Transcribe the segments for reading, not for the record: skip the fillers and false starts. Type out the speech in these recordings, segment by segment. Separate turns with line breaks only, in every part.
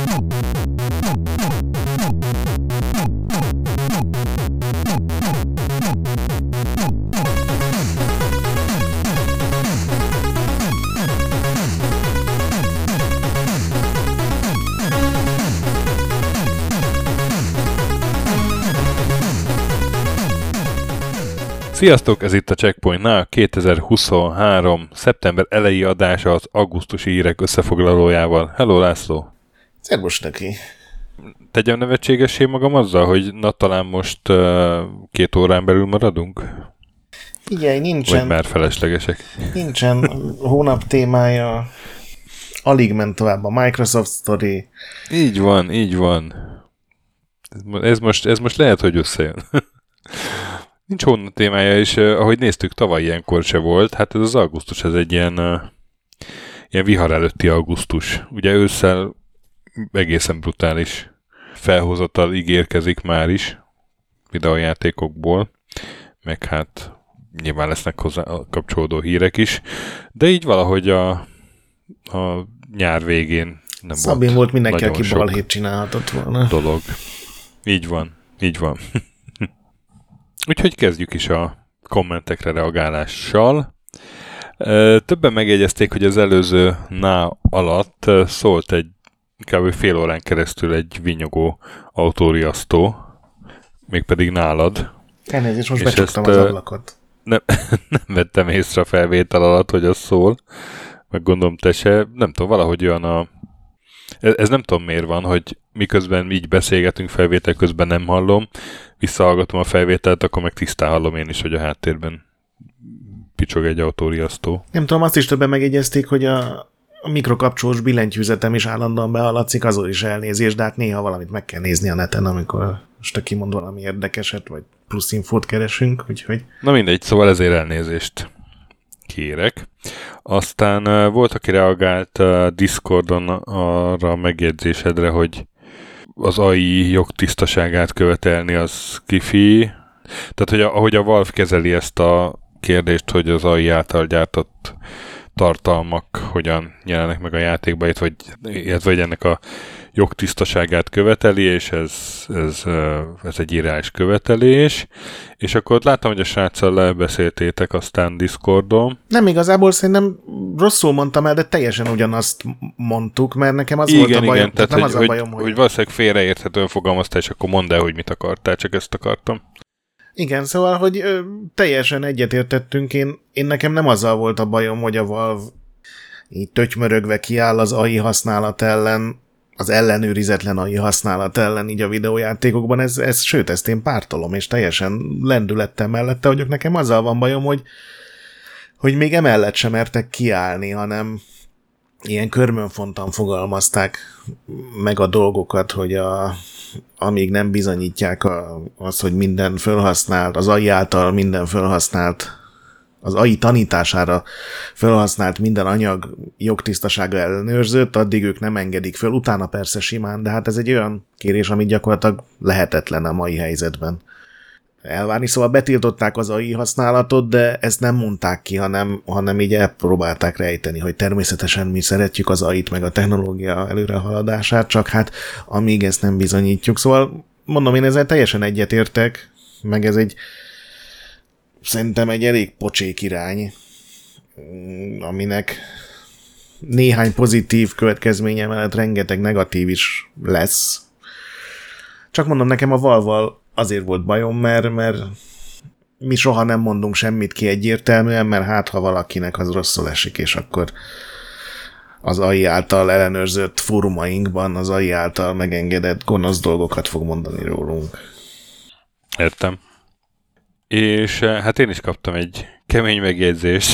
Sziasztok, ez itt a Checkpointnál 2023. szeptember elejé adása az augusztusi hírek összefoglalójával. Hello, László!
Szervus neki!
Tegyem nevetségessé magam azzal, hogy talán most 2 órán belül maradunk?
Igen, nincsen.
Vagy már feleslegesek?
Nincsen hónap témája. Alig ment tovább a Microsoft Story.
Így van. Ez most lehet, hogy összejön. Nincs hónap témája, és ahogy néztük, tavaly ilyenkor se volt. Hát ez az augusztus, ez egy ilyen vihar előtti augusztus. Ugye ősszel egészen brutális felhozatal ígérkezik már is videójátékokból, meg hát nyilván lesznek hozzá kapcsolódó hírek is, de így valahogy a nyár végén nem
Szabin volt mindenki, aki balhét csinálhatott volna.
Dolog. Így van. Úgyhogy kezdjük is a kommentekre reagálással. Többen megjegyezték, hogy az előző alatt szólt egy kb. Fél órán keresztül egy vinyogó autóriasztó, mégpedig nálad.
Elnézést, most becsuktam az ablakot.
Nem vettem észre a felvétel alatt, hogy az szól. Meg gondolom te se. Nem tudom, valahogy olyan ez nem tudom miért van, hogy miközben így beszélgetünk, felvétel közben nem hallom, visszahallgatom a felvételt, akkor meg tisztán hallom én is, hogy a háttérben picsog egy autóriasztó.
Nem tudom, azt is többen megjegyezték, hogy a mikrokapcsolós billentyűzetem is állandóan behallatszik, azon is elnézés, de hát néha valamit meg kell nézni a neten, amikor most kimond valami érdekeset, vagy plusz infót keresünk, úgyhogy...
Na mindegy, szóval ezért elnézést kérek. Aztán volt, aki reagált Discordon arra a megjegyzésedre, hogy az AI jogtisztaságát követelni az kifi. Tehát, hogy ahogy a Valve kezeli ezt a kérdést, hogy az AI által gyártott tartalmak hogyan jelennek meg a játékba, illetve ennek a jogtisztaságát követeli, és ez egy írás követelés. És akkor ott láttam, hogy a sráccal lebeszéltétek aztán Discordon.
Nem igazából, szerintem rosszul mondtam el, de teljesen ugyanazt mondtuk, mert nekem az volt a bajom.
Igen, tehát
nem az a bajom,
hogy valószínűleg félreérthetően fogalmaztál, és akkor mondd el, hogy mit akartál, csak ezt akartam.
Igen, szóval, hogy teljesen egyetértettünk. Én nekem nem azzal volt a bajom, hogy a Valve így tötymörögve kiáll az AI használat ellen, az ellenőrizetlen AI használat ellen így a videójátékokban. Sőt, ezt én pártolom, és teljesen lendülettem mellette vagyok. Nekem azzal van bajom, hogy még emellett sem mertek kiállni, hanem ilyen körmönfontan fogalmazták meg a dolgokat, hogy amíg nem bizonyítják az, hogy minden felhasznált, az AI által minden felhasznált, az AI tanítására felhasznált minden anyag jogtisztasága ellenőrzött, addig ők nem engedik föl, utána persze simán, de hát ez egy olyan kérés, amit gyakorlatilag lehetetlen a mai helyzetben elvárni. Szóval betiltották az AI használatot, de ezt nem mondták ki, hanem így elpróbálták rejteni, hogy természetesen mi szeretjük az AI-t, meg a technológia előrehaladását, csak hát amíg ezt nem bizonyítjuk. Szóval mondom, én ezzel teljesen egyetértek, meg ez szerintem egy elég pocsék irány, aminek néhány pozitív következménye mellett rengeteg negatív is lesz. Csak mondom, nekem a Valve-val azért volt bajom, mert mi soha nem mondunk semmit ki egyértelműen, mert hát ha valakinek az rosszul esik, és akkor az AI által ellenőrzött fórumainkban az AI által megengedett gonosz dolgokat fog mondani rólunk.
Értem. És hát én is kaptam egy kemény megjegyzést,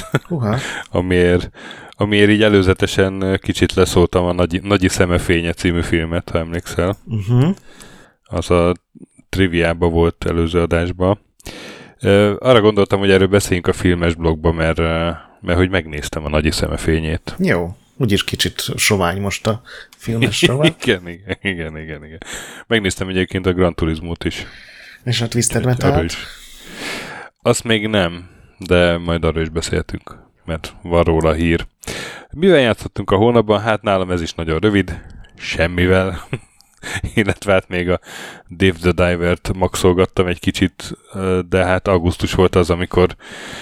amiért így előzetesen kicsit leszóltam a Nagyi szemefénye című filmet, ha emlékszel. Az a triviában volt előző adásban. Arra gondoltam, hogy erről beszéljünk a filmes blogban, mert hogy megnéztem a Nagyi szemefényét.
Jó, úgyis kicsit sovány most a filmes rovat.
Igen. Megnéztem egyébként a Gran Turismót is.
És a Twisted Metal-t?
Azt még nem, de majd arról is beszéltünk, mert van róla hír. Mivel játszottunk a hónapban? Hát nálam ez is nagyon rövid. semmivel, illetve hát még a Dave the Diver-t maxolgattam egy kicsit, de hát augusztus volt az, amikor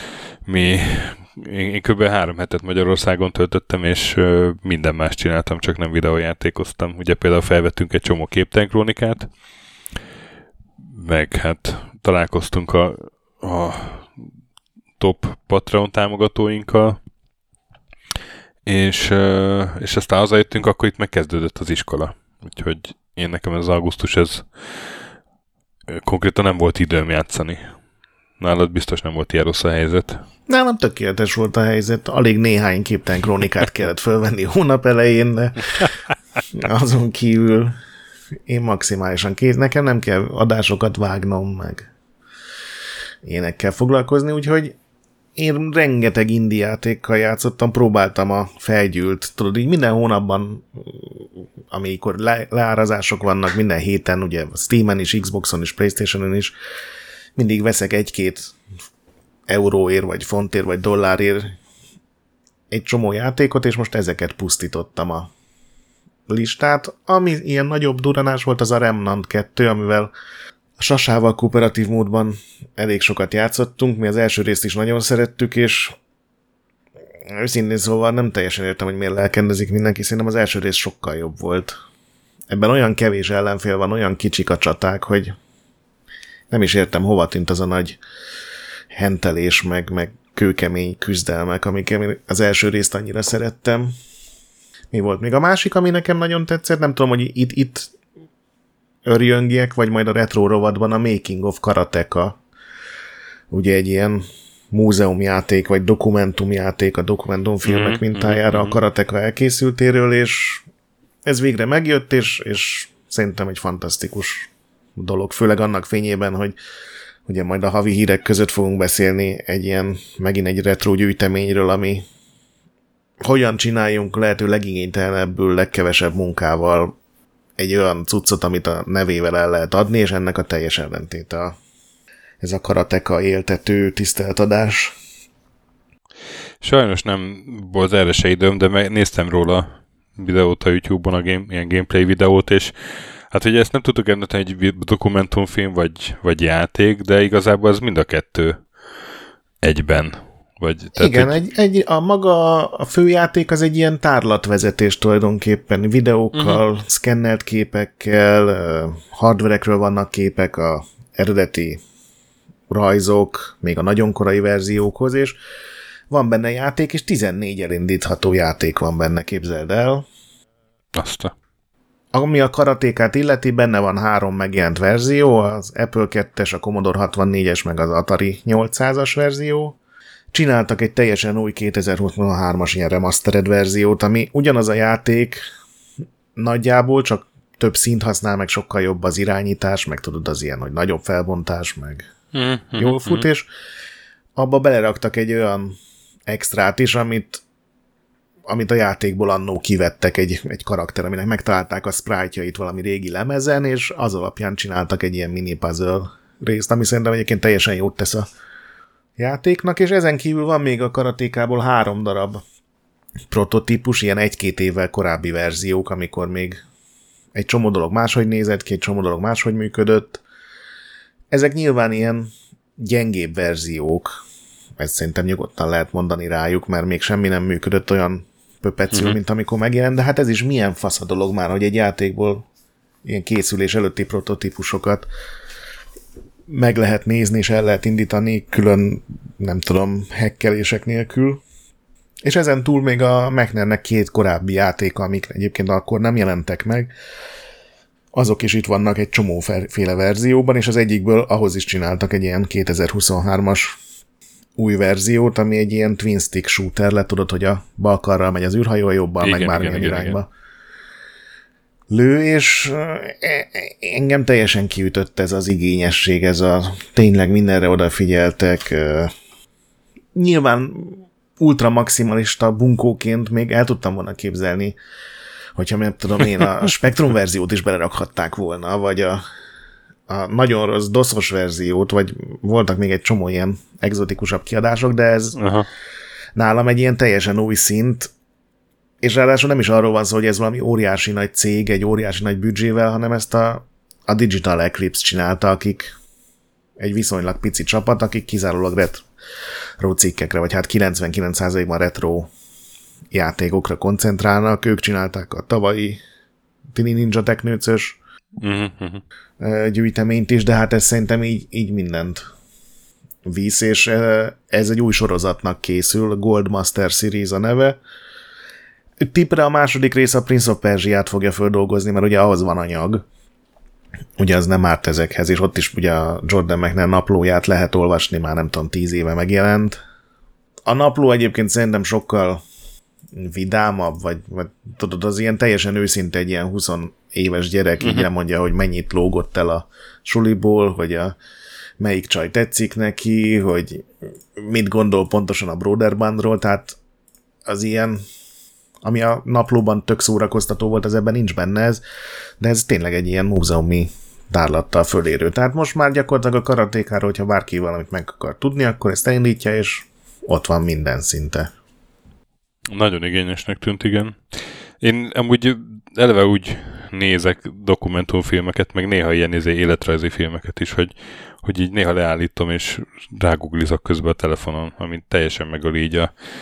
én kb. 3 hetet Magyarországon töltöttem, és minden más csináltam, csak nem videójátékoztam. Ugye például felvettünk egy csomó képtelen krónikát, meg hát találkoztunk a top Patreon támogatóinkkal, és aztán hazajöttünk, akkor itt megkezdődött az iskola. Úgyhogy nekem ez az augusztus, ez konkrétan nem volt időm játszani. Nálad biztos nem volt ilyen rossz a helyzet.
Nem, tökéletes volt a helyzet. Alig néhány képtelen krónikát kellett fölvenni hónap elején, de azon kívül én maximálisan kész. Nekem nem kell adásokat vágnom, meg énekkel foglalkozni, úgyhogy én rengeteg indie játékkal játszottam, próbáltam a felgyűlt, tudod, így minden hónapban, amikor leárazások vannak, minden héten, ugye Steamen is, Xboxon is, PlayStationon is, mindig veszek 1-2 euróért, vagy fontért, vagy dollárért egy csomó játékot, és most ezeket pusztítottam a listát. Ami ilyen nagyobb duranás volt, az a Remnant 2, amivel a Sasával kooperatív módban elég sokat játszottunk, mi az első részt is nagyon szerettük, és őszintén szóval nem teljesen értem, hogy miért lelkendezik mindenki, szerintem az első rész sokkal jobb volt. Ebben olyan kevés ellenfél van, olyan kicsik a csaták, hogy nem is értem, hova tűnt az a nagy hentelés, meg kőkemény küzdelmek, amik az első részt annyira szerettem. Mi volt még a másik, ami nekem nagyon tetszett? Nem tudom, hogy itt örjöngjek, vagy majd a retro rovatban a Making of Karateka. Ugye egy ilyen múzeumjáték, vagy dokumentumjáték a dokumentumfilmek mintájára a Karateka elkészültéről, és ez végre megjött, és szerintem egy fantasztikus dolog, főleg annak fényében, hogy ugye majd a havi hírek között fogunk beszélni megint egy retro gyűjteményről, ami hogyan csináljunk lehető legigénytelenebbül, legkevesebb munkával egy olyan cuccot, amit a nevével el lehet adni, és ennek a teljes ellentéte ez a Karateka éltető tiszteletadás.
Sajnos nem volt erre se időm, de néztem róla videót a YouTube-on, ilyen gameplay videót, és hát ugye ezt nem tudtuk említeni, egy dokumentumfilm vagy játék, de igazából ez mind a kettő egyben.
Igen, a főjáték az egy ilyen tárlatvezetés tulajdonképpen, videókkal, szkennelt képekkel, hardverekről vannak képek, a eredeti rajzok, még a nagyon korai verziókhoz, és van benne játék, és 14 elindítható játék van benne, képzeld el. Ami a karatékát illeti, benne van 3 megjelent verzió, az Apple 2-es, a Commodore 64-es, meg az Atari 800-as verzió. Csináltak egy teljesen új 2023-as ilyen remastered verziót, ami ugyanaz a játék nagyjából, csak több színt használ, meg sokkal jobb az irányítás, meg tudod az ilyen, hogy nagyobb felbontás, meg jól fut, és abba beleraktak egy olyan extrát is, amit a játékból annó kivettek egy karakter, aminek megtalálták a sprite-jait valami régi lemezen, és az alapján csináltak egy ilyen mini puzzle részt, ami szerintem egyébként teljesen jót tesz a játéknak, és ezen kívül van még a karatékából 3 darab prototípus, ilyen 1-2 évvel korábbi verziók, amikor még egy csomó dolog máshogy nézett ki, egy csomó dolog máshogy működött. Ezek nyilván ilyen gyengébb verziók, ezt szerintem nyugodtan lehet mondani rájuk, mert még semmi nem működött olyan pöpecül, mint amikor megjelent, de hát ez is milyen fasz a dolog már, hogy egy játékból ilyen készülés előtti prototípusokat meg lehet nézni, és el lehet indítani külön, nem tudom, hekkelések nélkül. És ezen túl még a Mechnernek 2 korábbi játéka, amik egyébként akkor nem jelentek meg, azok is itt vannak egy csomóféle verzióban, és az egyikből ahhoz is csináltak egy ilyen 2023-as új verziót, ami egy ilyen twin stick shooter, tudod, hogy a bal karral megy az űrhajó, jobbal meg bármilyen irányba lő, és engem teljesen kiütött ez az igényesség, ez a tényleg mindenre odafigyeltek. Nyilván ultramaximalista bunkóként még el tudtam volna képzelni, hogyha nem tudom én, a Spectrum verziót is belerakhatták volna, vagy a nagyon rossz DOS-os verziót, vagy voltak még egy csomó ilyen egzotikusabb kiadások, de ez nálam egy ilyen teljesen új szint, És ráadásul nem is arról van szó, hogy ez valami óriási nagy cég, egy óriási nagy büdzsével, hanem ezt a Digital Eclipse csinálta, akik egy viszonylag pici csapat, akik kizárólag retro cikkekre, vagy hát 99%-ban retro játékokra koncentrálnak. Ők csinálták a tavalyi Tini Ninja Teknőcös gyűjteményt is, de hát ez szerintem így mindent visz, és ez egy új sorozatnak készül, Gold Master Series a neve. Tippre a második rész a Prince of Persia-t fogja földolgozni, mert ugye ahhoz van anyag. Ugye az nem árt ezekhez, és ott is ugye a Jordan McNair naplóját lehet olvasni, már nem tudom, 10 éve megjelent. A napló egyébként szerintem sokkal vidámabb, vagy tudod, az ilyen teljesen őszinte, egy ilyen 20 éves gyerek így mondja, hogy mennyit lógott el a suliból, hogy melyik csaj tetszik neki, hogy mit gondol pontosan a Broderbandról, tehát az ilyen, ami a naplóban tök szórakoztató volt, az ebben nincs benne ez, de ez tényleg egy ilyen múzeumi tárlattal fölérő. Tehát most már gyakorlatilag a karatékáról, hogyha bárki valamit meg akar tudni, akkor ezt elindítja, és ott van minden szinte.
Nagyon igényesnek tűnt, igen. Én amúgy eleve úgy nézek dokumentumfilmeket, meg néha ilyen életrajzi filmeket is, hogy így néha leállítom, és ráguglizok közben a telefonon, amint teljesen megöl így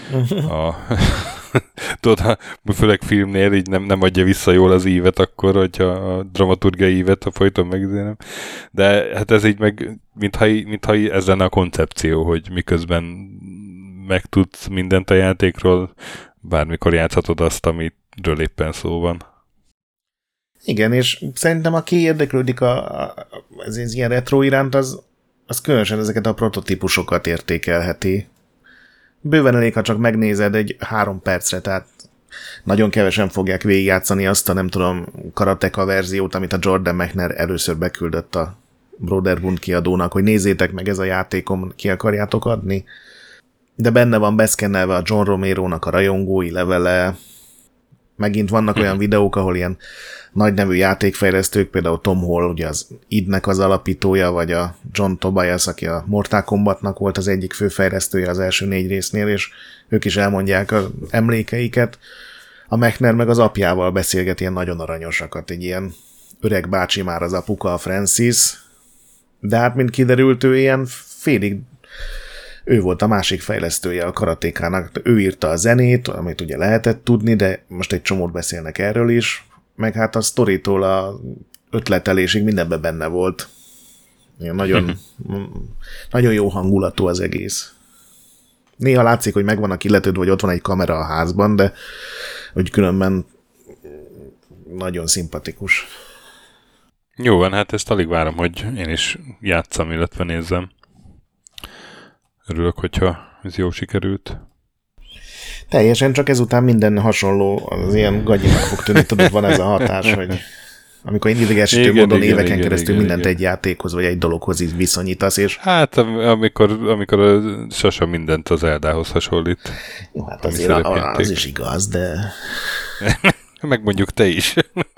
tudod, főleg filmnél így nem adja vissza jól az ívet akkor, hogyha a dramaturgiai ívet folyton megnézem. De hát ez így meg, mintha ez lenne a koncepció, hogy miközben megtudsz mindent a játékról, bármikor játszhatod azt, amiről éppen szó van.
Igen, és szerintem aki érdeklődik ez ilyen retro iránt, az különösen ezeket a prototípusokat értékelheti. Bőven elég, ha csak megnézed egy 3 percre, tehát nagyon kevesen fogják végigjátszani azt a nem tudom karateka verziót, amit a Jordan McNair először beküldött a Broderbund kiadónak, hogy nézzétek meg, ez a játékom, ki akarjátok adni. De benne van beszkennelve a John Romero-nak a rajongói levele. Megint vannak olyan videók, ahol ilyen nagy nevű játékfejlesztők, például Tom Hall, ugye az id-nek az alapítója, vagy a John Tobias, aki a Mortal Kombatnak volt az egyik főfejlesztője az első 4 résznél, és ők is elmondják az emlékeiket. A McNair meg az apjával beszélget ilyen nagyon aranyosakat, egy ilyen öreg bácsi már az apuka, a Francis, de hát mint kiderült, ő ilyen félig ő volt a másik fejlesztője a karatékának, ő írta a zenét, amit ugye lehetett tudni, de most egy csomót beszélnek erről is, meg hát a sztoritól a ötletelésig mindenben benne volt. Nagyon, nagyon jó hangulatú az egész. Néha látszik, hogy megvan a kiletőd, vagy ott van egy kamera a házban, de hogy különben nagyon szimpatikus.
Jó van, hát ezt alig várom, hogy én is játsszam, illetve nézzem. Örülök, hogyha ez jól sikerült.
Teljesen, csak ezután minden hasonló, az ilyen gagyinak fog tűnni, tudod, van ez a hatás, hogy amikor idegesítő módon éveken keresztül mindent egy játékhoz, vagy egy dologhoz viszonyítasz, és...
Hát, amikor a Sasa mindent az Eldához hasonlít.
Jó, hát azért az is igaz, de...
Meg mondjuk te is.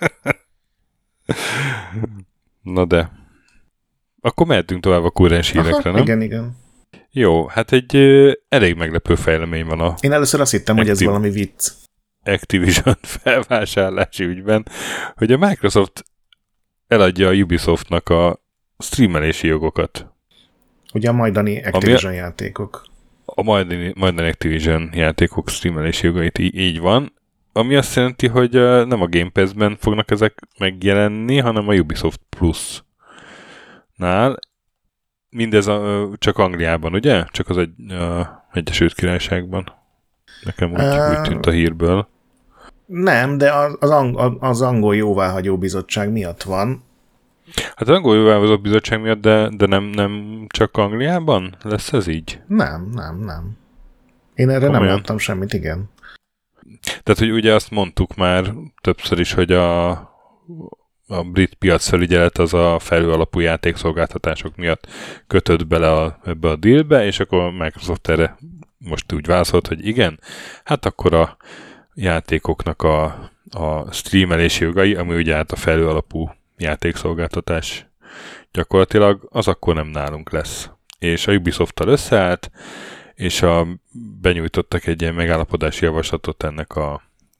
Na de... Akkor mehetünk tovább a kurrens hírekre, nem?
Igen.
Jó, hát egy elég meglepő fejlemény van a...
Én először azt hittem, hogy ez valami vicc.
Activision felvásárlási ügyben, hogy a Microsoft eladja a Ubisoftnak a streamelési jogokat.
Ugye a majdani Activision játékok.
A majdani Activision játékok streamelési jogait így van, ami azt jelenti, hogy nem a Game Pass-ben fognak ezek megjelenni, hanem a Ubisoft Plus-nál. Mindez csak Angliában, ugye? Csak az Egyesült Királyságban. Nekem úgy tűnt a hírből.
Nem, de az angol jóváhagyó bizottság miatt van.
Hát az angol jóváhagyó bizottság miatt, de nem csak Angliában lesz ez így?
Nem. Én erre nem láttam semmit, igen.
Tehát, hogy ugye azt mondtuk már többször is, hogy a brit piacfelügyelet az a felhőalapú játékszolgáltatások miatt kötött bele ebbe a dealbe, és akkor Microsoft erre most úgy válaszolt, hogy igen, hát akkor a játékoknak a streamelési jogai, ami ugye hát a felhőalapú játékszolgáltatás gyakorlatilag, az akkor nem nálunk lesz. És a Ubisoft-tal összeállt, és benyújtottak egy ilyen megállapodási javaslatot ennek a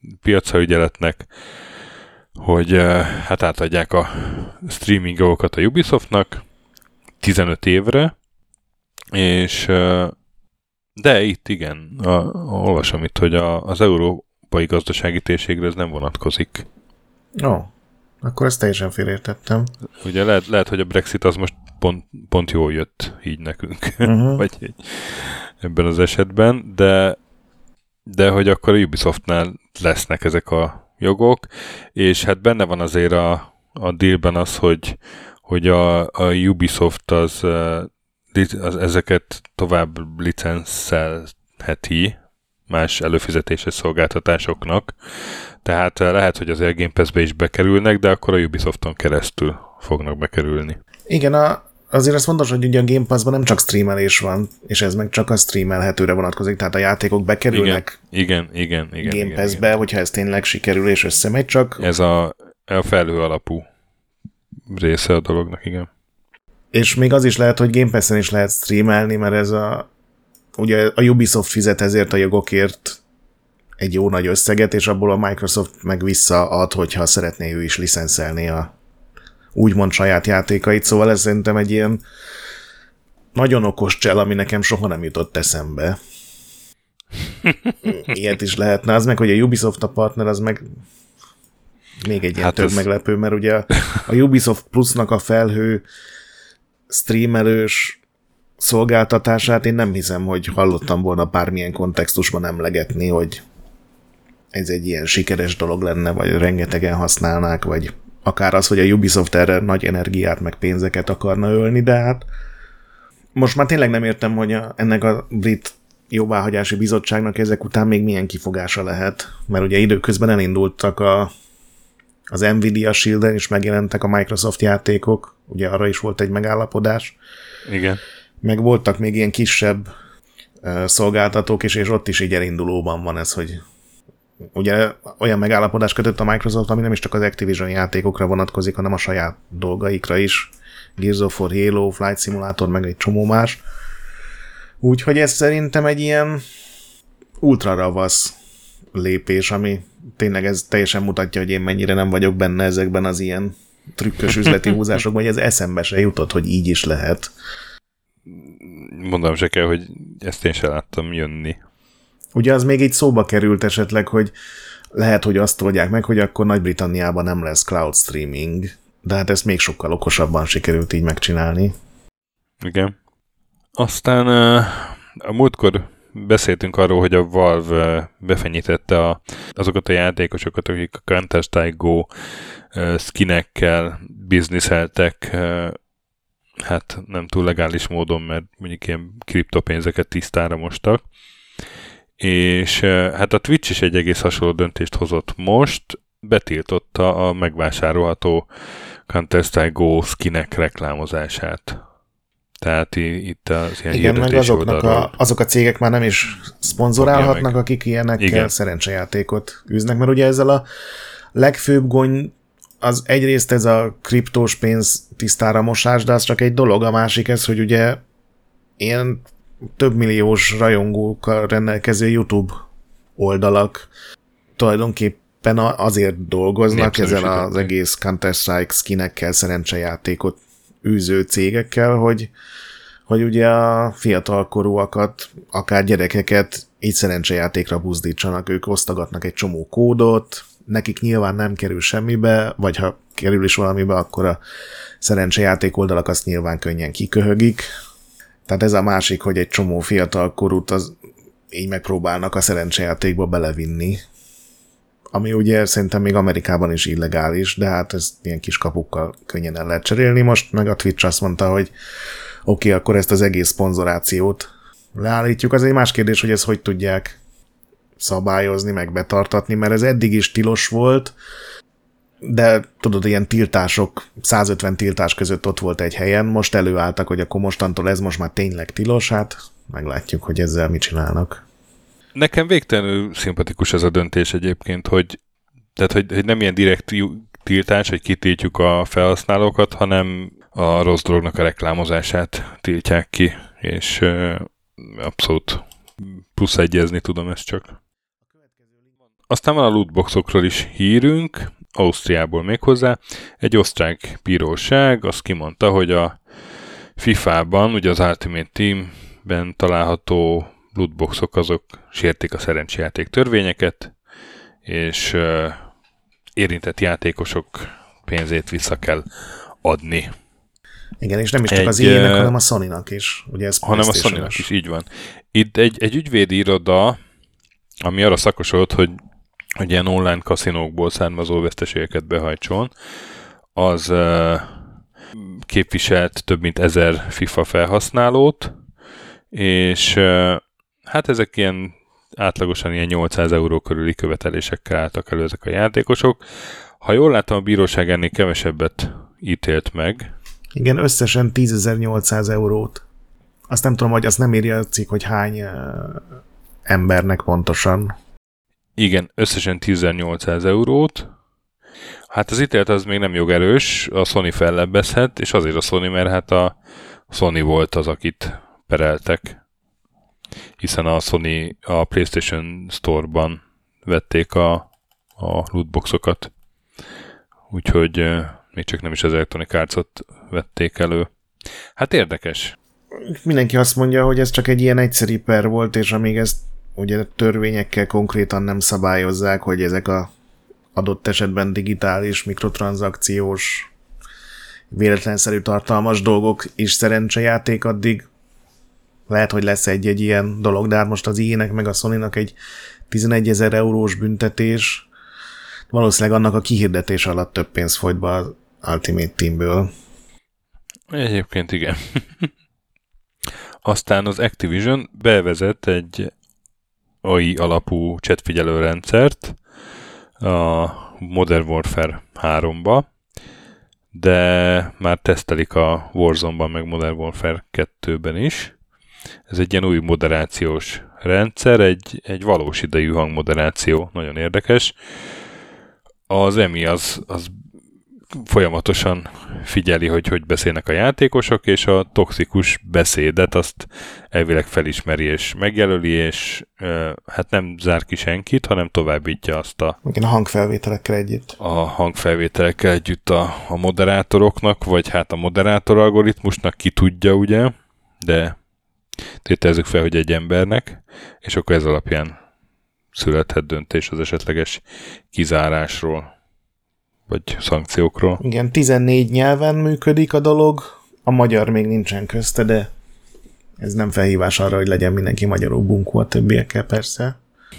piacfelügyeletnek, hogy hát átadják a streaming jogokat a Ubisoftnak 15 évre, és de itt igen, olvasom itt, hogy az európai gazdasági térségre ez nem vonatkozik.
Akkor ezt teljesen félreértettem.
Ugye lehet, hogy a Brexit az most pont jól jött így nekünk, vagy ebben az esetben, de hogy akkor a Ubisoftnál lesznek ezek a jogok, és hát benne van azért a dealben az, hogy a Ubisoft az ezeket tovább licenszelheti más előfizetéses szolgáltatásoknak, tehát lehet, hogy azért Game Pass-be is bekerülnek, de akkor a Ubisofton keresztül fognak bekerülni.
Igen, azért azt fontos, hogy ugye a Game Pass-ban nem csak streamelés van, és ez meg csak a streamelhetőre vonatkozik, tehát a játékok bekerülnek
igen,
Game Pass-be, hogyha ez tényleg sikerül és összemegy, csak...
Ez a felhő alapú része a dolognak, igen.
És még az is lehet, hogy Game Pass-en is lehet streamelni, mert ugye a Ubisoft fizet ezért a jogokért egy jó nagy összeget, és abból a Microsoft meg visszaad, hogyha szeretné ő is licenszelni a úgymond saját játékait, szóval ez szerintem egy ilyen nagyon okos csel, ami nekem soha nem jutott eszembe. Ilyet is lehetne. Az meg, hogy a Ubisoft a partner, az meg még egy ilyen több meglepő, mert ugye a Ubisoft Plusnak a felhő streamelős szolgáltatását én nem hiszem, hogy hallottam volna bármilyen kontextusban emlegetni, hogy ez egy ilyen sikeres dolog lenne, vagy rengetegen használnák, vagy akár az, hogy a Ubisoft erre nagy energiát meg pénzeket akarna ölni, de hát most már tényleg nem értem, hogy ennek a brit jóváhagyási bizottságnak ezek után még milyen kifogása lehet, mert ugye időközben elindultak az Nvidia Shield-en is megjelentek a Microsoft játékok, ugye arra is volt egy megállapodás.
Igen.
Meg voltak még ilyen kisebb szolgáltatók is, és ott is így elindulóban van ez, hogy ugye olyan megállapodás kötött a Microsoft, ami nem is csak az Activision játékokra vonatkozik, hanem a saját dolgaikra is. Gears of War, Halo, Flight Simulator, meg egy csomó más. Úgyhogy ez szerintem egy ilyen ultra ravasz lépés, ami tényleg ez teljesen mutatja, hogy én mennyire nem vagyok benne ezekben az ilyen trükkös üzleti húzásokban, hogy ez eszembe se jutott, hogy így is lehet.
Mondom se kell, hogy ezt én se láttam jönni.
Ugye az még így szóba került esetleg, hogy lehet, hogy azt oldják meg, hogy akkor Nagy-Britanniában nem lesz cloud streaming, de hát ezt még sokkal okosabban sikerült így megcsinálni. Igen.
Aztán a múltkor beszéltünk arról, hogy a Valve befenyítette azokat a játékosokat, akik a Counter-Strike Go skinekkel bizniszeltek, hát nem túl legális módon, mert mondjuk ilyen kriptopénzeket tisztára mostak. És hát a Twitch is egy egész hasonló döntést hozott most, betiltotta a megvásárolható Counter-Strike Go skinek reklámozását. Tehát itt az ilyen hirdetési oldalról.
Azok a cégek már nem is szponzorálhatnak, akik ilyenekkel szerencsejátékot űznek, mert ugye ezzel a legfőbb gond az egyrészt ez a kriptós pénz tisztára mosás, de az csak egy dolog, a másik ez, hogy ugye ilyen több milliós rajongókkal rendelkező YouTube oldalak tulajdonképpen azért dolgoznak ezzel az egész Counter-Strike skinekkel, szerencsejátékot űző cégekkel, hogy ugye a fiatalkorúakat, akár gyerekeket így szerencsejátékra buzdítsanak, ők osztogatnak egy csomó kódot, nekik nyilván nem kerül semmibe, vagy ha kerül is valamibe, akkor a szerencsejáték oldalak azt nyilván könnyen kiköhögik. Tehát ez a másik, hogy egy csomó fiatalkorút az így megpróbálnak a szerencsejátékba belevinni, ami ugye szerintem még Amerikában is illegális, de hát ez ilyen kis kapukkal könnyen el lehet cserélni. Most meg a Twitch azt mondta, hogy oké, akkor ezt az egész szponzorációt leállítjuk. Az egy más kérdés, hogy ezt hogy tudják szabályozni, meg betartatni, mert ez eddig is tilos volt, de tudod, ilyen tiltások, 150 tiltás között ott volt egy helyen, most előálltak, hogy akkor mostantól ez most már tényleg tilos, hát meglátjuk, hogy ezzel mit csinálnak.
Nekem végtelenül szimpatikus ez a döntés egyébként, hogy nem ilyen direkt tiltás, hogy kitiltjuk a felhasználókat, hanem a rossz dolognak a reklámozását tiltják ki, és abszolút plusz egyezni tudom ezt csak. Aztán van a lootboxokról is hírünk, Ausztriából méghozzá. Egy osztrák bíróság azt kimondta, hogy a FIFA-ban, ugye az Ultimate Teamben található lootboxok azok sértik a szerencsejáték törvényeket, és érintett játékosok pénzét vissza kell adni.
Igen, és nem is csak az EA-nek, hanem a Sony-nak is. Ugye ez
hanem a Sony-nak is, így van. Itt egy ügyvédi iroda, ami arra szakosodott, hogy ilyen online kaszinókból származó veszteségeket behajtson, az képviselt több mint 1000 FIFA felhasználót, és hát ezek ilyen átlagosan ilyen 800 euró körüli követelésekkel álltak elő ezek a játékosok. Ha jól látom, a bíróság ennél kevesebbet ítélt meg.
Igen, összesen 10.800 eurót. Azt nem tudom, hogy azt nem írja a cikk, hogy hány embernek pontosan.
Igen, összesen 10.800 eurót. Hát az ítélet az még nem jogerős, a Sony fellebbezhet, és azért a Sony, mert hát a Sony volt az, akit pereltek. Hiszen a Sony a PlayStation Store-ban vették a lootboxokat. Úgyhogy még csak nem is az Electronic Arts-ot vették elő. Hát érdekes.
Mindenki azt mondja, hogy ez csak egy ilyen egyszerű per volt, és amíg ezt ugye törvényekkel konkrétan nem szabályozzák, hogy ezek a adott esetben digitális, mikrotranszakciós, véletlenszerű tartalmas dolgok is szerencsejáték, addig lehet, hogy lesz egy ilyen dolog, de hát most az EA-nek meg a Sony-nak egy 11.000 eurós büntetés, valószínűleg annak a kihirdetés alatt több pénz folyt be az Ultimate Teamből.
Egyébként igen. Aztán az Activision bevezet egy AI alapú chatfigyelő rendszert a Modern Warfare 3-ba, de már tesztelik a Warzone-ban meg Modern Warfare 2-ben is. Ez egy ilyen új moderációs rendszer, egy valós idejű hangmoderáció, nagyon érdekes. Az EMI az folyamatosan figyeli, hogy beszélnek a játékosok, és a toxikus beszédet azt elvileg felismeri és megjelöli, és hát nem zár ki senkit, hanem továbbítja azt a
hangfelvételekkel együtt.
A hangfelvételekkel együtt a moderátoroknak, vagy hát a moderátor algoritmusnak, ki tudja, ugye, de tételezzük fel, hogy egy embernek, és akkor ez alapján születhet döntés az esetleges kizárásról, vagy szankciókról.
Igen, 14 nyelven működik a dolog, a magyar még nincsen közte, de ez nem felhívás arra, hogy legyen mindenki magyarul bunkó a többiekkel, persze.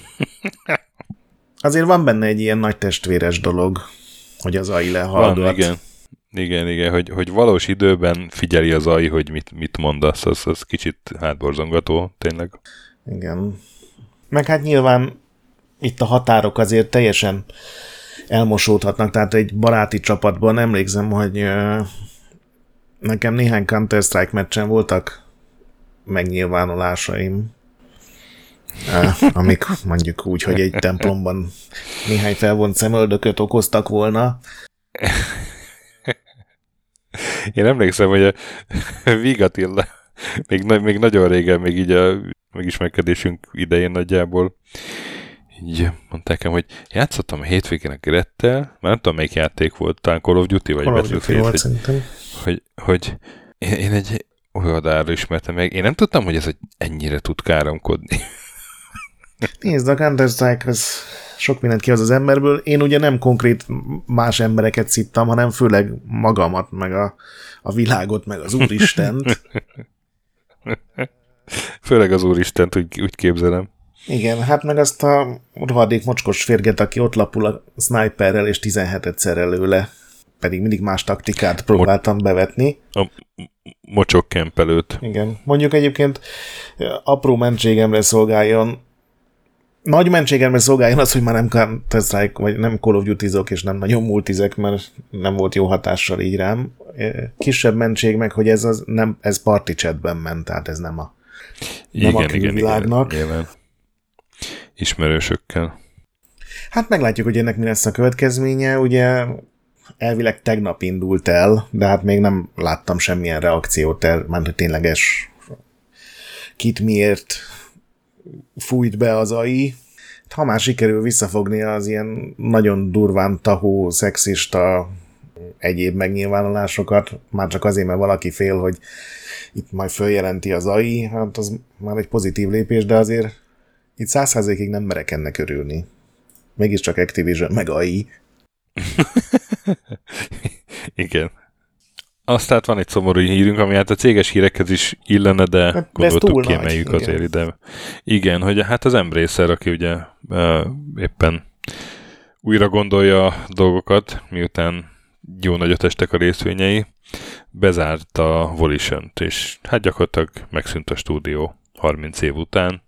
Azért van benne egy ilyen nagy testvéres dolog, hogy az AI lehallgat.
Van, igen, hogy valós időben figyeli az AI, hogy mit mondasz, az kicsit hátborzongató, tényleg.
Igen. Meg hát nyilván itt a határok azért teljesen elmosódhatnak, tehát egy baráti csapatban emlékszem, hogy nekem néhány Counter-Strike meccsen voltak megnyilvánulásaim, amik mondjuk úgy, hogy egy templomban néhány felvont szemöldököt okoztak volna.
Én emlékszem, hogy a Vig Attila még nagyon régen, még így a megismerkedésünk idején nagyjából így mondták nekem, hogy játszottam a hétvégén a Grettel, már nem tudom, melyik játék volt, talán Call of Duty, vagy Battlefield, hogy én egy olyadára ismertem meg. Én nem tudtam, hogy ez ennyire tud káromkodni.
Nézd, a Counter-Strike az sok mindent kihoz az emberből. Én ugye nem konkrét más embereket szittam, hanem főleg magamat, meg a világot, meg az Úristent.
Főleg az Úristent, úgy képzelem.
Igen, hát meg azt a rohadék mocskos férget, aki ott lapul a sniperrel, és 17-et szerel előle. Pedig mindig más taktikát próbáltam bevetni.
A mocsok kempelőt.
Igen. Mondjuk egyébként apró mentségemre szolgáljon, nagy mentségemre szolgáljon az, hogy már nem Counter-Strike, vagy nem Call of Duty-zok, és nem nagyon multizek, mert nem volt jó hatással így rám. Kisebb mentség meg, hogy ez party chatben ment, tehát ez nem a külvilágnak.
Igen. Ismerősökkel.
Hát meglátjuk, hogy ennek mi lesz a következménye. Ugye elvileg tegnap indult el, de hát még nem láttam semmilyen reakciót mert hogy tényleges kit miért fújt be az AI. Ha már sikerül visszafogni az ilyen nagyon durván tahó, szexista egyéb megnyilvánulásokat, már csak azért, mert valaki fél, hogy itt majd följelenti az AI, hát az már egy pozitív lépés, de azért itt 100%-ig nem merek ennek örülni. Mégiscsak Activision meg AI.
Igen. Aztán van egy szomorú hírünk, ami hát a céges hírekhez is illene, de hát gondoltuk kiemeljük azért ide. Igen, hogy hát az Embracer, aki ugye éppen újra gondolja a dolgokat, miután jó nagyot estek a részvényei, bezárt a Volition-t, és hát gyakorlatilag megszűnt a stúdió 30 év után.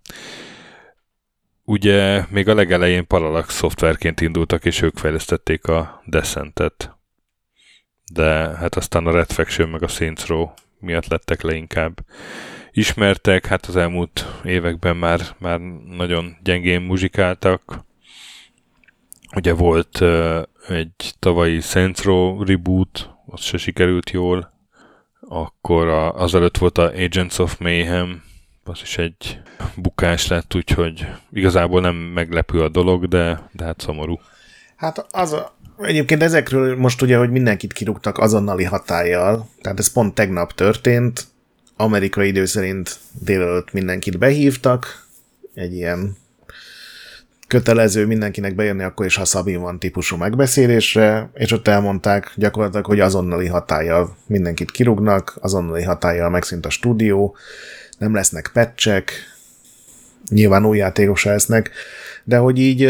Ugye még a legelején Parallax szoftverként indultak, és ők fejlesztették a Descentet. De hát aztán a Red Faction meg a Saints Row miatt lettek le inkább ismertek, hát az elmúlt években már nagyon gyengén muzsikáltak. Ugye volt egy tavalyi Saints Row reboot, az se sikerült jól. Akkor azelőtt volt a Agents of Mayhem, az is egy bukás lett, úgyhogy igazából nem meglepő a dolog, de hát szomorú.
Hát egyébként ezekről most ugye, hogy mindenkit kirúgtak azonnali hatállyal, tehát ez pont tegnap történt, amerikai idő szerint délelőtt mindenkit behívtak, egy ilyen kötelező mindenkinek bejönni akkor is, ha Szabin van típusú megbeszélésre, és ott elmondták gyakorlatilag, hogy azonnali hatállyal mindenkit kirúgnak, azonnali hatállyal megszűnt a stúdió, nem lesznek patchek, nyilván új játékok se lesznek, de hogy így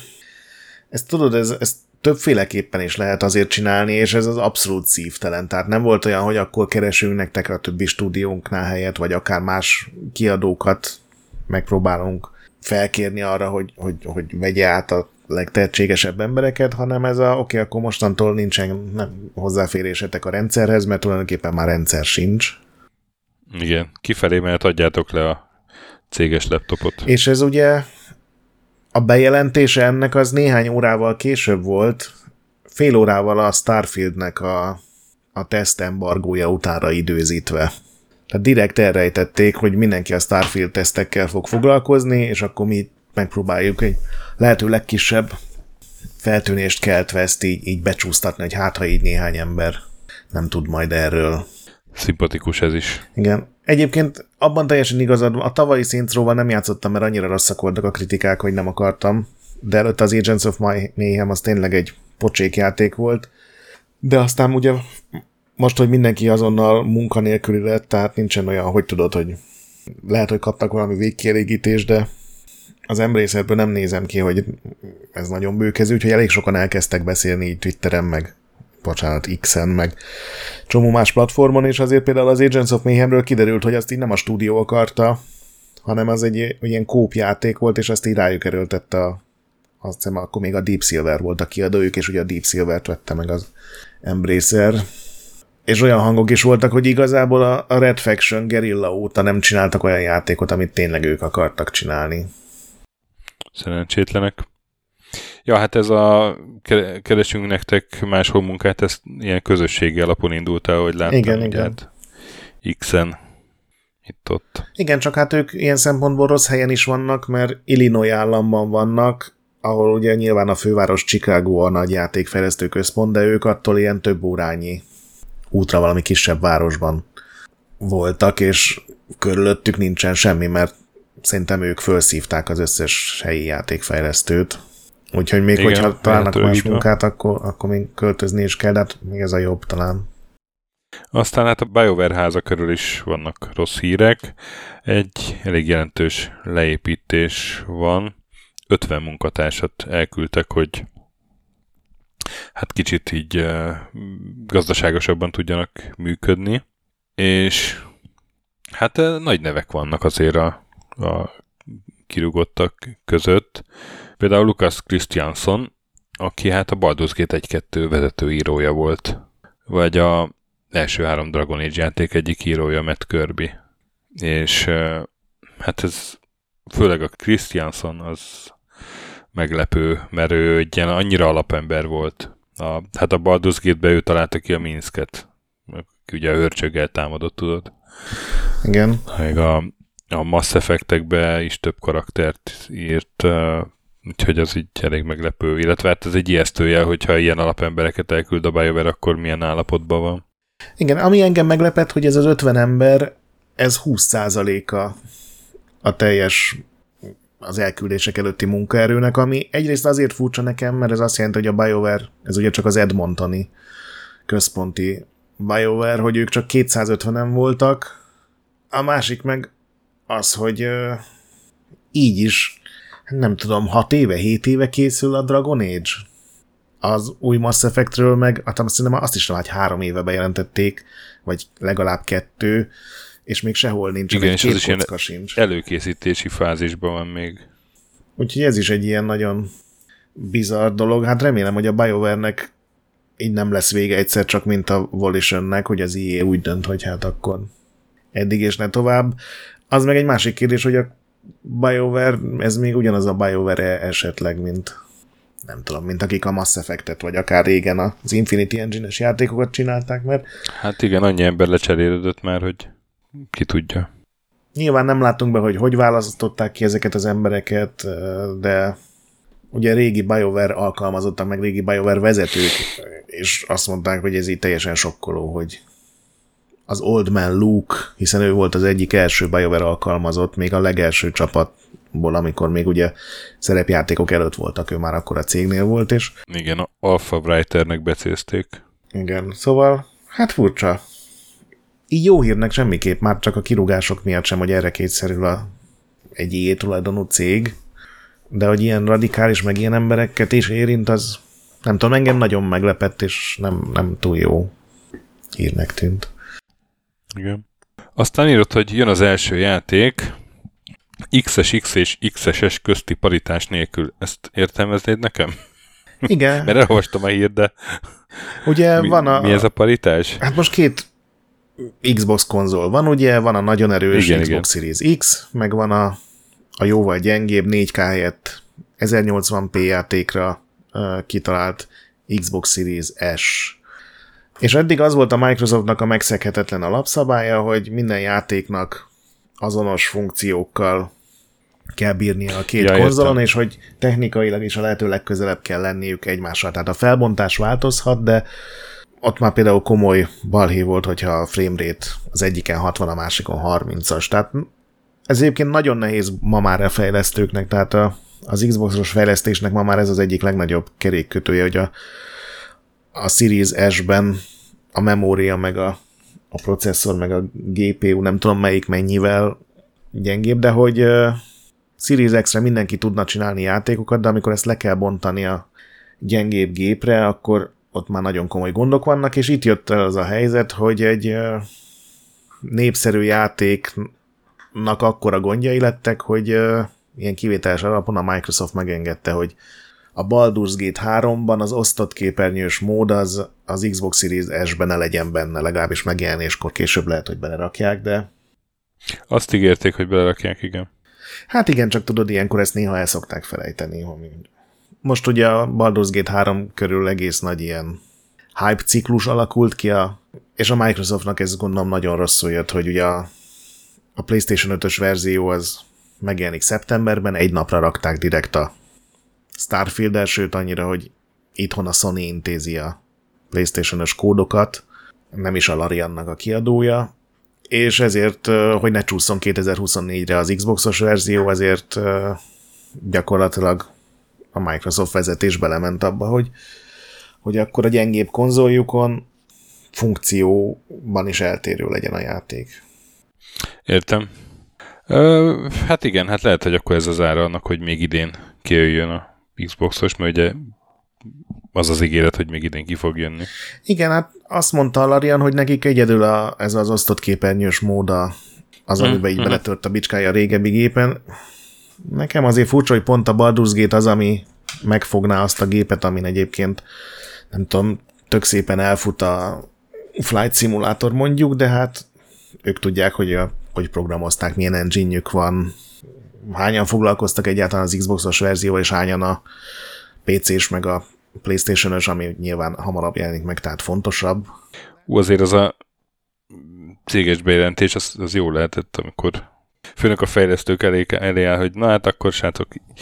ezt tudod, ez többféleképpen is lehet azért csinálni, és ez az abszolút szívtelen. Tehát nem volt olyan, hogy akkor keresünk nektek a többi stúdiónknál helyet, vagy akár más kiadókat megpróbálunk felkérni arra, hogy vegye át a legtehetségesebb embereket, hanem ez oké, akkor mostantól nincsen hozzáférésetek a rendszerhez, mert tulajdonképpen már rendszer sincs.
Igen, kifelé mehet adjátok le a céges laptopot.
És ez ugye a bejelentése ennek az néhány órával később volt, fél órával a Starfieldnek a tesztembargója utára időzítve. Tehát direkt elrejtették, hogy mindenki a Starfield tesztekkel fog foglalkozni, és akkor mi megpróbáljuk egy lehető legkisebb feltűnést keltve ezt így becsúsztatni, hogy hát ha így néhány ember nem tud majd erről.
Szimpatikus ez is.
Igen. Egyébként abban teljesen igazad, a tavalyi Saints Row-val nem játszottam, mert annyira rosszak voltak a kritikák, hogy nem akartam, de előtt az Agents of Mayhem az tényleg egy pocsék játék volt, de aztán ugye most, hogy mindenki azonnal munkanélküli lett, tehát nincsen olyan, hogy tudod, hogy lehet, hogy kaptak valami végkielégítést, de az Embracerből nem nézem ki, hogy ez nagyon bőkezű, úgyhogy elég sokan elkezdtek beszélni így Twitteren, meg X-en, meg csomó más platformon, és azért például az Agents of Mayhemről kiderült, hogy azt így nem a stúdió akarta, hanem az egy ilyen kópjáték volt, és azt így rájuk erőltette azt hiszem, akkor még a Deep Silver volt a kiadójuk, és ugye a Deep Silvert vette meg az Embracer. És olyan hangok is voltak, hogy igazából a Red Faction Guerrilla óta nem csináltak olyan játékot, amit tényleg ők akartak csinálni.
Szerencsétlenek. Ja, hát ez a keresünk nektek máshol munkát, ez ilyen közösségi alapon indult el, hogy láttam.
Igen.
Hát X-en itt-ott.
Igen, csak hát ők ilyen szempontból rossz helyen is vannak, mert Illinois államban vannak, ahol ugye nyilván a főváros Chicago a nagy játékfejlesztő központ, de ők attól ilyen több órányi útra valami kisebb városban voltak, és körülöttük nincsen semmi, mert szerintem ők felszívták az összes helyi játékfejlesztőt. Úgyhogy még igen, hogyha találnak más munkát, akkor még költözni is kell, de hát még ez a jobb talán.
Aztán hát a BioWare háza körül is vannak rossz hírek. Egy elég jelentős leépítés van. 50 munkatársat elküldtek, hogy hát kicsit így gazdaságosabban tudjanak működni. És hát nagy nevek vannak azért a kirúgottak között. Például Lucas Christianson, aki hát a Baldur's Gate 1-2 vezetőírója volt. Vagy a első 3 Dragon Age játék egyik írója, Matt Kirby. És hát ez főleg a Christianson az meglepő, mert ő egy ilyen annyira alapember volt. Hát a Baldur's Gate-be ő találta ki a Minsket. Ugye a hörcsöggel támadott, tudod?
Igen.
Meg a Mass Effect-ekbe is több karaktert írt, Úgyhogy az így elég meglepő. Illetve hát ez egy ijesztő jel, hogyha ilyen alapembereket elküld a BioWare, akkor milyen állapotban van.
Igen, ami engem meglepett, hogy ez az 50 ember, ez 20%-a a teljes az elküldések előtti munkaerőnek, ami egyrészt azért furcsa nekem, mert ez azt jelenti, hogy a BioWare, ez ugye csak az edmontoni központi BioWare, hogy ők csak 250-en voltak. A másik meg az, hogy így is, nem tudom, 6 éve, 7 éve készül a Dragon Age. Az új Mass Effectről meg, szerintem azt is hogy 3 éve bejelentették, vagy legalább 2, és még sehol nincs,
igen,
egy 2 kocka sincs.
Előkészítési fázisban van még.
Úgyhogy ez is egy ilyen nagyon bizarr dolog. Hát remélem, hogy a BioWare-nek így nem lesz vége egyszer csak, mint a Volitionnek, hogy az EA úgy dönt, hogy hát akkor eddig és ne tovább. Az meg egy másik kérdés, hogy a BioWare, ez még ugyanaz a BioWare esetleg, mint nem tudom, mint akik a Mass Effect-et, vagy akár régen az Infinity Engine-es játékokat csinálták, mert...
Hát igen, annyi ember lecserélődött már, hogy ki tudja.
Nyilván nem láttunk be, hogy választották ki ezeket az embereket, de ugye régi BioWare alkalmazottak, meg régi BioWare vezetők, és azt mondták, hogy ez így teljesen sokkoló, hogy az Old Man Luke, hiszen ő volt az egyik első BioWare alkalmazott, még a legelső csapatból, amikor még ugye szerepjátékok előtt voltak, ő már akkor a cégnél volt, és...
Igen, a Alpha Writernek becézték.
Igen, szóval, hát furcsa. Így jó hírnek semmiképp, már csak a kirúgások miatt sem, hogy erre kétszerül egy EA tulajdonú cég, de hogy ilyen radikális, meg ilyen embereket is érint, az nem tudom, engem nagyon meglepett, és nem túl jó hírnek tűnt.
Igen. Aztán írott, hogy jön az első játék, X-es X és X-es közti paritás nélkül. Ezt értelmeznéd nekem?
Igen.
Mert elolvastam a hírt, de
ugye mi
ez a paritás?
Hát most 2 Xbox konzol van, ugye, van a nagyon erős
igen,
Xbox
igen.
Series X, meg van a jóval gyengébb 4K helyett 1080p játékra kitalált Xbox Series S. És eddig az volt a Microsoftnak a megszeghetetlen alapszabálya, hogy minden játéknak azonos funkciókkal kell bírnia a 2 konzolon, értem. És hogy technikailag is a lehető legközelebb kell lenniük egymással. Tehát a felbontás változhat, de ott már például komoly balhé volt, hogyha a framerate az egyiken 60, a másikon 30-as. Tehát ez egyébként nagyon nehéz ma már a fejlesztőknek, tehát az Xbox-os fejlesztésnek ma már ez az egyik legnagyobb kerékkötője, hogy a Series S-ben a memória, meg a processzor, meg a GPU, nem tudom melyik mennyivel gyengébb, de hogy Series X-re mindenki tudna csinálni játékokat, de amikor ezt le kell bontani a gyengébb gépre, akkor ott már nagyon komoly gondok vannak, és itt jött el az a helyzet, hogy egy népszerű játéknak akkora gondjai lettek, hogy ilyen kivételes alapon a Microsoft megengedte, hogy a Baldur's Gate 3-ban az osztott képernyős mód az Xbox Series S-ben ne legyen benne, legalábbis megjelenéskor, később lehet, hogy belerakják, de...
Azt ígérték, hogy belerakják, igen.
Hát igen, csak tudod, ilyenkor ezt néha el szokták felejteni. Most ugye a Baldur's Gate 3 körül egész nagy ilyen hype ciklus alakult ki, és a Microsoftnak ez gondolom nagyon rosszul jött, hogy ugye a PlayStation 5-ös verzió az megjelenik szeptemberben, egy napra rakták direkt a Starfield-el, sőt annyira, hogy itthon a Sony intézi a PlayStation-ös kódokat, nem is a Lariannak a kiadója, és ezért, hogy ne csúszson 2024-re az Xbox-os verzió, ezért gyakorlatilag a Microsoft vezetés belement abba, hogy akkor a gyengébb konzoljukon funkcióban is eltérő legyen a játék.
Értem. Hát igen, hát lehet, hogy akkor ez az ára annak, hogy még idén kijöjjön a Xbox-os, mert ugye az az ígéret, hogy még idén ki fog jönni.
Igen, hát azt mondta a Larian, hogy nekik egyedül ez az osztott képernyős mód az, amiben így beletört a bicskája a régebbi gépen. Nekem azért furcsa, hogy pont a Baldur's Gate az, ami megfogná azt a gépet, amin egyébként nem tudom, tök szépen elfut a Flight Simulator mondjuk, de hát ők tudják, hogy programozták, milyen engine-jük van, hányan foglalkoztak egyáltalán az Xbox-os verzióval, és hányan a PC-s meg a PlayStation-ös, ami nyilván hamarabb jelenik meg, tehát fontosabb.
Azért az a céges bejelentés, az jó lehetett, amikor főleg a fejlesztők elé áll, hogy na hát akkor sátok,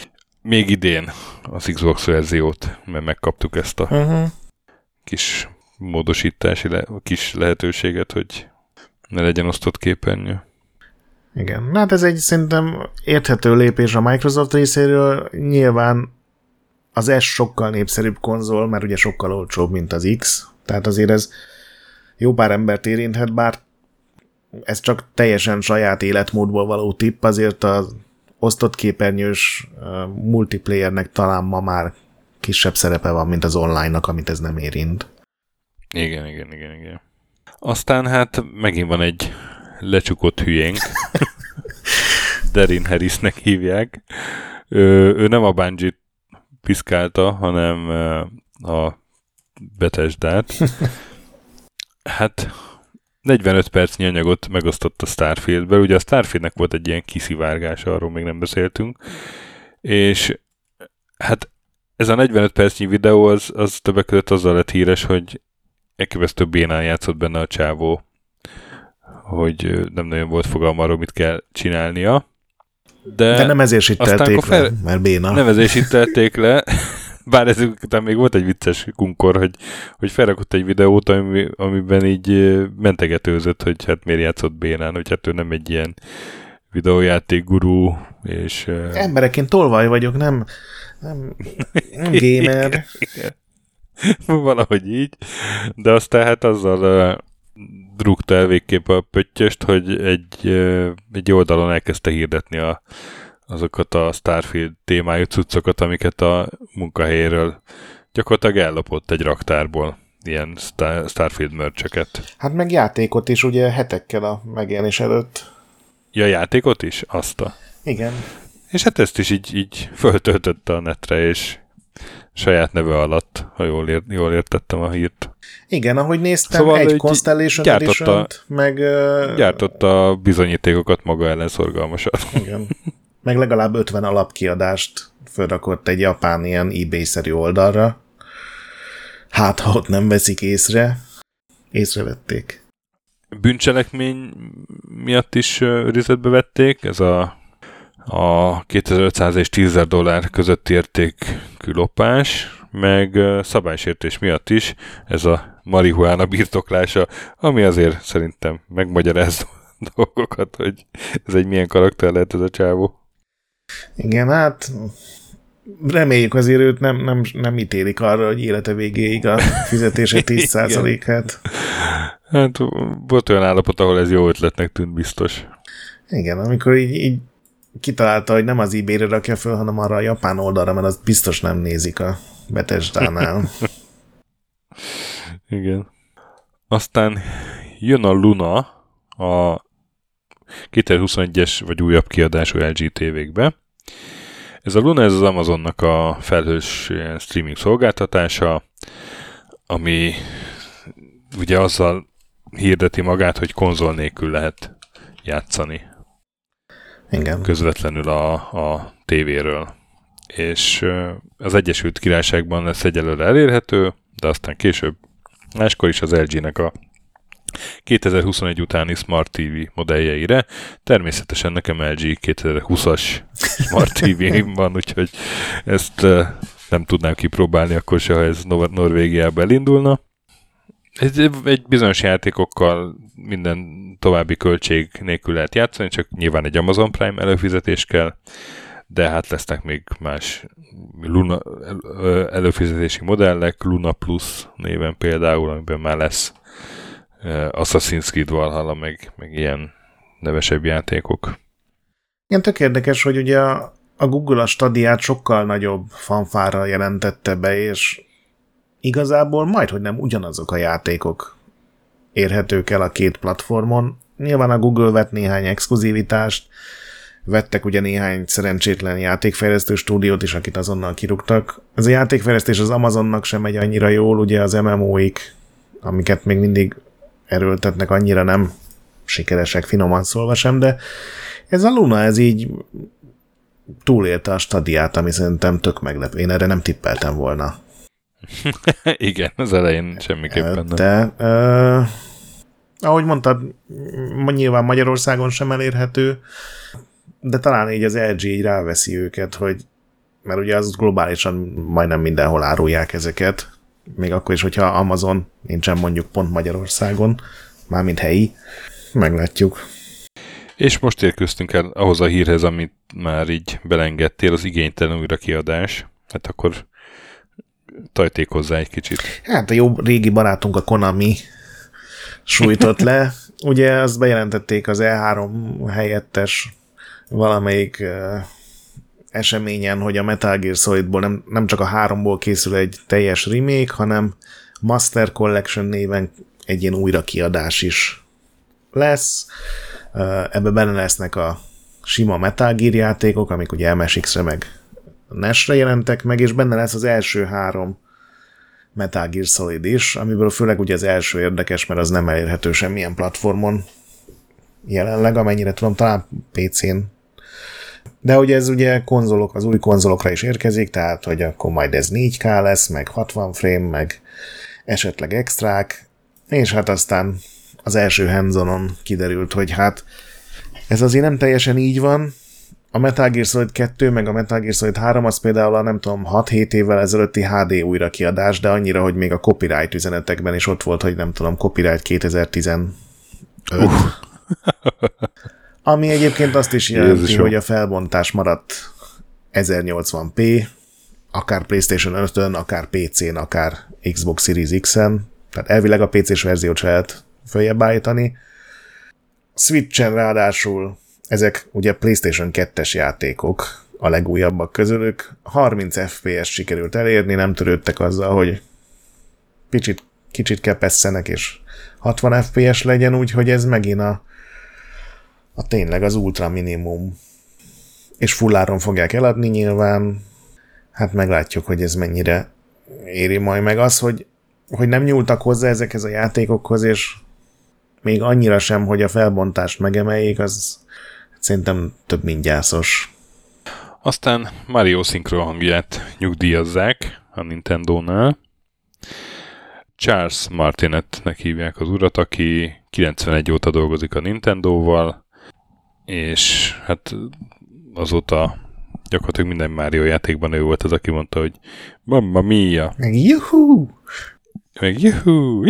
még idén az Xbox verziót, mert megkaptuk ezt a kis módosítási kis lehetőséget, hogy ne legyen osztott képernyő.
Igen, hát ez egy szerintem érthető lépés a Microsoft részéről. Nyilván az S sokkal népszerűbb konzol, mert ugye sokkal olcsóbb, mint az X, tehát azért ez jó pár embert érinthet, bár ez csak teljesen saját életmódból való tipp, azért az osztott képernyős multiplayernek talán ma már kisebb szerepe van, mint az online-nak, amit ez nem érint.
Igen. Aztán hát megint van egy lecsukott hülyénk. Darin Harrisnek hívják. Ő nem a Bungie-t piszkálta, hanem a Bethesdát. Hát 45 percnyi anyagot megosztott a Starfieldből. Ugye a Starfieldnek volt egy ilyen kiszivárgása, arról még nem beszéltünk. És hát ez a 45 percnyi videó az többek között azzal lett híres, hogy elképesztő bénán játszott benne a csávó, hogy nem nagyon volt fogalma arról, mit kell csinálnia. De nem ezért sittelték le, mert béna. Nem ezért sittelték le, bár ezek után még volt egy vicces kunkor, hogy felrakott egy videót, amiben így mentegetőzött, hogy hát miért játszott bénán, hogy hát ő nem egy ilyen videójáték gurú, és... Embereként tolvaj vagyok, nem gamer. Igen. Valahogy így, de aztán hát azzal rúgta el végképp a pöttyöst, hogy egy oldalon elkezdte hirdetni azokat a Starfield témájú cuccokat, amiket a munkahelyéről gyakorlatilag ellopott egy raktárból, ilyen Starfield merch-öket. Hát meg játékot is ugye hetekkel a megjelenés előtt. Ja, játékot is? Igen. És hát ezt is így föltöltötte a netre, és saját neve alatt, ha jól értettem a hírt. Igen, ahogy néztem, szóval egy Constellation Edition-t, meg... Gyártotta bizonyítékokat maga ellen szorgalmasan. Igen. Meg legalább 50 alapkiadást fölrakott egy japán ilyen eBay-szerű oldalra. Hát, ha ott nem veszik észre. Észrevették. Bűncselekmény miatt is őrizetbe vették. Ez a $2500 és $10,000 közötti értékű lopás, meg szabálysértés miatt is ez a marihuána birtoklása, ami azért szerintem megmagyaráz dolgokat, hogy ez egy milyen karakter lehet ez a csávó. Igen, hát reméljük azért őt nem ítélik arra, hogy élete végéig a fizetése 10%-át. Hát volt olyan állapot, ahol ez jó ötletnek tűnt biztos. Igen, amikor így kitalálta, hogy nem az eBay-re rakja föl, hanem arra a japán oldalra, mert azt biztos nem nézik a Bethesdánál. Igen. Aztán jön a Luna, a 2021-es vagy újabb kiadású LG tévékbe. Ez a Luna, ez az Amazonnak a felhős streaming szolgáltatása, ami ugye azzal hirdeti magát, hogy konzol nélkül lehet játszani. Igen. Közvetlenül a tévéről. És az Egyesült Királyságban lesz egyelőre elérhető, de aztán később máskor is az LG-nek a 2021 utáni Smart TV modelljeire. Természetesen nekem LG 2020-as Smart TV van, úgyhogy ezt nem tudnám kipróbálni akkor se, ha ez Norvégiába elindulna. Egy bizonyos játékokkal minden további költség nélkül lehet játszani, csak nyilván egy Amazon Prime előfizetés kell, de hát lesznek még más Luna előfizetési modellek, Luna Plus néven például, amiben már lesz Assassin's Creed Valhalla, meg ilyen nevesebb játékok. Igen, tök érdekes, hogy ugye a Google a Stadiát sokkal nagyobb fanfárral jelentette be, és igazából majdhogy nem ugyanazok a játékok érhetők el a két platformon. Nyilván a Google vett néhány exkluzivitást, vettek ugye néhány szerencsétlen játékfejlesztő stúdiót is, akit azonnal kirúgtak. Ez a játékfejlesztés az Amazonnak sem megy annyira jól, ugye az MMO-ik, amiket még mindig erőltetnek, annyira nem sikeresek, finoman szólva sem, de ez a Luna, ez így túlélte a Stadiát, ami szerintem tök meglepő. Én erre nem tippeltem volna. Igen, az elején semmiképpen nem. De, ahogy mondtad, nyilván Magyarországon sem elérhető, de talán így az LG így ráveszi őket, hogy
mert ugye az globálisan majdnem mindenhol árulják ezeket, még akkor is, hogyha Amazon nincsen mondjuk pont Magyarországon, mármint helyi, meglátjuk.
És most érkeztünk el ahhoz a hírhez, amit már így belengedtél, az igénytelen újrakiadás. Hát akkor tajték hozzá egy kicsit.
Hát a jó régi barátunk a Konami sújtott le. Ugye azt bejelentették az E3 helyettes valamelyik eseményen, hogy a Metal Gear Solidból nem csak a 3-ból készül egy teljes remake, hanem Master Collection néven egy ilyen újrakiadás is lesz. Ebbe benne lesznek a sima Metal Gear játékok, amik ugye MSX-re meg NES-re jelentek meg, és benne lesz az első 3 Metal Gear Solid is, amiből főleg ugye az első érdekes, mert az nem elérhető semmilyen platformon jelenleg, amennyire tudom, talán PC-n. De ugye ez ugye konzolok, az új konzolokra is érkezik, tehát hogy akkor majd ez 4K lesz, meg 60 frame, meg esetleg extrák, és hát aztán az első hands-onon kiderült, hogy hát ez azért nem teljesen így van. A Metal Gear Solid 2 meg a Metal Gear Solid 3 az például a nem tudom 6-7 évvel ezelőtti HD újrakiadás, de annyira, hogy még a copyright üzenetekben is ott volt, hogy nem tudom, copyright 2015. Ami egyébként azt is jelenti, Jézusom, hogy a felbontás maradt 1080p, akár PlayStation 5-ön, akár PC-n, akár Xbox Series X-en, tehát elvileg a PC-s verziót se lehet följebb állítani. Switch-en ráadásul ezek ugye PlayStation 2-es játékok, a legújabbak közülük. 30 FPS sikerült elérni, nem törődtek azzal, hogy kicsit kepesszenek, és 60 FPS legyen, úgyhogy ez megint a tényleg az ultra minimum. És fulláron fogják eladni nyilván. Hát meglátjuk, hogy ez mennyire éri majd meg az, hogy nem nyúltak hozzá ezekhez a játékokhoz, és még annyira sem, hogy a felbontást megemeljék, az szerintem több mint gyászos.
Aztán Mario szinkron hangját nyugdíjazzák a Nintendónál. Charles Martinetnek hívják az urat, aki 91 óta dolgozik a Nintendóval, és hát azóta gyakorlatilag minden Mario játékban ő volt az, aki mondta, hogy Mamma Mia!
Meg juhú!
Meg juhú!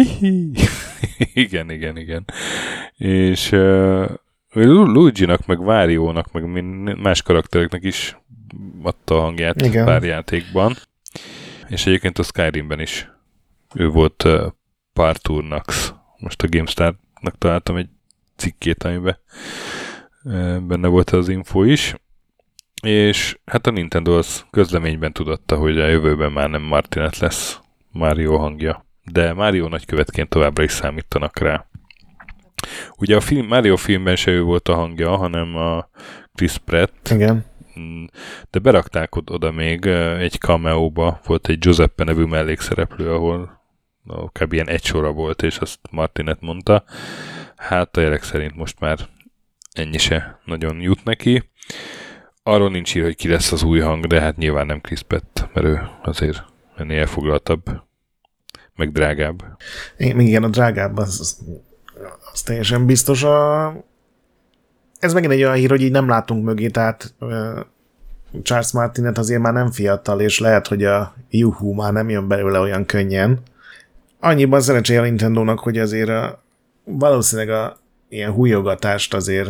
Igen. És Luigi-nak, meg Wario-nak, meg más karaktereknek is adta a hangját igen. Pár játékban. És egyébként a Skyrimben is ő volt Parturnax. Most a GameStar-nak találtam egy cikkét, amiben benne volt az info is. És hát a Nintendo az közleményben tudatta, hogy a jövőben már nem Martinet lesz Mario hangja. De Mario nagykövetként továbbra is számítanak rá. Ugye a Mario filmben se ő volt a hangja, hanem a Chris Pratt.
Igen.
De berakták oda még egy cameóba, volt egy Giuseppe nevű mellékszereplő, ahol kb. Ilyen egy sora volt, és azt Martinet mondta. Hát a jelek szerint most már ennyi se nagyon jut neki. Arról nincs ír, hogy ki lesz az új hang, de hát nyilván nem Chris Pratt, mert ő azért ennél elfoglaltabb, meg drágább.
Igen, a drágább az teljesen biztos. Ez megint egy olyan hír, hogy így nem látunk mögé, tehát Charles Martinet azért már nem fiatal, és lehet, hogy a juhú már nem jön belőle olyan könnyen. Annyiban szerencséje a Nintendónak, hogy azért valószínűleg ilyen hújogatást azért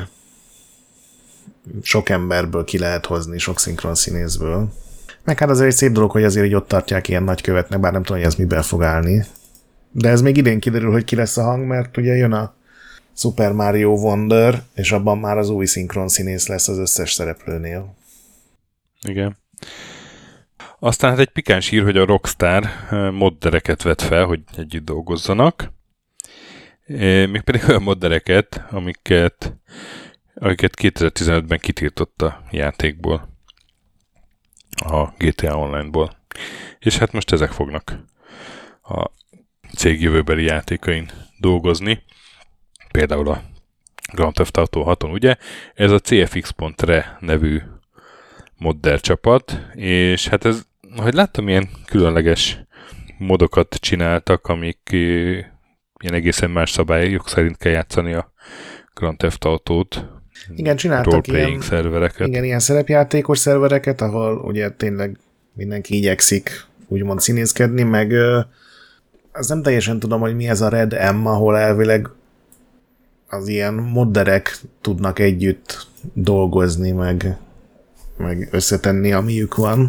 sok emberből ki lehet hozni, sok szinkronszínészből. Meg hát azért egy szép dolog, hogy azért így ott tartják ilyen nagykövetnek, bár nem tudom, hogy ez miben fog állni. De ez még idén kiderül, hogy ki lesz a hang, mert ugye jön a Super Mario Wonder, és abban már az új szinkronszínész lesz az összes szereplőnél.
Igen. Aztán hát egy pikáns hír, hogy a Rockstar moddereket vett fel, hogy együtt dolgozzanak. Mégpedig olyan moddereket, amiket 2015-ben kitiltott a játékból, a GTA Online-ból. És hát most ezek fognak a cég jövőbeli játékain dolgozni. Például a Grand Theft Auto 6-on, ugye? Ez a CFX.re nevű modder csapat, és hát ez, ahogy láttam, ilyen különleges modokat csináltak, amik ilyen egészen más szabályok szerint kell játszani a Grand Theft Autót,
Igen, csináltak ilyen
szervereket.
Igen, ilyen szerepjátékos szervereket, ahol ugye tényleg mindenki igyekszik úgymond színészkedni, meg az nem teljesen tudom, hogy mi ez a Red M, ahol elvileg az ilyen modderek tudnak együtt dolgozni, meg összetenni, amiük van.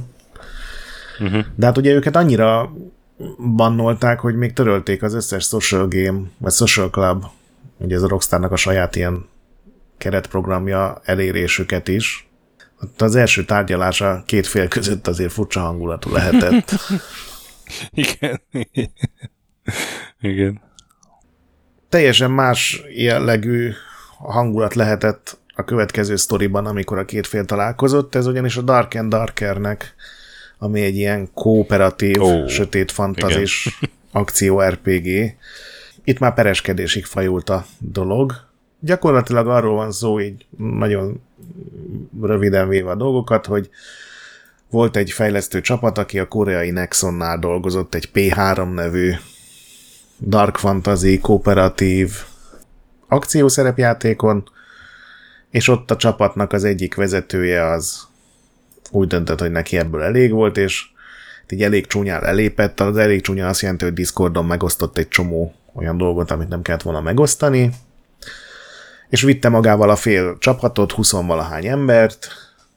De hát ugye őket annyira bannolták, hogy még törölték az összes social game, vagy social club, ugye ez a Rockstarnak a saját ilyen keretprogramja elérésüket is. Ott az első tárgyalása két fél között azért furcsa hangulatú lehetett.
Igen. Igen.
Teljesen más jellegű hangulat lehetett a következő sztoriban, amikor a két fél találkozott. Ez ugyanis a Dark and Darkernek, ami egy ilyen kooperatív, sötét fantazis akció RPG. Itt már pereskedésig fajult a dolog. Gyakorlatilag arról van szó, így nagyon röviden véve a dolgokat, hogy volt egy fejlesztő csapat, aki a koreai Nexonnál dolgozott egy P3 nevű dark fantasy, kooperatív akciószerepjátékon, és ott a csapatnak az egyik vezetője az úgy döntött, hogy neki ebből elég volt, és így elég csúnyán lelépett. Az elég csúnya azt jelenti, hogy Discordon megosztott egy csomó olyan dolgot, amit nem kellett volna megosztani, és vitte magával a fél csapatot, 20-valahány embert,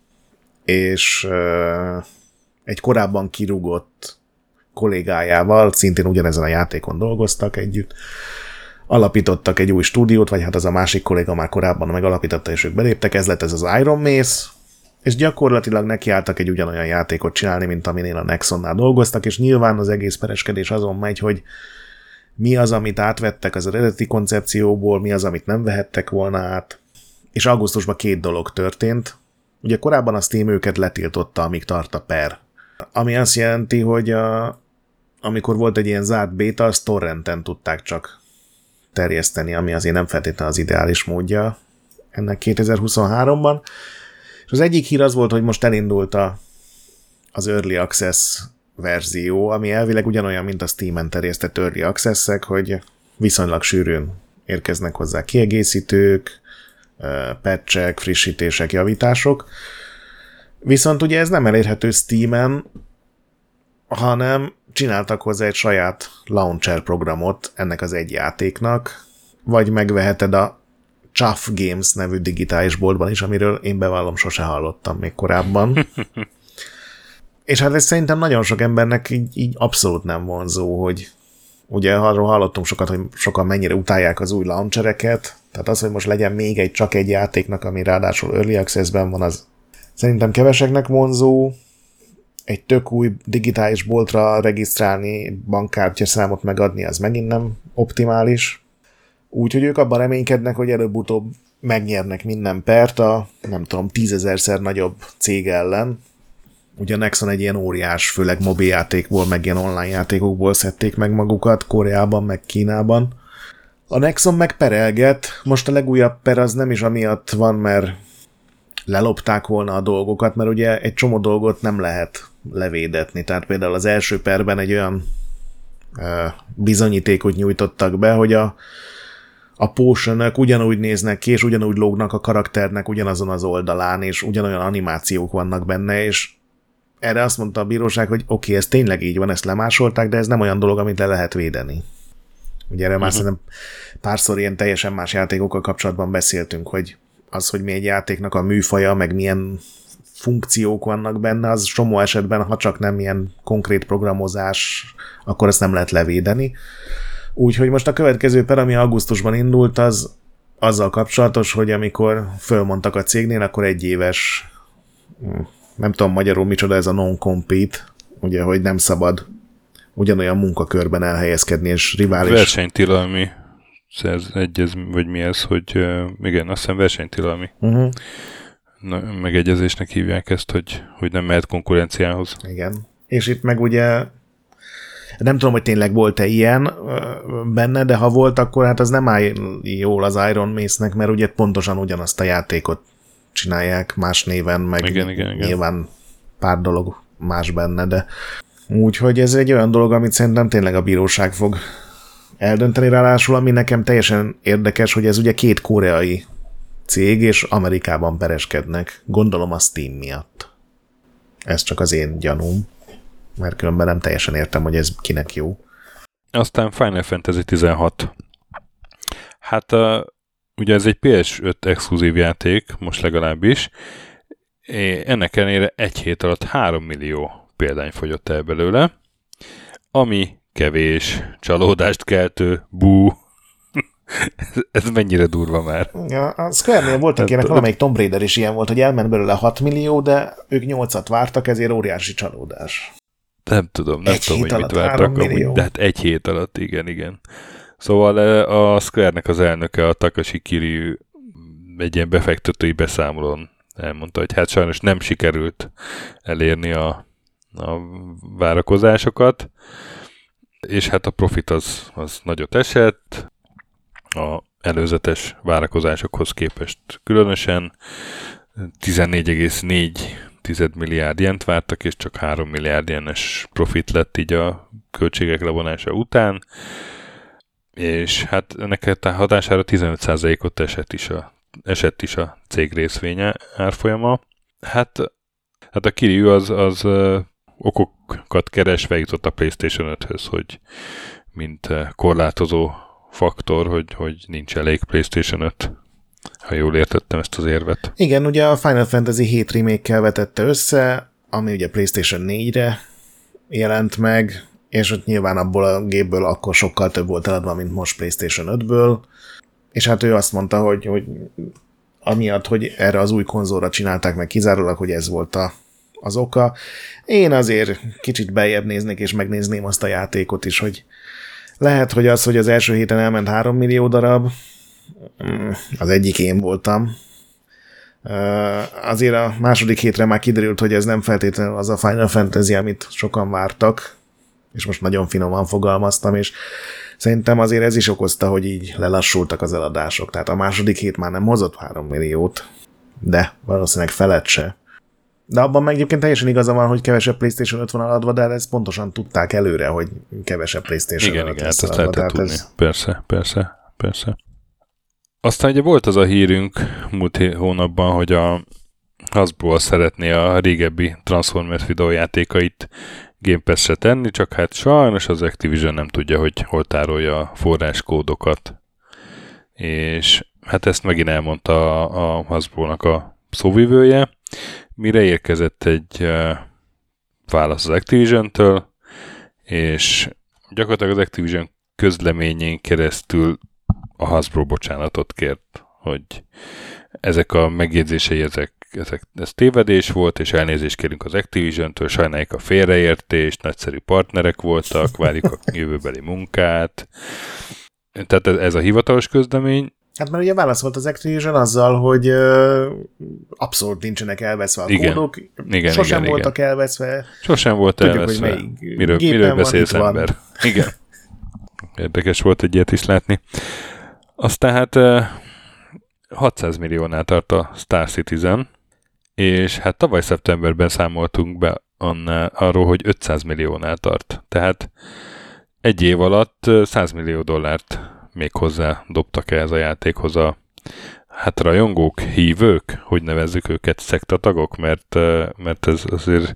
és egy korábban kirúgott kollégájával, szintén ugyanezen a játékon dolgoztak együtt, alapítottak egy új stúdiót, vagy hát az a másik kolléga már korábban megalapította, és ők beléptek, ez lett ez az Iron Mace, és gyakorlatilag nekiálltak egy ugyanolyan játékot csinálni, mint aminél a Nexonnál dolgoztak, és nyilván az egész pereskedés azon megy, hogy mi az, amit átvettek az eredeti koncepcióból, mi az, amit nem vehettek volna át. És augusztusban 2 dolog történt. Ugye korábban a Steam őket letiltotta, amíg tart a per. Ami azt jelenti, hogy amikor volt egy ilyen zárt béta, azt torrenten tudták csak terjeszteni, ami azért nem feltétlenül az ideális módja ennek 2023-ban. És az egyik hír az volt, hogy most elindult az Early Access verzió, ami elvileg ugyanolyan, mint a Steam-en terjesztett Early Access-ek, hogy viszonylag sűrűn érkeznek hozzá kiegészítők, patchek, frissítések, javítások. Viszont ugye ez nem elérhető Steam-en, hanem csináltak hozzá egy saját launcher programot ennek az egy játéknak, vagy megveheted a Chuff Games nevű digitális boltban is, amiről én bevallom sose hallottam még korábban. És hát ez szerintem nagyon sok embernek így abszolút nem vonzó, hogy ugye arról hallottunk sokat, hogy sokan mennyire utálják az új launchereket, tehát az, hogy most legyen még csak egy játéknak, ami ráadásul Early Access-ben van, az szerintem keveseknek vonzó. Egy tök új digitális boltra regisztrálni, bankkártyaszámot megadni, az megint nem optimális. Úgyhogy ők abban reménykednek, hogy előbb-utóbb megnyernek minden pert a, nem tudom, 10 000-szer nagyobb cég ellen. Ugye a Nexon egy ilyen óriás, főleg mobiljátékból, meg ilyen online játékokból szedték meg magukat, Koreában, meg Kínában. A Nexon meg perelget, most a legújabb per az nem is amiatt van, mert lelopták volna a dolgokat, mert ugye egy csomó dolgot nem lehet levédetni. Tehát például az első perben egy olyan bizonyítékot nyújtottak be, hogy a potionok ugyanúgy néznek ki, és ugyanúgy lógnak a karakternek ugyanazon az oldalán, és ugyanolyan animációk vannak benne, és erre azt mondta a bíróság, hogy oké, ez tényleg így van, ezt lemásolták, de ez nem olyan dolog, amit le lehet védeni. Ugye erre már szerintem párszor ilyen teljesen más játékokkal kapcsolatban beszéltünk, hogy az, hogy mi egy játéknak a műfaja, meg milyen funkciók vannak benne, az csomó esetben, ha csak nem ilyen konkrét programozás, akkor ezt nem lehet levédeni. Úgyhogy most a következő per, ami augusztusban indult, az azzal kapcsolatos, hogy amikor fölmondtak a cégnél, akkor 1 éves, nem tudom magyarul micsoda ez a non-compete, ugye, hogy nem szabad ugyanolyan munkakörben elhelyezkedni, és rivális...
Versenytilalmi vagy mi ez, hogy igen, azt hiszem versenytilalmi megegyezésnek hívják ezt, hogy nem mehet konkurenciához.
Igen. És itt meg ugye nem tudom, hogy tényleg volt-e ilyen benne, de ha volt, akkor hát az nem áll jól az Iron Mace-nek, mert ugye pontosan ugyanazt a játékot csinálják más néven, meg
igen.
Nyilván pár dolog más benne, de úgyhogy ez egy olyan dolog, amit szerintem tényleg a bíróság fog eldönteni, ráadásul, ami nekem teljesen érdekes, hogy ez ugye 2 koreai cég, és Amerikában pereskednek. Gondolom a Steam miatt. Ez csak az én gyanúm, mert különben nem teljesen értem, hogy ez kinek jó.
Aztán Final Fantasy 16. Hát ugye ez egy PS5 exkluzív játék, most legalábbis. Ennek ellenére egy hét alatt 3 millió példány fogyott el belőle, ami kevés, csalódást keltő, bú. Ez mennyire durva már.
Ja, a Square-nél voltak ilyenek, valamelyik Tomb Raider is ilyen volt, hogy elment belőle 6 millió, de ők 8-at vártak, ezért óriási csalódás.
Nem tudom, hogy mit vártak, amúgy, de hát egy hét alatt, igen. Szóval a Square-nek az elnöke, a Takashi Kiryu egy ilyen befektetői beszámolón elmondta, hogy hát sajnos nem sikerült elérni a várakozásokat, és hát a profit az nagyot esett, a előzetes várakozásokhoz képest különösen 14,4 milliárd jent vártak, és csak 3 milliárd jenes profit lett így a költségek levonása után, és hát ennek a hatására 15%-ot esett is a cég részvénye árfolyama. Hát a Kiryu az okokat keresve jutott a PlayStation 5-höz, hogy mint korlátozó faktor, hogy nincs elég PlayStation 5, ha jól értettem ezt az érvet.
Igen, ugye a Final Fantasy 7 remake-kel vetette össze, ami ugye PlayStation 4-re jelent meg, és ott nyilván abból a gépből akkor sokkal több volt eladva, mint most PlayStation 5-ből, és hát ő azt mondta, hogy amiatt, hogy erre az új konzolra csinálták meg kizárólag, hogy ez volt az oka. Én azért kicsit beljebb néznék, és megnézném azt a játékot is, hogy lehet, hogy az, hogy az első héten elment 3 millió darab, az egyik én voltam. Azért a második hétre már kiderült, hogy ez nem feltétlenül az a Final Fantasy, amit sokan vártak, és most nagyon finoman fogalmaztam, és szerintem azért ez is okozta, hogy így lelassultak az eladások. Tehát a második hét már nem hozott 3 milliót, de valószínűleg felett se. De abban meg egyébként teljesen igaza van, hogy kevesebb PlayStation 5 van eladva, de ezt pontosan tudták előre, hogy kevesebb PlayStation 5
igen, ezt lehetett tudni. Persze. Aztán ugye volt az a hírünk múlt hónapban, hogy a Hasbro szeretné a régebbi Transformers videójátékait Game Pass-re tenni, csak hát sajnos az Activision nem tudja, hogy hol tárolja a forráskódokat. És hát ezt megint elmondta a Hasbro-nak a szóvivője, mire érkezett egy válasz az Activision-től, és gyakorlatilag az Activision közleményén keresztül a Hasbro bocsánatot kért, hogy ezek a megjegyzései, ez tévedés volt, és elnézést kérünk az Activision-től, sajnáljuk a félreértést, nagyszerű partnerek voltak, várjuk a jövőbeli munkát. Tehát ez a hivatalos közlemény.
Hát mert ugye válaszolt az Activision azzal, hogy abszolút nincsenek elveszve a kódok, sosem voltak elveszve.
Sosem volt tudjuk, elveszve. Hogy miről beszélsz, ember? Igen. Érdekes volt egy ilyet is látni. Aztán hát 600 milliónál tart a Star Citizen, és hát tavaly szeptemberben számoltunk be arról, hogy 500 milliónál tart. Tehát egy év alatt 100 millió dollárt még hozzá dobtak ez a játékhoz a rajongók, hívők, hogy nevezzük őket, szektatagok, mert ez azért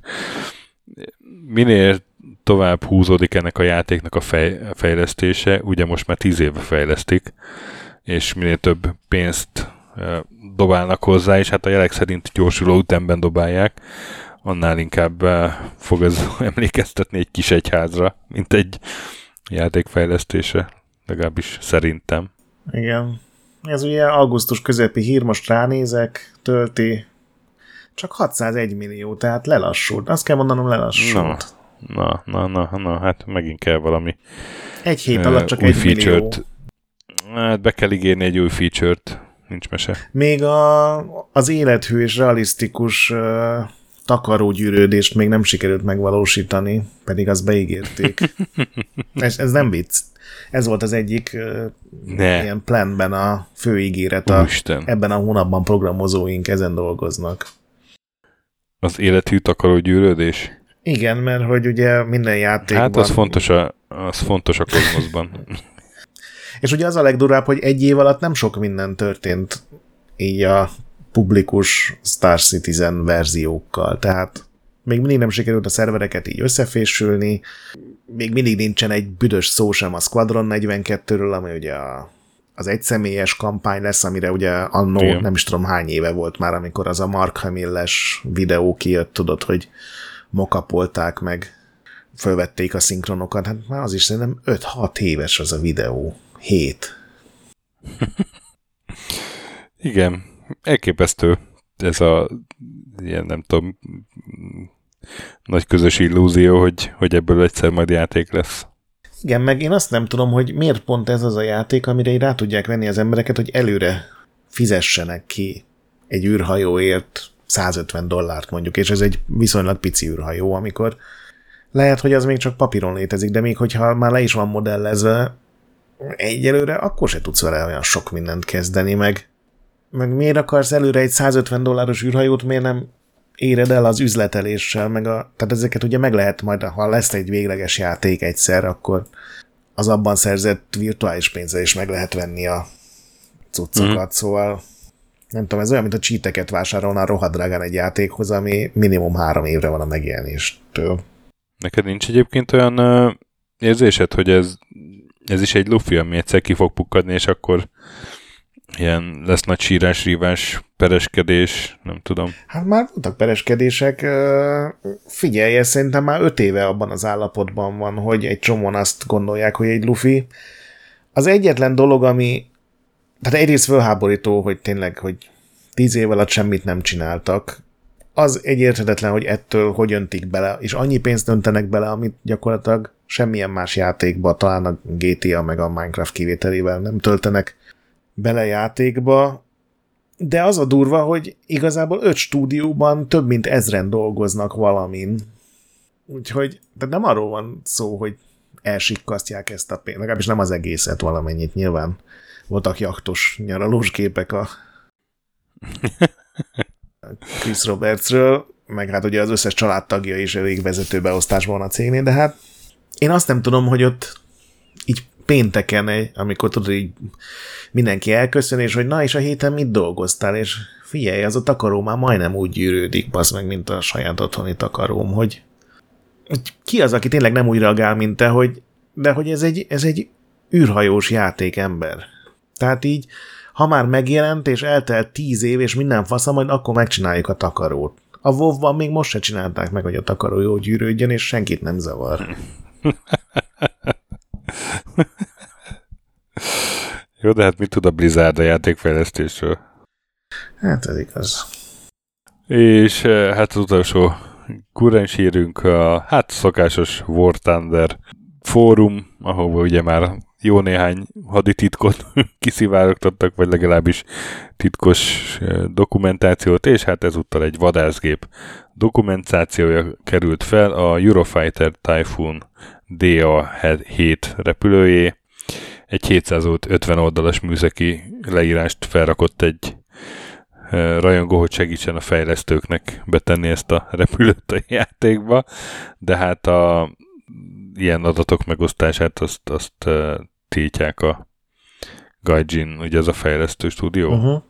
minél tovább húzódik ennek a játéknak a fejlesztése, ugye most már 10 éve fejlesztik, és minél több pénzt dobálnak hozzá, és hát a jelek szerint gyorsuló ütemben dobálják, annál inkább fog ez emlékeztetni egy kis egyházra, mint egy játékfejlesztése, legalábbis szerintem. Igen.
Ez ugye augusztus közepi hír, most ránézek, tölti, csak 601 millió, tehát lelassult. Azt kell mondanom, lelassult.
Na, hát megint kell valami
egy hét alatt csak 1 millió.
Hát be kell ígérni egy új feature-t, nincs mese.
Még az élethű és realisztikus takarógyűrődést még nem sikerült megvalósítani, pedig azt beígérték. ez nem vicc. Ez volt az egyik ilyen planben a fő ígéret. Ebben a hónapban programozóink ezen dolgoznak.
Az élethű takarógyűrődés?
Igen, mert hogy ugye minden játékban...
Hát az fontos a kozmoszban.
És ugye az a legdurább, hogy egy év alatt nem sok minden történt így a publikus Star Citizen verziókkal. Tehát még mindig nem sikerült a szervereket így összefésülni, még mindig nincsen egy büdös szó sem a Squadron 42-ről, ami ugye az egyszemélyes kampány lesz, amire ugye annó nem is tudom hány éve volt már, amikor az a Mark Hamill-es videó kijött, tudod, hogy mokapolták meg, fölvették a szinkronokat, hát már az is szerintem 5-6 éves az a videó. 7.
Igen, elképesztő ez a ilyen, nem tudom, nagy közös illúzió, hogy ebből egyszer majd játék lesz.
Igen, meg én azt nem tudom, hogy miért pont ez az a játék, amire így rá tudják venni az embereket, hogy előre fizessenek ki egy űrhajóért $150 mondjuk, és ez egy viszonylag pici űrhajó, amikor lehet, hogy az még csak papíron létezik, de még hogyha már le is van modellezve egyelőre, akkor se tudsz vele olyan sok mindent kezdeni, meg miért akarsz előre egy $150 űrhajót, miért nem éred el az üzleteléssel, tehát ezeket ugye meg lehet majd, ha lesz egy végleges játék egyszer, akkor az abban szerzett virtuális pénzzel is meg lehet venni a cuccokat, szóval nem tudom, ez olyan, mint a cheateket vásárolnál rohadrágán egy játékhoz, ami minimum 3 évre van a megjelenéstől. Neked
nincs egyébként olyan érzésed, hogy ez is egy lufi, ami egyszer ki fog pukkadni, és akkor ilyen lesz nagy sírás, rívás, pereskedés, nem tudom.
Hát már voltak pereskedések. Figyelj, szerintem már 5 éve abban az állapotban van, hogy egy csomóan azt gondolják, hogy egy lufi. Az egyetlen dolog, ami tehát egyrészt fölháborító, hogy tényleg, hogy 10 év alatt semmit nem csináltak. Az egyérthetetlen, hogy ettől hogy öntik bele, és annyi pénzt öntenek bele, amit gyakorlatilag semmilyen más játékba, talán a GTA meg a Minecraft kivételével nem töltenek bele játékba, de az a durva, hogy igazából 5 stúdióban több mint 1000-en dolgoznak valamin. Úgyhogy de nem arról van szó, hogy elsikkasztják ezt a pénzt, legalábbis nem az egészet, valamennyit nyilván. Voltak jachtos nyaralós képek a Chris Robertsről, meg hát ugye az összes családtagja is elég vezető beosztásban van a cégnél, de hát én azt nem tudom, hogy ott így pénteken, amikor tudod, így mindenki elköszön, és hogy na, és a héten mit dolgoztál, és figyelj, az a takaró már majdnem úgy gyűrődik, basz meg, mint a saját otthoni takaróm, hogy ki az, aki tényleg nem úgy reagál, mint te, de hogy ez egy űrhajós játék, ember. Tehát így, ha már megjelent, és eltelt 10 év, és minden fasza, majd akkor megcsináljuk a takarót. A WoW-ban még most se csinálták meg, hogy a takaró jól gyűrődjön, és senkit nem zavar.
Jó, de hát mit tud a Blizzard a játékfejlesztésről?
Hát ez igaz.
És hát az utolsó kurrens hírünk a szokásos War Thunder fórum, ahol ugye már jó néhány hadititkot kiszivárogtattak, vagy legalábbis titkos dokumentációt, és hát ezúttal egy vadászgép dokumentációja került fel a Eurofighter Typhoon DA-7 repülőjé. Egy 750 oldalas műszaki leírást felrakott egy rajongó, hogy segítsen a fejlesztőknek betenni ezt a repülőt a játékba, de hát a ilyen adatok megosztását azt tiltják a Gaijin, ugye ez a fejlesztő stúdió,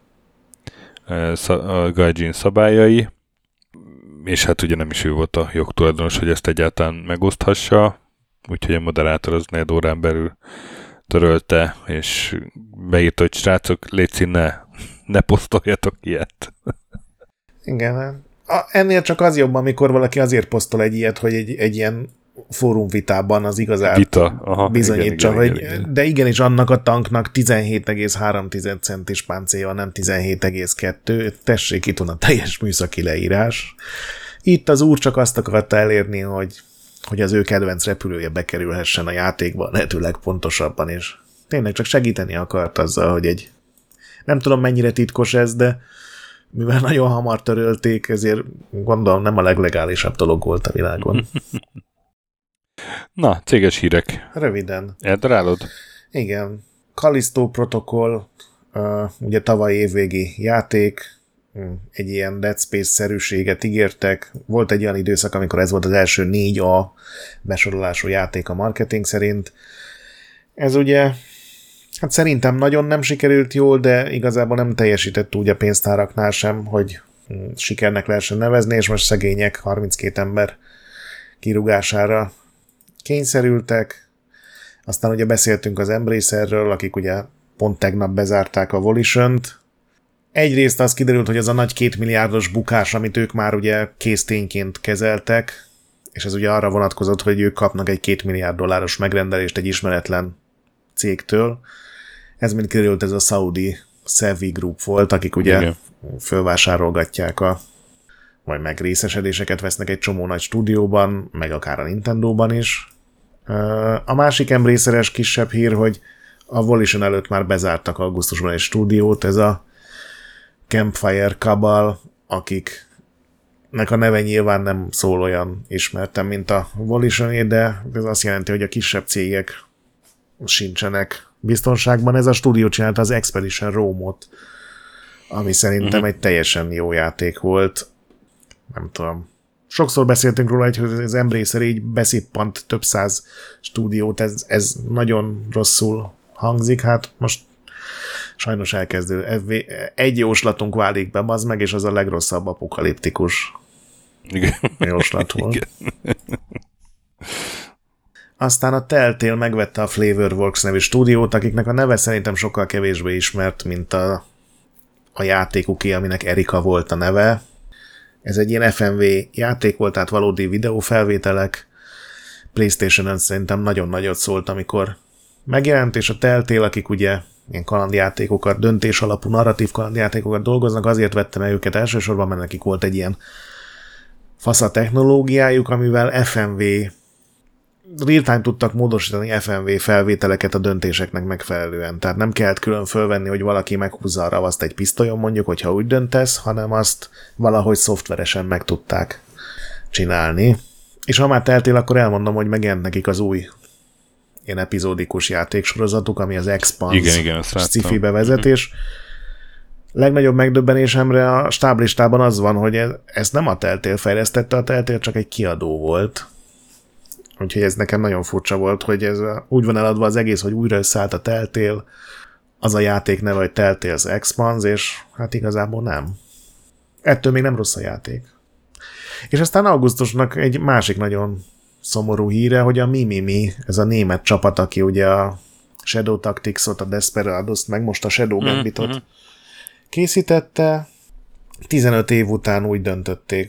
a Gaijin szabályai, és hát ugye nem is ő volt a jogtulajdonos, hogy ezt egyáltalán megoszthassa, úgyhogy a moderátor az 4 órán belül törölte, és beírta, hogy srácok, létszik, ne posztoljatok ilyet.
Igen. Ennél csak az jobb, amikor valaki azért posztol egy ilyet, hogy egy ilyen fórumvitában az igazát bizonyítsa, igen. De igenis annak a tanknak 17,3 centis páncélja, nem 17,2. Tessék, itt van a teljes műszaki leírás. Itt az úr csak azt akarta elérni, hogy az ő kedvenc repülője bekerülhessen a játékba lehetőleg pontosabban, és tényleg csak segíteni akart azzal, hogy nem tudom mennyire titkos ez, de mivel nagyon hamar törölték, ezért gondolom nem a leglegálisabb dolog volt a világon.
Na, céges hírek.
Röviden.
Eldarálod?
Igen. Callisto Protocol, ugye tavaly évvégi játék, egy ilyen Dead Space-szerűséget ígértek. Volt egy olyan időszak, amikor ez volt az első 4A besorolású játék a marketing szerint. Ez ugye, Hát szerintem nagyon nem sikerült jól, de igazából nem teljesített úgy a pénztáraknál sem, hogy sikernek lehessen nevezni, és most szegények 32 ember kirúgására kényszerültek. Aztán ugye beszéltünk az Embracerről, akik ugye pont tegnap bezárták a Volition-t. Egyrészt az kiderült, hogy az a nagy 2 milliárdos bukás, amit ők már ugye késztényként kezeltek, és ez ugye arra vonatkozott, hogy ők kapnak egy 2 milliárd dolláros megrendelést egy ismeretlen cégtől. Ez mind kiderült, ez a Saudi Sevi Group volt, akik ugye igen, fölvásárolgatják vagy meg részesedéseket vesznek egy csomó nagy stúdióban, meg akár a Nintendóban is. A másik Embraceres kisebb hír, hogy a Volition előtt már bezártak augusztusban egy stúdiót, ez a Campfire Cabal, akiknek a neve nyilván nem szól olyan ismertem, mint a Volitioné, de ez azt jelenti, hogy a kisebb cégek sincsenek biztonságban. Ez a stúdió csinálta az Expedition Rome-ot, ami szerintem egy teljesen jó játék volt. Nem tudom. Sokszor beszéltünk róla, hogy az Embracer így beszippant több száz stúdiót, ez nagyon rosszul hangzik, hát most sajnos elkezdő. Egy jóslatunk válik be, az meg, és az a legrosszabb apokaliptikus jóslat volt. Igen. Aztán a Telltale megvette a Flavorworks nevű stúdiót, akiknek a neve szerintem sokkal kevésbé ismert, mint a játékuké, aminek Erika volt a neve. Ez egy ilyen FMV játék volt, tehát valódi videófelvételek. PlayStation-en szerintem nagyon nagyot szólt, amikor megjelent, és a Telltale, akik ugye ilyen kalandjátékokat, döntés alapú narratív kalandjátékokat dolgoznak, azért vette meg őket elsősorban, mert nekik volt egy ilyen fasza technológiájuk, amivel FMV real-time tudtak módosítani FMV felvételeket a döntéseknek megfelelően. Tehát nem kellett külön fölvenni, hogy valaki meghúzza a ravaszt egy pisztolyon, mondjuk, hogyha úgy döntesz, hanem azt valahogy szoftveresen meg tudták csinálni. És ha már teltél, akkor elmondom, hogy megjelent nekik az új ilyen epizódikus játéksorozatuk, ami az Expanse sci-fi bevezetés. Legnagyobb megdöbbenésemre a stáblistában az van, hogy ez nem a Telltale fejlesztette, a Telltale csak egy kiadó volt. Úgyhogy ez nekem nagyon furcsa volt, hogy ez úgy van eladva az egész, hogy újra összeállt a Telltale, az a játék neve, hogy Telltale's Expanse, és hát igazából nem. Ettől még nem rossz a játék. És aztán augusztusnak egy másik nagyon szomorú híre, hogy a Mimimi, ez a német csapat, aki ugye a Shadow Tactics-ot, a Desperados-t, meg most a Shadow Gambit-ot készítette. 15 év után úgy döntötték,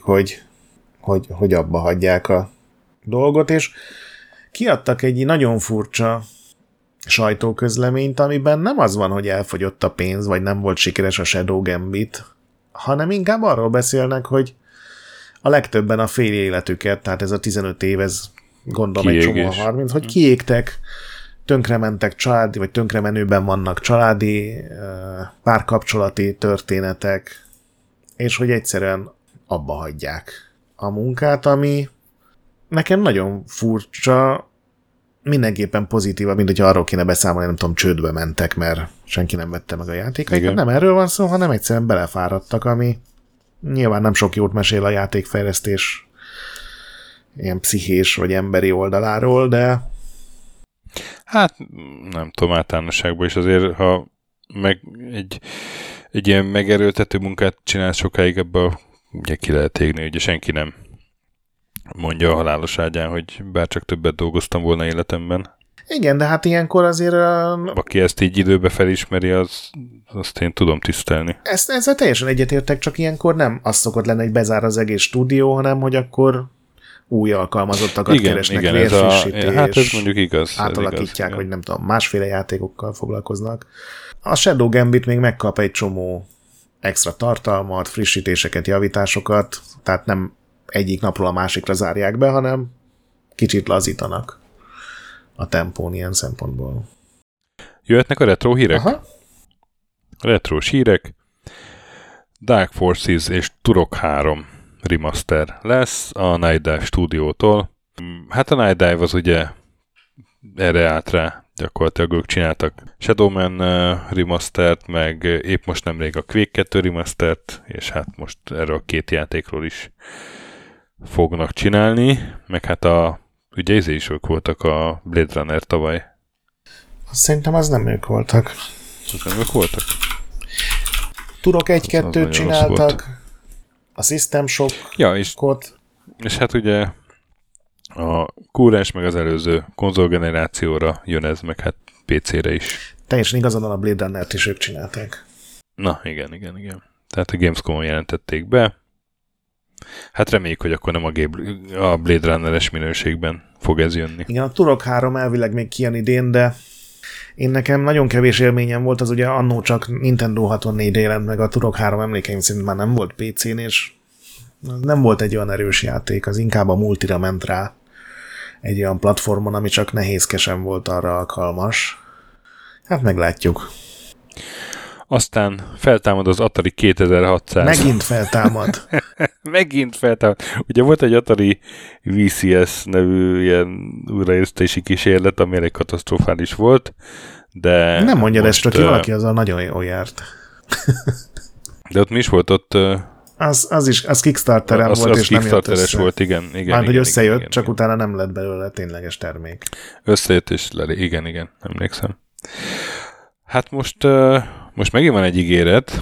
hogy abba hagyják a dolgot, és kiadtak egy nagyon furcsa sajtóközleményt, amiben nem az van, hogy elfogyott a pénz, vagy nem volt sikeres a Shadow Gambit, hanem inkább arról beszélnek, hogy a legtöbben a fél életüket, tehát ez a 15 év, ez gondolom egy csomó 30, hogy kiégtek, tönkrementek családi, vagy tönkremenőben vannak családi, párkapcsolati történetek, és hogy egyszerűen abba hagyják a munkát, ami nekem nagyon furcsa, mindenképpen pozitívabb, mint hogyha arról kéne beszámolni, nem tudom, csődbe mentek, mert senki nem vette meg a játékaikat. Nem erről van szó, hanem egyszerűen belefáradtak, ami nyilván nem sok jót mesél a játékfejlesztés ilyen pszichés vagy emberi oldaláról, de
hát nem tudom, általánosságban is azért, ha meg egy ilyen megerőltető munkát csinálsz sokáig, ebből ugye ki lehet égni, ugye senki nem mondja a halálos ágyán, hogy bárcsak többet dolgoztam volna életemben.
Igen, de hát ilyenkor azért
aki ezt így időbe felismeri, azt én tudom tisztelni.
Ezzel teljesen egyetértek, csak ilyenkor nem az szokott lenni, hogy bezár az egész stúdió, hanem hogy akkor új alkalmazottakat keresnek, vérfrissítés,
hát ez mondjuk igaz.
Átalakítják,
igaz,
hogy nem tudom, másféle játékokkal foglalkoznak. A Shadow Gambit még megkap egy csomó extra tartalmat, frissítéseket, javításokat, tehát nem egyik napról a másikra zárják be, hanem kicsit lazítanak a tempón ilyen szempontból.
Jöhetnek a retro hírek?
Aha.
A retrós hírek. Dark Forces és Turok 3 remaster lesz a Night Dive stúdiótól. Hát a Night Dive az ugye erre állt rá, gyakorlatilag ők csináltak Shadowman remastert, meg épp most nemrég a Quake 2 remastert, és hát most erről a két játékról is fognak csinálni, meg hát ugye is ők voltak a Blade Runner tavaly.
Szerintem az nem ők voltak.
Az nem ők voltak?
Turok 1-2-t csináltak, a System Shockot.
Ja, és hát ugye a kúrens meg az előző konzolgenerációra jön ez, meg hát PC-re is.
Teljesen igazad, a Blade Runner-t is ők csinálták.
Na, igen. Tehát a Gamescom-on jelentették be. Hát reméljük, hogy akkor nem a Blade Runner-es minőségben fog ez jönni.
Igen, a Turok 3 elvileg még kijön idén, de én nekem nagyon kevés élményem volt, az ugye annó csak Nintendo 64-re jelent meg, a Turok 3 emlékeim szerint már nem volt PC-n, és nem volt egy olyan erős játék, az inkább a multira ment rá egy olyan platformon, ami csak nehézkesen volt arra alkalmas. Hát meglátjuk.
Aztán feltámad az Atari 2600.
Megint feltámad.
Megint feltámad. Ugye volt egy Atari VCS nevű ilyen újraérzési kísérlet, ami elég katasztrofális volt, de...
Nem mondja ezt, aki valaki azzal nagyon jól járt.
De ott mi is volt ott...
Az Kickstarteren volt, és nem jött össze.
Volt, igen.
Már hogy összejött, igen, csak utána nem lett belőle tényleges termék.
Összejött, és igen, emlékszem. Hát most megint van egy ígéret.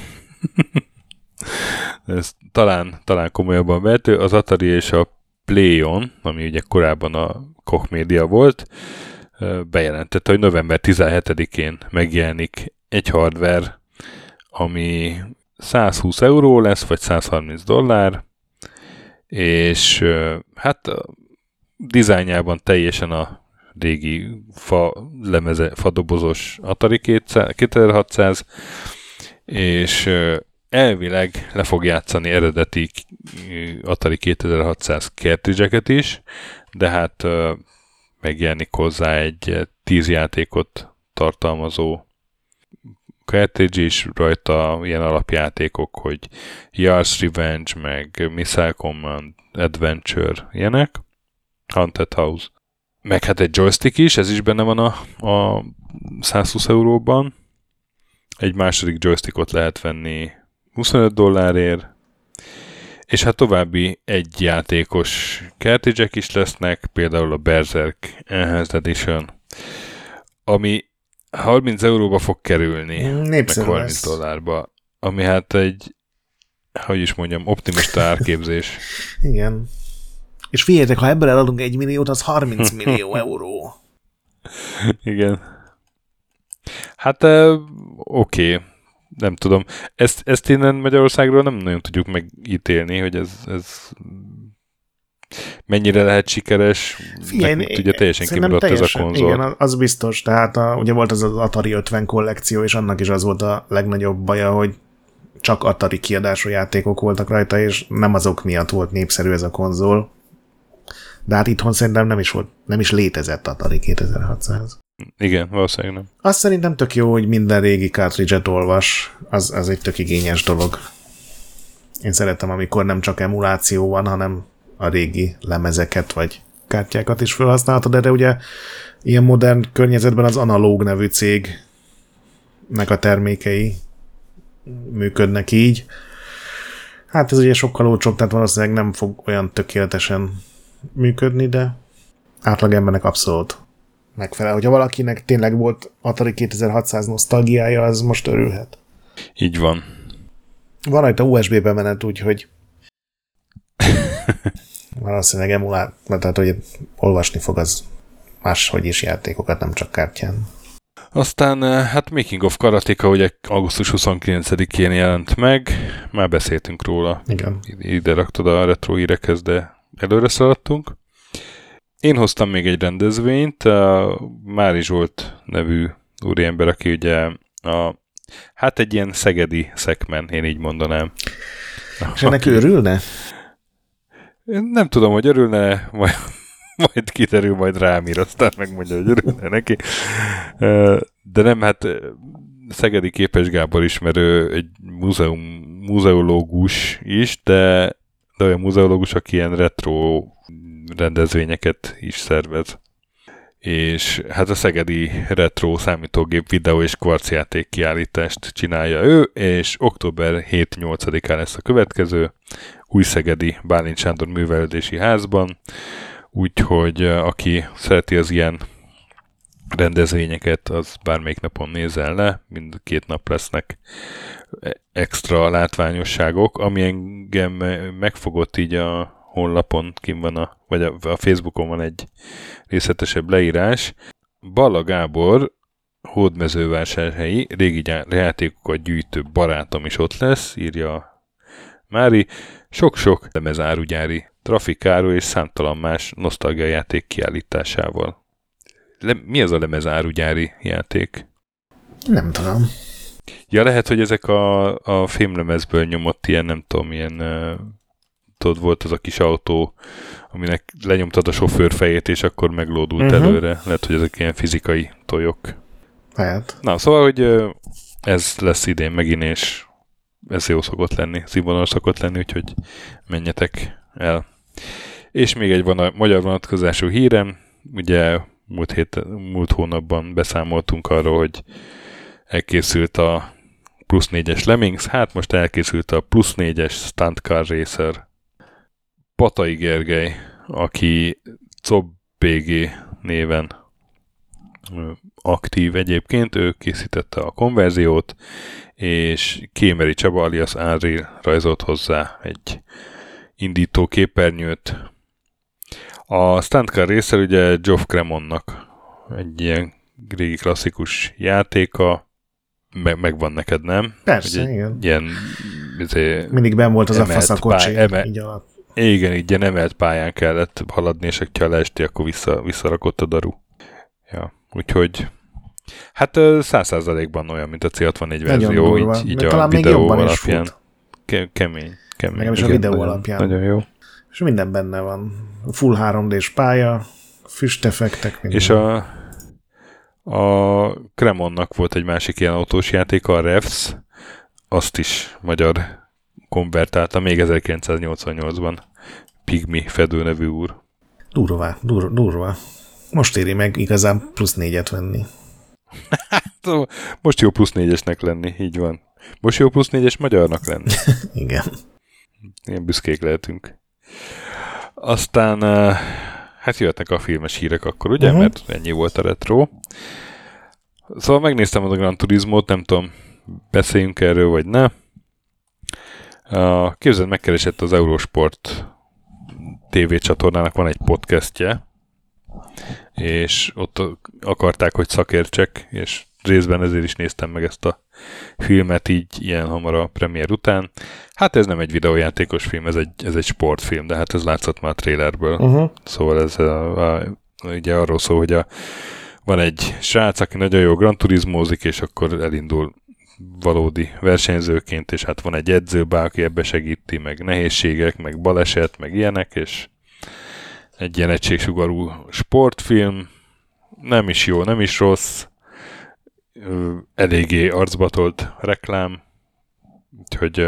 Ez talán komolyabban vehető. Az Atari és a Playon, ami ugye korábban a Koch Media volt, bejelentette, hogy november 17-én megjelenik egy hardware, ami 120 euró lesz, vagy $130, és hát a dizájnjában teljesen a régi fadobozos Atari 2600, és elvileg le fog játszani eredeti Atari 2600 cartridge-eket is, de hát megjelenik hozzá egy 10 játékot tartalmazó cartridge is, rajta ilyen alapjátékok, hogy Yars Revenge, meg Missile Command, Adventure, ilyenek, Haunted House. Meg hát egy joystick is, ez is benne van a 120 euróban. Egy második joystickot lehet venni $25, és hát további egy játékos cartridge-ek is lesznek, például a Berserk Enhanced Edition, ami 30 euróba fog kerülni,
népszerű
meg $30, ami hát egy, hogy is mondjam, optimista árképzés.
Igen. És figyeljetek, ha ebből eladunk 1 milliót, az 30 millió euró.
Igen. Hát oké. Nem tudom. Ezt innen Magyarországról nem nagyon tudjuk megítélni, hogy ez mennyire lehet sikeres. Figyelj, ugye teljesen kimaradt ez a konzol.
Igen, az biztos. Tehát ugye volt az Atari 50 kollekció, és annak is az volt a legnagyobb baja, hogy csak Atari kiadású játékok voltak rajta, és nem azok miatt volt népszerű ez a konzol. De hát itthon szerintem nem is létezett Atari 2600.
Igen, valószínűleg nem.
Azt szerintem tök jó, hogy minden régi cartridge-et olvas. Az egy tök igényes dolog. Én szeretem, amikor nem csak emuláció van, hanem a régi lemezeket vagy kártyákat is felhasználhatod, de ugye ilyen modern környezetben az Analóg nevű cégnek a termékei működnek így. Hát ez ugye sokkal olcsóbb, tehát valószínűleg nem fog olyan tökéletesen működni, de átlagembernek abszolút megfelel. Hogyha valakinek tényleg volt Atari 2600 nosztalgiája, az most örülhet.
Így van.
Van rajta USB bemenet, úgyhogy valószínűleg emulál, tehát hogy olvasni fog az máshogy is játékokat, nem csak kártyán.
Aztán hát Making of Karateka ugye augusztus 29-én jelent meg, már beszéltünk róla.
Igen.
Ide raktad a retro hírekhez, de előre szaladtunk. Én hoztam még egy rendezvényt, Mári Zsolt nevű úriember, aki ugye hát egy ilyen szegedi szekmen, én így mondanám.
És ennek örülne?
Nem tudom, hogy örülne, majd kiderül, majd rám ír, aztán megmondja, hogy örülne neki. De nem, hát Szegedi Képes Gábor ismerő egy muzeológus is, de olyan muzeológus, aki ilyen retro rendezvényeket is szervez. És hát a szegedi retro számítógép videó és kvarcjáték kiállítást csinálja ő, és október 7-8-án lesz a következő Újszegedi Bálint Sándor művelődési házban, úgyhogy aki szereti az ilyen rendezvényeket, az bármelyik napon nézel le, mind 2 nap lesznek extra látványosságok, ami engem megfogott így a honlapon, vagy a Facebookon van egy részletesebb leírás. Balla Gábor, Hódmezővásárhelyi, régi játékokat gyűjtő barátom is ott lesz, írja Mári, sok-sok lemezárugyári trafikáró és számtalan más nosztalgiajáték kiállításával. Mi az a lemezárugyári játék?
Nem tudom.
Ja, lehet, hogy ezek a fémlemezből nyomott ilyen, nem tudom, ilyen tudod, volt az a kis autó, aminek lenyomtad a sofőr fejét, és akkor meglódult előre. Lehet, hogy ezek ilyen fizikai tolyok.
Lehet.
Na, szóval, hogy ez lesz idén megint, és ez jó szokott lenni, színvonal szokott lenni, úgyhogy menjetek el. És még egy magyar vonatkozású hírem, ugye múlt hónapban beszámoltunk arról, hogy elkészült a plusz 4-es Lemmings, hát most elkészült a plusz 4-es Stunt Car Racer. Patai Gergely, aki CobBG néven aktív egyébként, ő készítette a konverziót, és Kémeri Csaba alias Unreal rajzolt hozzá egy indító képernyőt. A Stunt Car Racer ugye Geoff Cremonnak egy ilyen régi klasszikus játéka, megvan neked, nem?
Persze,
ugye,
igen.
Ilyen,
mindig benn volt az a faszakocsi. Így alatt.
Igen, így ilyen emelt pályán kellett haladni, és ha leesti, akkor visszarakott a daru. Ja, úgyhogy hát 100%-ban olyan, mint a C64 verzió, így a videó alapján. Kemény.
Nekem is a videó alapján.
Nagyon jó.
És minden benne van. Full 3D-s pálya, füsteffektek, minden.
És a Cremonnak volt egy másik ilyen autós játéka, a Revs, azt is magyar konvertálta még 1988-ban. Pigmi Fedő nevű úr.
Durva. Most éri meg igazán plusz 4-et venni.
Most jó plusz 4-esnek lenni, így van. Most jó plusz 4-es magyarnak lenni.
Igen.
Ilyen büszkék lehetünk. Aztán hát jöhetnek a filmes hírek akkor, ugye? Mert ennyi volt a retro. Szóval megnéztem a Gran Turismót, nem tudom, beszéljünk erről, vagy ne. Képzeld, megkeresett az Eurosport TV csatornának van egy podcastje, és ott akarták, hogy szakértsek, és részben ezért is néztem meg ezt a filmet így ilyen hamar a premier után. Hát ez nem egy videójátékos film, ez egy sportfilm, de hát ez látszott már a trailerből. Szóval ez ugye arról szól, hogy van egy srác, aki nagyon jó Gran Turismózik, és akkor elindul valódi versenyzőként, és hát van egy edzőbá, aki ebbe segíti, meg nehézségek, meg baleset, meg ilyenek, és egy ilyen egységsugarú sportfilm, nem is jó, nem is rossz, eléggé arcbatolt reklám, úgyhogy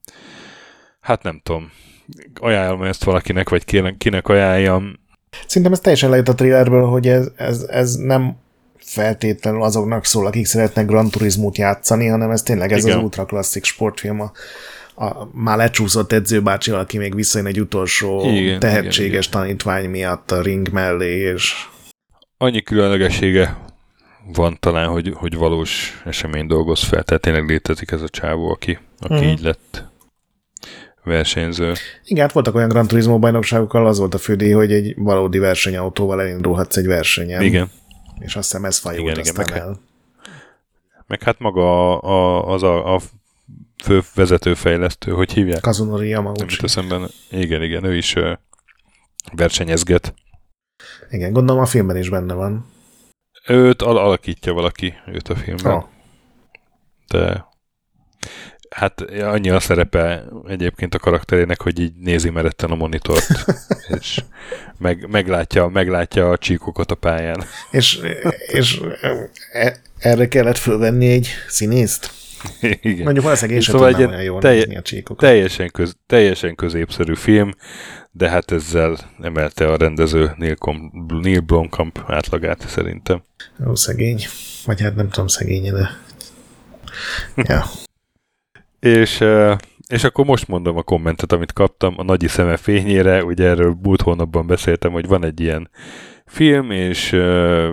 hát nem tudom, ajánlom ezt valakinek, vagy kinek ajánljam.
Szerintem ez teljesen lejött a trailerből, hogy ez nem feltétlenül azoknak szól, akik szeretnek Gran Turismót játszani, hanem ez tényleg ez az ultra klasszik sportfilm, a már lecsúszott edzőbácsi, aki még visszajön egy utolsó tehetséges tanítvány miatt a ring mellé, és...
Annyi különlegessége van talán, hogy valós esemény dolgoz fel, tehát tényleg létezik ez a csávó, aki így lett versenyző.
Igen, hát voltak olyan Gran Turismo bajnokságokkal, az volt a fődíj, hogy egy valódi versenyautóval elindulhatsz egy versenyen.
Igen.
És azt hiszem ez fajult aztán el.
Meg hát maga a fő vezetőfejlesztő, hogy hívják?
Kazunori Yamauchi.
Igen, ő is versenyezget.
Igen, gondolom a filmben is benne van.
Őt alakítja valaki, őt a filmben. De hát annyi a szerepe egyébként a karakterének, hogy így nézi meretten a monitort, és meglátja a csíkokat a pályán.
És erre kellett fölvenni egy színészt?
Igen.
Mondjuk valószínűleg én sem tudnám olyan jól nézni a csíkokat.
Teljesen középszerű film, de hát ezzel emelte a rendező Neil Blomkamp átlagát szerintem.
Ó, szegény. Vagy hát nem tudom, szegény, de... Ja.
És akkor most mondom a kommentet, amit kaptam a Nagyi szeme fényére, ugye erről múlt hónapban beszéltem, hogy van egy ilyen film, és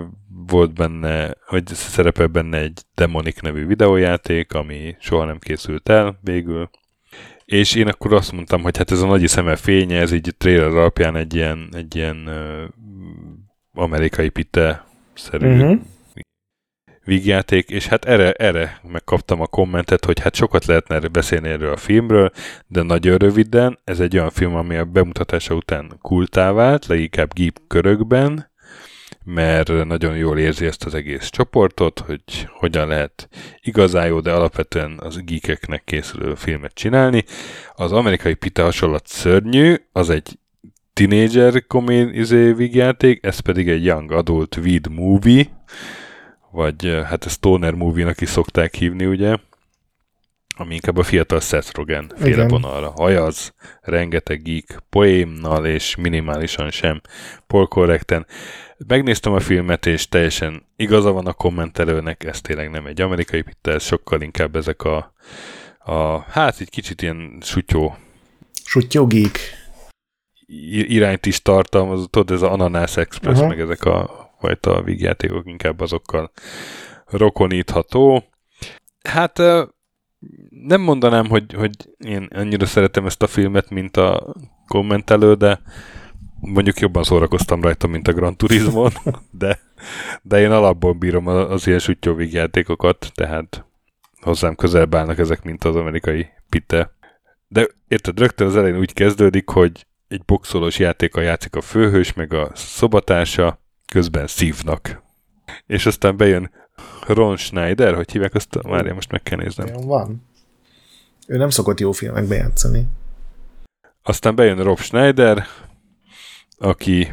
volt benne, hogy szerepel benne egy Demonic nevű videójáték, ami soha nem készült el végül. És én akkor azt mondtam, hogy hát ez a Nagyi szeme fénye, ez így a trailer alapján egy ilyen amerikai pite-szerű vígjáték, és hát erre megkaptam a kommentet, hogy hát sokat lehetne beszélni erről a filmről, de nagyon röviden, ez egy olyan film, ami a bemutatása után kultá vált, leginkább geek körökben, mert nagyon jól érzi ezt az egész csoportot, hogy hogyan lehet igazán jó, de alapvetően az geekeknek készülő filmet csinálni. Az amerikai pita hasonlat szörnyű, az egy teenager vígjáték, ez pedig egy young adult weed movie, vagy hát ezt stoner movie-nak is szokták hívni, ugye, ami inkább a fiatal Seth Rogen féle vonalra hajaz, rengeteg geek poémnal és minimálisan sem polkorrekten. Megnéztem a filmet, és teljesen igaza van a kommentelőnek, ez tényleg nem egy amerikai pita, ez sokkal inkább ezek hát egy kicsit ilyen
sutyó geek
irányt is tartalmaz, tudod, ez az Ananász Express, meg ezek a fajta vígjátékok inkább azokkal rokonítható. Hát nem mondanám, hogy én annyira szeretem ezt a filmet, mint a kommentelő, de mondjuk jobban szórakoztam rajta, mint a Gran Turismon, de én alapból bírom az ilyen sutyó vígjátékokat, tehát hozzám közelebb állnak ezek, mint az amerikai pite. De érted, rögtön az elején úgy kezdődik, hogy egy boxolós játékkal játszik a főhős, meg a szobatársa, közben szívnak. És aztán bejön Ron Schneider, hogy hívják azt? Várjál, most meg kell néznem.
Olyan van. Ő nem szokott jó filmekbe játszani.
Aztán bejön Rob Schneider, aki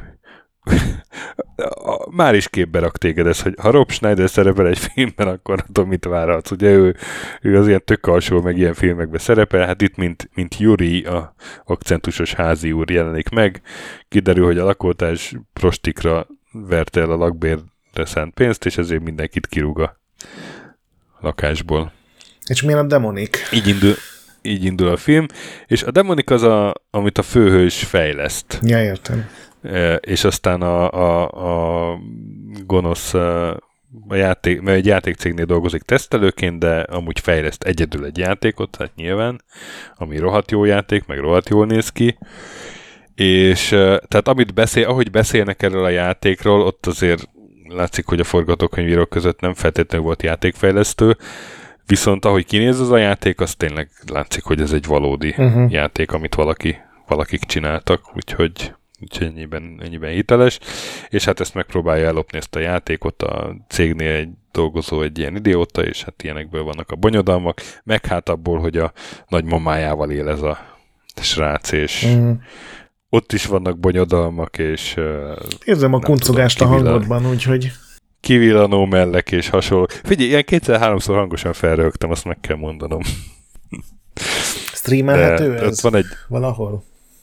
már is képbe rak téged ez, hogy ha Rob Schneider szerepel egy filmben, akkor nem tudom, mit várhatsz. Ugye ő az ilyen tök alsó, meg ilyen filmekben szerepel, hát itt mint Yuri, a akcentusos házi úr jelenik meg. Kiderül, hogy a lakótárs prostikra verte el a lakbérre szánt pénzt, és ezért mindenkit kirúg a lakásból.
És milyen a Demonic?
Így indul a film, és a Demonic az, amit a főhős fejleszt.
Ja, értem.
És aztán a gonosz mert egy játékcégnél dolgozik tesztelőként, de amúgy fejleszt egyedül egy játékot, hát nyilván, ami rohadt jó játék, meg rohadt jól néz ki. És tehát ahogy beszélnek erről a játékról, ott azért látszik, hogy a forgatókönyvírók között nem feltétlenül volt játékfejlesztő, viszont ahogy kinéz az a játék, az tényleg látszik, hogy ez egy valódi játék, amit valakik csináltak, úgyhogy ennyiben hiteles, és hát ezt megpróbálja ellopni ezt a játékot, a cégnél dolgozó egy ilyen idióta, és hát ilyenekből vannak a bonyodalmak, meg hát abból, hogy a nagymamájával él ez a srác, és ott is vannak bonyodalmak, és
érzem a kuncogást a hangodban, úgyhogy
kivillanó mellek és hasonló. Figyelj, ilyen 2-3-szor hangosan felrögtem, azt meg kell mondanom.
Streamelhető ez? Van egy... valahol?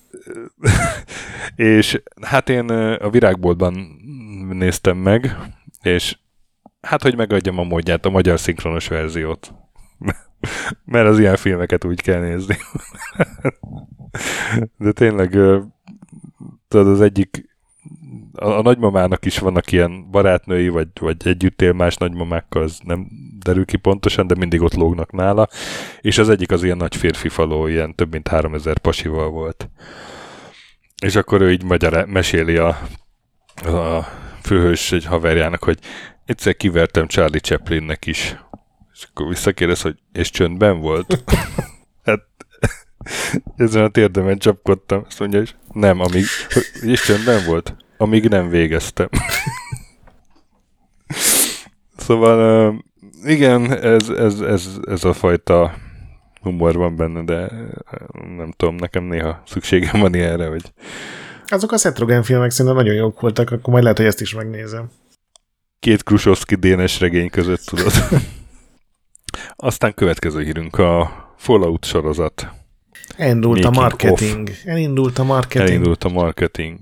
És hát én a Virágboltban néztem meg, és hát, hogy megadjam a módját, a magyar szinkronos verziót. Mert az ilyen filmeket úgy kell nézni. De tényleg tudod, az egyik a nagymamának is vannak ilyen barátnői, vagy együtt él más nagymamákkal, az nem derül ki pontosan, de mindig ott lógnak nála, és az egyik az ilyen nagy férfi faló, ilyen több mint 3000 pasival volt. És akkor ő így meséli a főhős egy haverjának, hogy egyszer kivertem Charlie Chaplinnek is. És akkor visszakérdez, hogy és csöndben volt? Hát ezen a térdemen csapkodtam. Azt mondja, és nem, és csöndben volt? Amíg nem végeztem. Szóval igen, ez a fajta humor van benne, de nem tudom, nekem néha szükségem van ilyenre, hogy...
Azok a Seth Rogen filmek szerintem nagyon jók voltak, akkor majd lehet, hogy ezt is megnézem.
Két Krusovszki dénes regény között, tudod. Aztán következő hírünk a Fallout sorozat.
Elindult a marketing.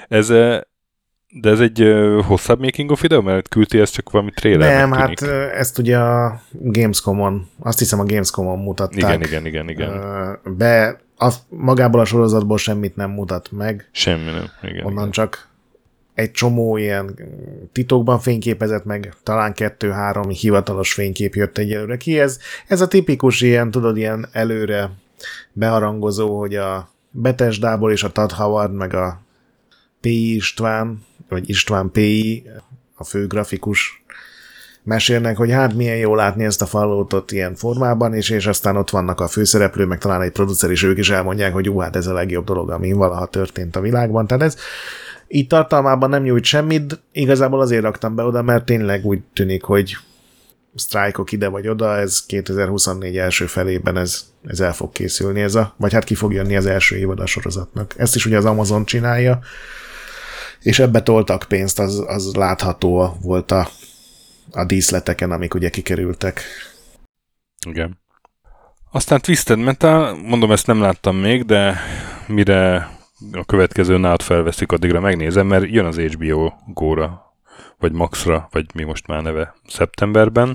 De ez egy hosszabb making of videó, mert küldti ezt csak valami trailer.
Nem, hát ezt ugye a Gamescom-on, azt hiszem a Gamescom-on mutatták.
Igen.
Magából a sorozatból semmit nem mutat meg.
Semmi nem. Igen,
onnan csak egy csomó ilyen titokban fényképezett, meg talán 2-3 hivatalos fénykép jött egyelőre ki. Ez a tipikus ilyen, tudod, ilyen előre beharangozó, hogy a Bethesdából és a Todd Howard, meg a P.I. István, vagy István P.I., a fő grafikus mesélnek, hogy hát milyen jó látni ezt a Falloutot ilyen formában, és aztán ott vannak a főszereplő, meg talán egy producer, és ők is elmondják, hogy hát ez a legjobb dolog, ami valaha történt a világban. Tehát ez így tartalmában nem nyújt semmit, igazából azért raktam be oda, mert tényleg úgy tűnik, hogy sztrájkok ide vagy oda, ez 2024 első felében ez el fog készülni, vagy hát ki fog jönni az első évad a sorozatnak. Ezt is ugye az Amazon csinálja, és ebbe toltak pénzt, az látható volt a díszleteken, amik ugye kikerültek.
Igen. Aztán Twisted Metal, mondom, ezt nem láttam még, de mire a következő nálad felveszik, addigra megnézem, mert jön az HBO Go-ra, vagy Maxra, vagy mi most már neve, szeptemberben.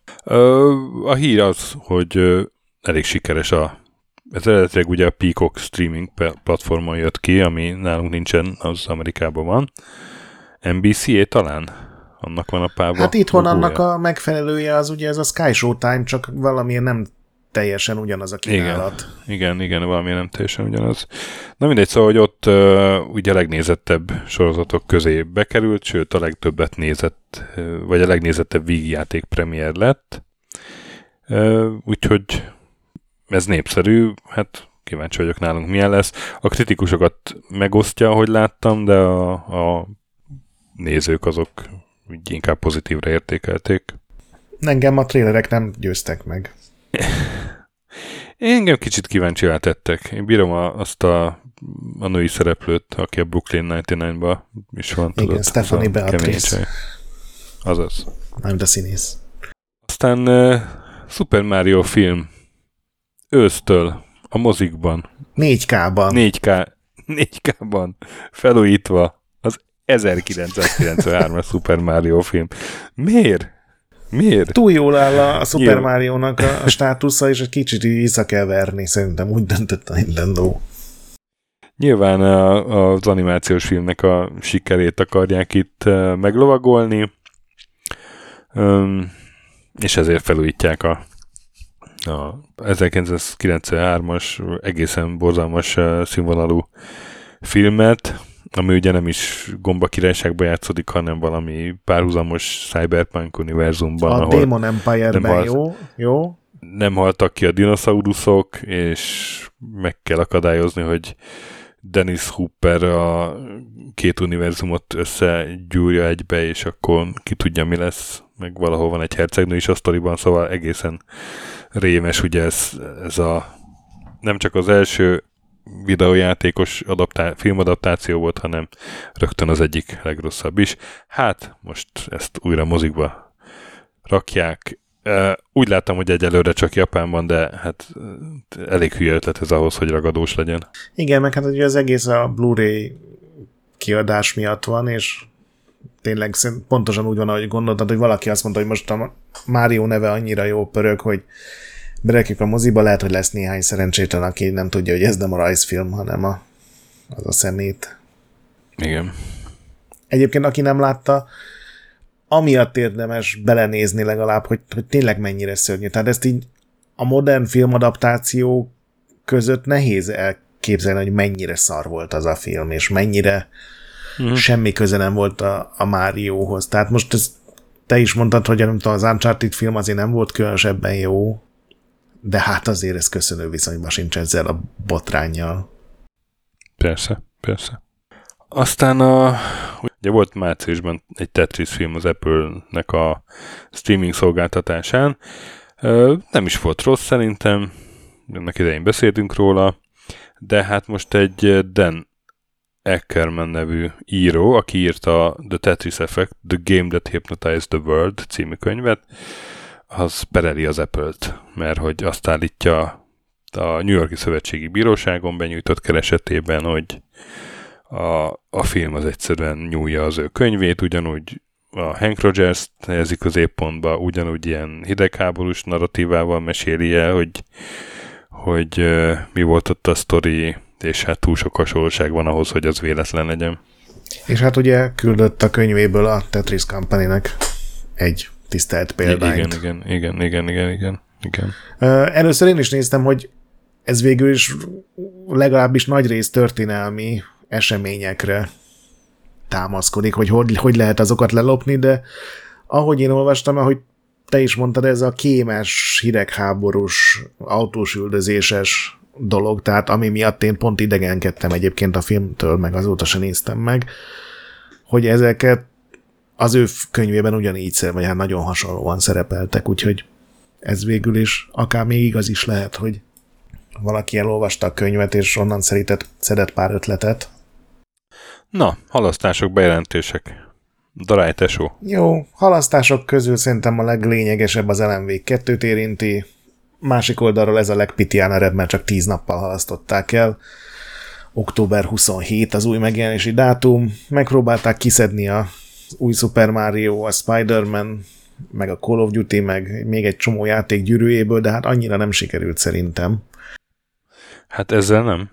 A hír az, hogy elég sikeres ez eredetileg ugye a Peacock streaming platformon jött ki, ami nálunk nincsen, az Amerikában van. NBC-é talán? Annak van a pába.
Hát itthon annak a megfelelője az ugye ez a Sky Showtime, csak valamilyen nem teljesen ugyanaz a kínálat.
Igen, valamilyen nem teljesen ugyanaz. Na mindegy, szóval, hogy ott ugye a legnézettebb sorozatok közé bekerült, sőt a legtöbbet nézett, vagy a legnézettebb vígjáték premier lett. Úgyhogy ez népszerű, hát kíváncsi vagyok nálunk milyen lesz. A kritikusokat megosztja, ahogy láttam, de a nézők azok úgy inkább pozitívra értékelték.
Engem a trélerek nem győztek meg.
Engem kicsit kíváncsivá tettek. Én bírom azt a női szereplőt, aki a Brooklyn 99-ban is van.
Igen,
tudod,
Stephanie Beatrice.
Azaz.
Nem, de színész.
Aztán Super Mario film ősztől a mozikban.
4K-ban.
4K-ban felújítva az 1993-as Super Mario film. Miért?
Túl jól áll a Super Mario-nak a státusza, és egy kicsit vissza kell verni, szerintem úgy döntött a Nintendo.
Nyilván az animációs filmnek a sikerét akarják itt meglovagolni, és ezért felújítják a 1993-as egészen borzalmas színvonalú filmet, ami ugye nem is Gomba királyságban játszódik, hanem valami párhuzamos cyberpunk univerzumban.
A Demon Empire-ben, jó?
Nem haltak ki a dinoszauruszok, és meg kell akadályozni, hogy Dennis Hopper a két univerzumot összegyúrja egybe, és akkor ki tudja, mi lesz. Meg valahol van egy hercegnő is a sztoriban, szóval egészen rémes, ugye ez a nem csak az első videójátékos filmadaptáció volt, hanem rögtön az egyik legrosszabb is. Hát, most ezt újra mozikba rakják. Úgy láttam, hogy egyelőre csak Japánban, de hát elég hülye ötlet ez ahhoz, hogy ragadós legyen.
Igen, meg hát ugye az egész a Blu-ray kiadás miatt van, és tényleg pontosan úgy van, ahogy gondoltad, hogy valaki azt mondta, hogy most a Mario neve annyira jó pörög, hogy berekjük a moziba, lehet, hogy lesz néhány szerencsétlen, aki nem tudja, hogy ez nem a rajzfilm, hanem az a szemét.
Igen.
Egyébként, aki nem látta, amiatt érdemes belenézni legalább, hogy tényleg mennyire szörnyű. Tehát ezt így a modern filmadaptáció között nehéz elképzelni, hogy mennyire szar volt az a film, és mennyire semmi köze nem volt a Márióhoz. Tehát most te is mondtad, hogy az Uncharted film azért nem volt különösebben jó, de hát azért ez köszönő viszonyban sincs ezzel a botránnyal.
Persze. Aztán ugye volt márciusban egy Tetris film az Apple-nek a streaming szolgáltatásán. Nem is volt rossz szerintem, ennek idején beszéltünk róla, de hát most egy Dan Ackerman nevű író, aki írta The Tetris Effect, The Game That Hypnotized the World című könyvet, az pereli az Apple-t, mert hogy azt állítja a New York-i Szövetségi Bíróságon benyújtott keresetében, hogy a film az egyszerűen nyúlja az ő könyvét, ugyanúgy a Hank Rogers helyezi középpontba, ugyanúgy ilyen hidegháborús narratívával meséli el, hogy mi volt ott a sztori, és hát túl sok hasonlóság van ahhoz, hogy az véletlen legyen.
És hát ugye küldött a könyvéből a Tetris Company-nek egy tisztelt példányt.
Igen.
Először én is néztem, hogy ez végül is legalábbis nagyrészt történelmi eseményekre támaszkodik, hogy lehet azokat lelopni, de ahogy én olvastam, ahogy te is mondtad, ez a kémes, hidegháborús, autósüldözéses dolog, tehát ami miatt én pont idegenkedtem egyébként a filmtől, meg azóta se néztem meg, hogy ezeket az ő könyvében ugyanígy vagy hát nagyon hasonlóan szerepeltek, úgyhogy ez végül is akár még igaz is lehet, hogy valaki elolvasta a könyvet, és onnan szedett pár ötletet.
Na, halasztások, bejelentések. Darály tesó.
Jó, halasztások közül szerintem a leglényegesebb az Alan Wake 2-t érinti. Másik oldalról ez a legpitiánerebb, mert csak 10 nappal halasztották el. Október 27 az új megjelenési dátum. Megpróbálták kiszedni az új Super Mario, a Spider-Man, meg a Call of Duty, meg még egy csomó játék gyűrűjéből, de hát annyira nem sikerült szerintem.
Hát ezzel nem.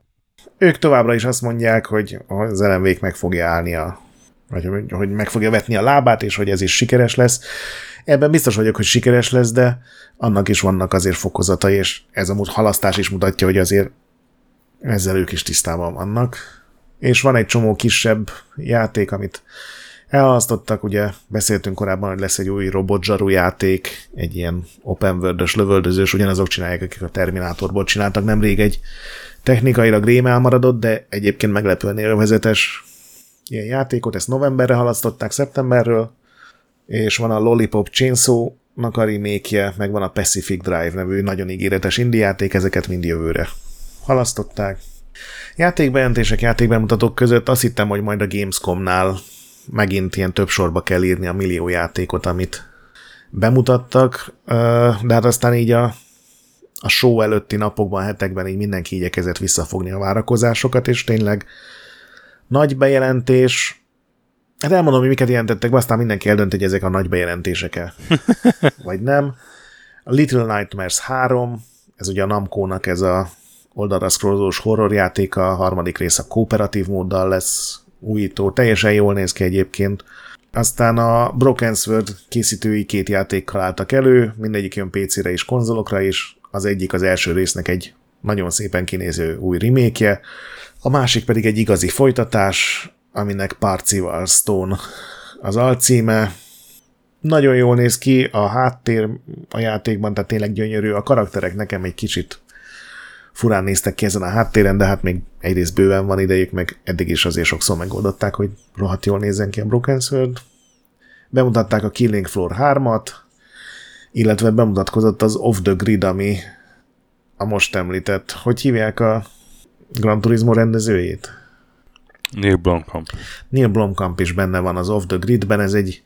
Ők továbbra is azt mondják, hogy az Alan Wake meg fogja állni vagy hogy meg fogja vetni a lábát, és hogy ez is sikeres lesz. Ebben biztos vagyok, hogy sikeres lesz, de annak is vannak azért fokozatai, és ez a halasztás is mutatja, hogy azért ezzel ők is tisztában vannak. És van egy csomó kisebb játék, amit elhalasztottak, ugye beszéltünk korábban, hogy lesz egy új robotzsaru játék, egy ilyen open world-ös, lövöldözős, ugyanazok csinálják, akik a Terminátorból csináltak nemrég egy technikailag rém elmaradott, de egyébként meglepően élvezetes ilyen játékot, ezt novemberre halasztották szeptemberről, és van a Lollipop Chainsaw-nak a remake-je, meg van a Pacific Drive nevű nagyon ígéretes indie játék, ezeket mind jövőre halasztották. Játékbejelentések, játékbemutatók között azt hittem, hogy majd a Gamescomnál megint ilyen több sorba kell írni a millió játékot, amit bemutattak, de hát aztán így a show előtti napokban, hetekben így mindenki igyekezett visszafogni a várakozásokat, és tényleg nagy bejelentés. Hát elmondom, hogy miket jelentettek be, aztán mindenki eldönt, hogy ezek a nagy bejelentések-e, vagy nem. A Little Nightmares 3, ez ugye a Namco-nak ez a oldalra scrollozós horrorjáték, a harmadik rész a kooperatív móddal lesz újító, teljesen jól néz ki egyébként. Aztán a Broken Sword készítői 2 játékkal álltak elő, mindegyik jön PC-re és konzolokra is, az egyik az első résznek egy nagyon szépen kinéző új remake-je, a másik pedig egy igazi folytatás, aminek Parzival Stone az alcíme. Nagyon jól néz ki, a háttér a játékban, tehát tényleg gyönyörű, a karakterek nekem egy kicsit furán néztek ki ezen a háttéren, de hát még egyrészt bőven van idejük, meg eddig is azért sokszor megoldották, hogy rohadt jól nézzen ki a Broken Sword. Bemutatták a Killing Floor 3-at, illetve bemutatkozott az Off the Grid, ami a most említett, hogy hívják a Gran Turismo rendezőjét?
Neil Blomkamp.
Neil Blomkamp is benne van az Off the Gridben, ez egy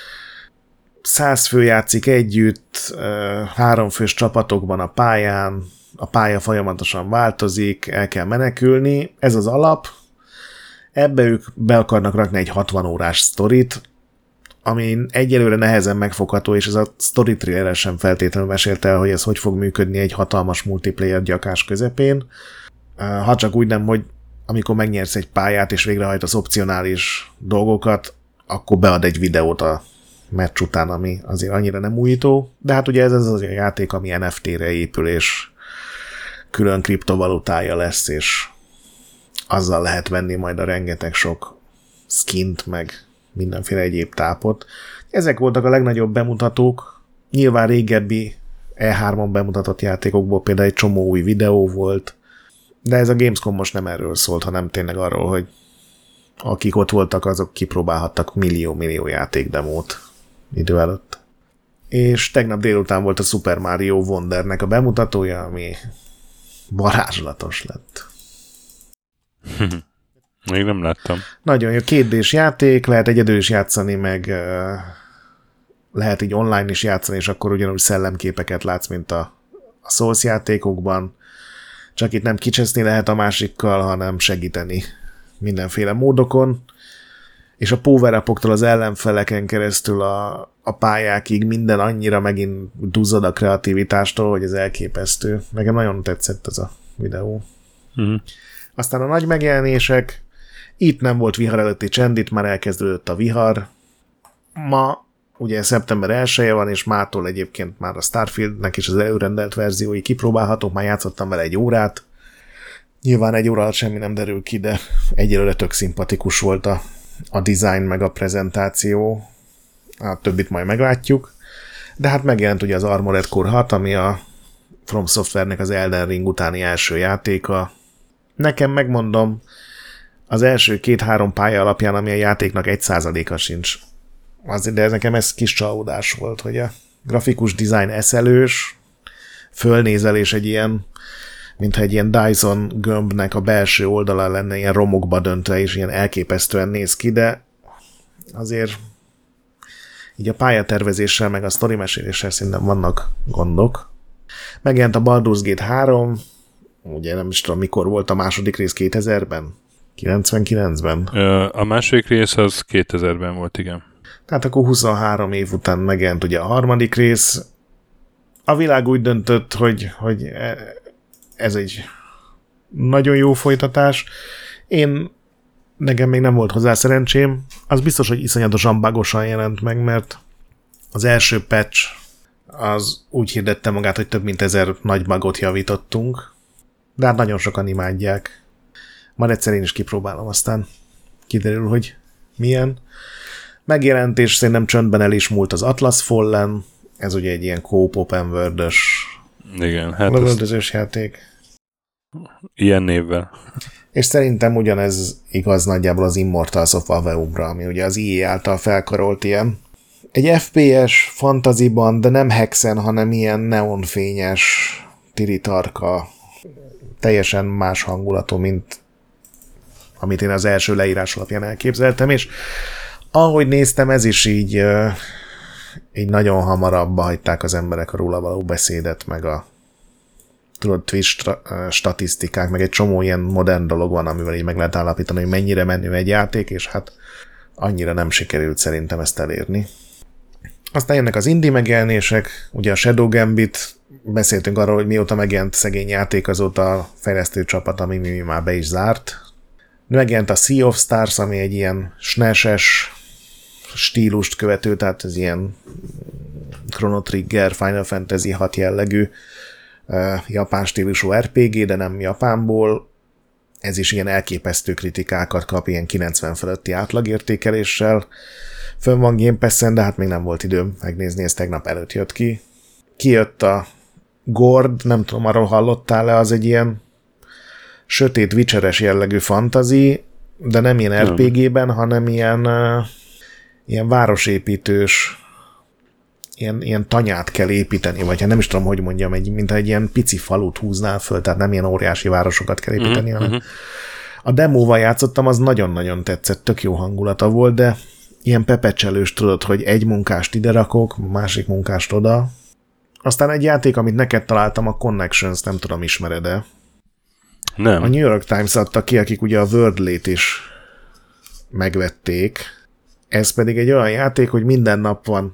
100 fő játszik együtt, 3 fős csapatokban a pályán, a pálya folyamatosan változik, el kell menekülni, ez az alap, ebbe ők be akarnak rakni egy 60 órás sztorit, ami egyelőre nehezen megfogható, és ez a story trailer sem feltétlenül mesélte el, hogy ez hogy fog működni egy hatalmas multiplayer gyakás közepén, ha csak úgy nem, hogy amikor megnyersz egy pályát, és végrehajtasz opcionális dolgokat, akkor bead egy videót a meccs után, ami azért annyira nem újító, de hát ugye ez az a játék, ami NFT-re épül, és külön kriptovalutája lesz, és azzal lehet venni majd a rengeteg sok skint, meg mindenféle egyéb tápot. Ezek voltak a legnagyobb bemutatók. Nyilván régebbi E3-on bemutatott játékokból például egy csomó új videó volt, de ez a Gamescom most nem erről szólt, hanem tényleg arról, hogy akik ott voltak, azok kipróbálhattak millió játékdemót idő előtt. És tegnap délután volt a Super Mario Wondernek a bemutatója, ami varázslatos lett.
Még nem láttam.
Nagyon jó, 2D-s játék, lehet egyedül is játszani, meg lehet így online is játszani, és akkor ugyanúgy szellemképeket látsz, mint a Souls játékokban. Csak itt nem kicseszni lehet a másikkal, hanem segíteni mindenféle módokon. És a power-upoktól az ellenfeleken keresztül a pályákig minden annyira megint duzzad a kreativitástól, hogy ez elképesztő. Nekem nagyon tetszett ez a videó. Uh-huh. Aztán a nagy megjelenések, Itt nem volt vihar előtti csend, itt már elkezdődött a vihar. Ma ugye szeptember 1-e van, és mától egyébként már a Starfieldnek is az előrendelt verziói kipróbálhatók, már játszottam vele 1 órát. Nyilván 1 óra alatt semmi nem derül ki, de egyelőre tök szimpatikus volt a design meg a prezentáció. A többit majd meglátjuk. De hát megjelent ugye az Armored Core 6, ami a From Software-nek az Elden Ring utáni első játéka. Nekem megmondom, az első 2-3 pálya alapján, ami a játéknak 1%-a sincs. De ez nekem ez kis csalódás volt, hogy a grafikus design eszelős, fölnézelés egy ilyen, mintha egy ilyen Dyson gömbnek a belső oldala lenne ilyen romokba döntve, és ilyen elképesztően néz ki, de azért így a pályatervezéssel, meg a sztori meséléssel szerintem vannak gondok. Megjelent a Baldur's Gate 3, ugye nem is tudom, mikor volt a második rész, 2000-ben? 99-ben?
A második rész az 2000-ben volt, igen.
Tehát akkor 23 év után megjelent ugye a harmadik rész. A világ úgy döntött, hogy ez egy nagyon jó folytatás. Nekem még nem volt hozzá szerencsém. Az biztos, hogy iszonyatosan bugosan jelent meg, mert az első patch az úgy hirdette magát, hogy több mint 1000 nagy bugot javítottunk. De hát nagyon sokan imádják. Majd egyszer én is kipróbálom, aztán kiderül, hogy milyen. Megjelent, és szerintem csöndben el is múlt az Atlas Fallen. Ez ugye egy ilyen co-op open world-ös
igen, hát
lövöldözős játék.
Ilyen névvel.
És szerintem ugyanez igaz nagyjából az Immortals of Aveum-ra, ami ugye az EA által felkarolt ilyen. Egy FPS fantaziban, de nem hexen, hanem ilyen neonfényes, tiritarka, teljesen más hangulatú, mint amit én az első leírás alapján elképzeltem, és ahogy néztem, ez is így nagyon hamarabb hagyták az emberek a róla való beszédet, meg a Twitch statisztikák, meg egy csomó ilyen modern dolog van, amivel így meg lehet állapítani, hogy mennyire menő egy játék, és hát annyira nem sikerült szerintem ezt elérni. Aztán jönnek az indie megjelenések, ugye a Shadow Gambit, beszéltünk arról, hogy mióta megjelent szegény játék, azóta a fejlesztő csapat, ami már be is zárt. Megjelent a Sea of Stars, ami egy ilyen SNES-es stílust követő, tehát ez ilyen Chrono Trigger, Final Fantasy 6 jellegű japán stílusú RPG, de nem Japánból. Ez is ilyen elképesztő kritikákat kap, ilyen 90 fölötti átlagértékeléssel. Fönn van Game Passen, de hát még nem volt időm megnézni, ez tegnap előtt jött ki. Kijött a Gord, nem tudom, arról hallottál-e, az egy ilyen sötét Witcheres jellegű fantasy, de nem ilyen RPG-ben, hanem ilyen városépítős, ilyen tanyát kell építeni, vagy hát nem is tudom, hogy mondjam, mintha egy ilyen pici falut húznál föl, tehát nem ilyen óriási városokat kell építeni, hanem a demóval játszottam, az nagyon-nagyon tetszett, tök jó hangulata volt, de ilyen pepecselős, tudod, hogy egy munkást ide rakok, másik munkást oda. Aztán egy játék, amit neked találtam, a Connections, nem tudom, ismered-e?
Nem.
A New York Times adta ki, akik ugye a Wordle-t is megvették. Ez pedig egy olyan játék, hogy minden nap van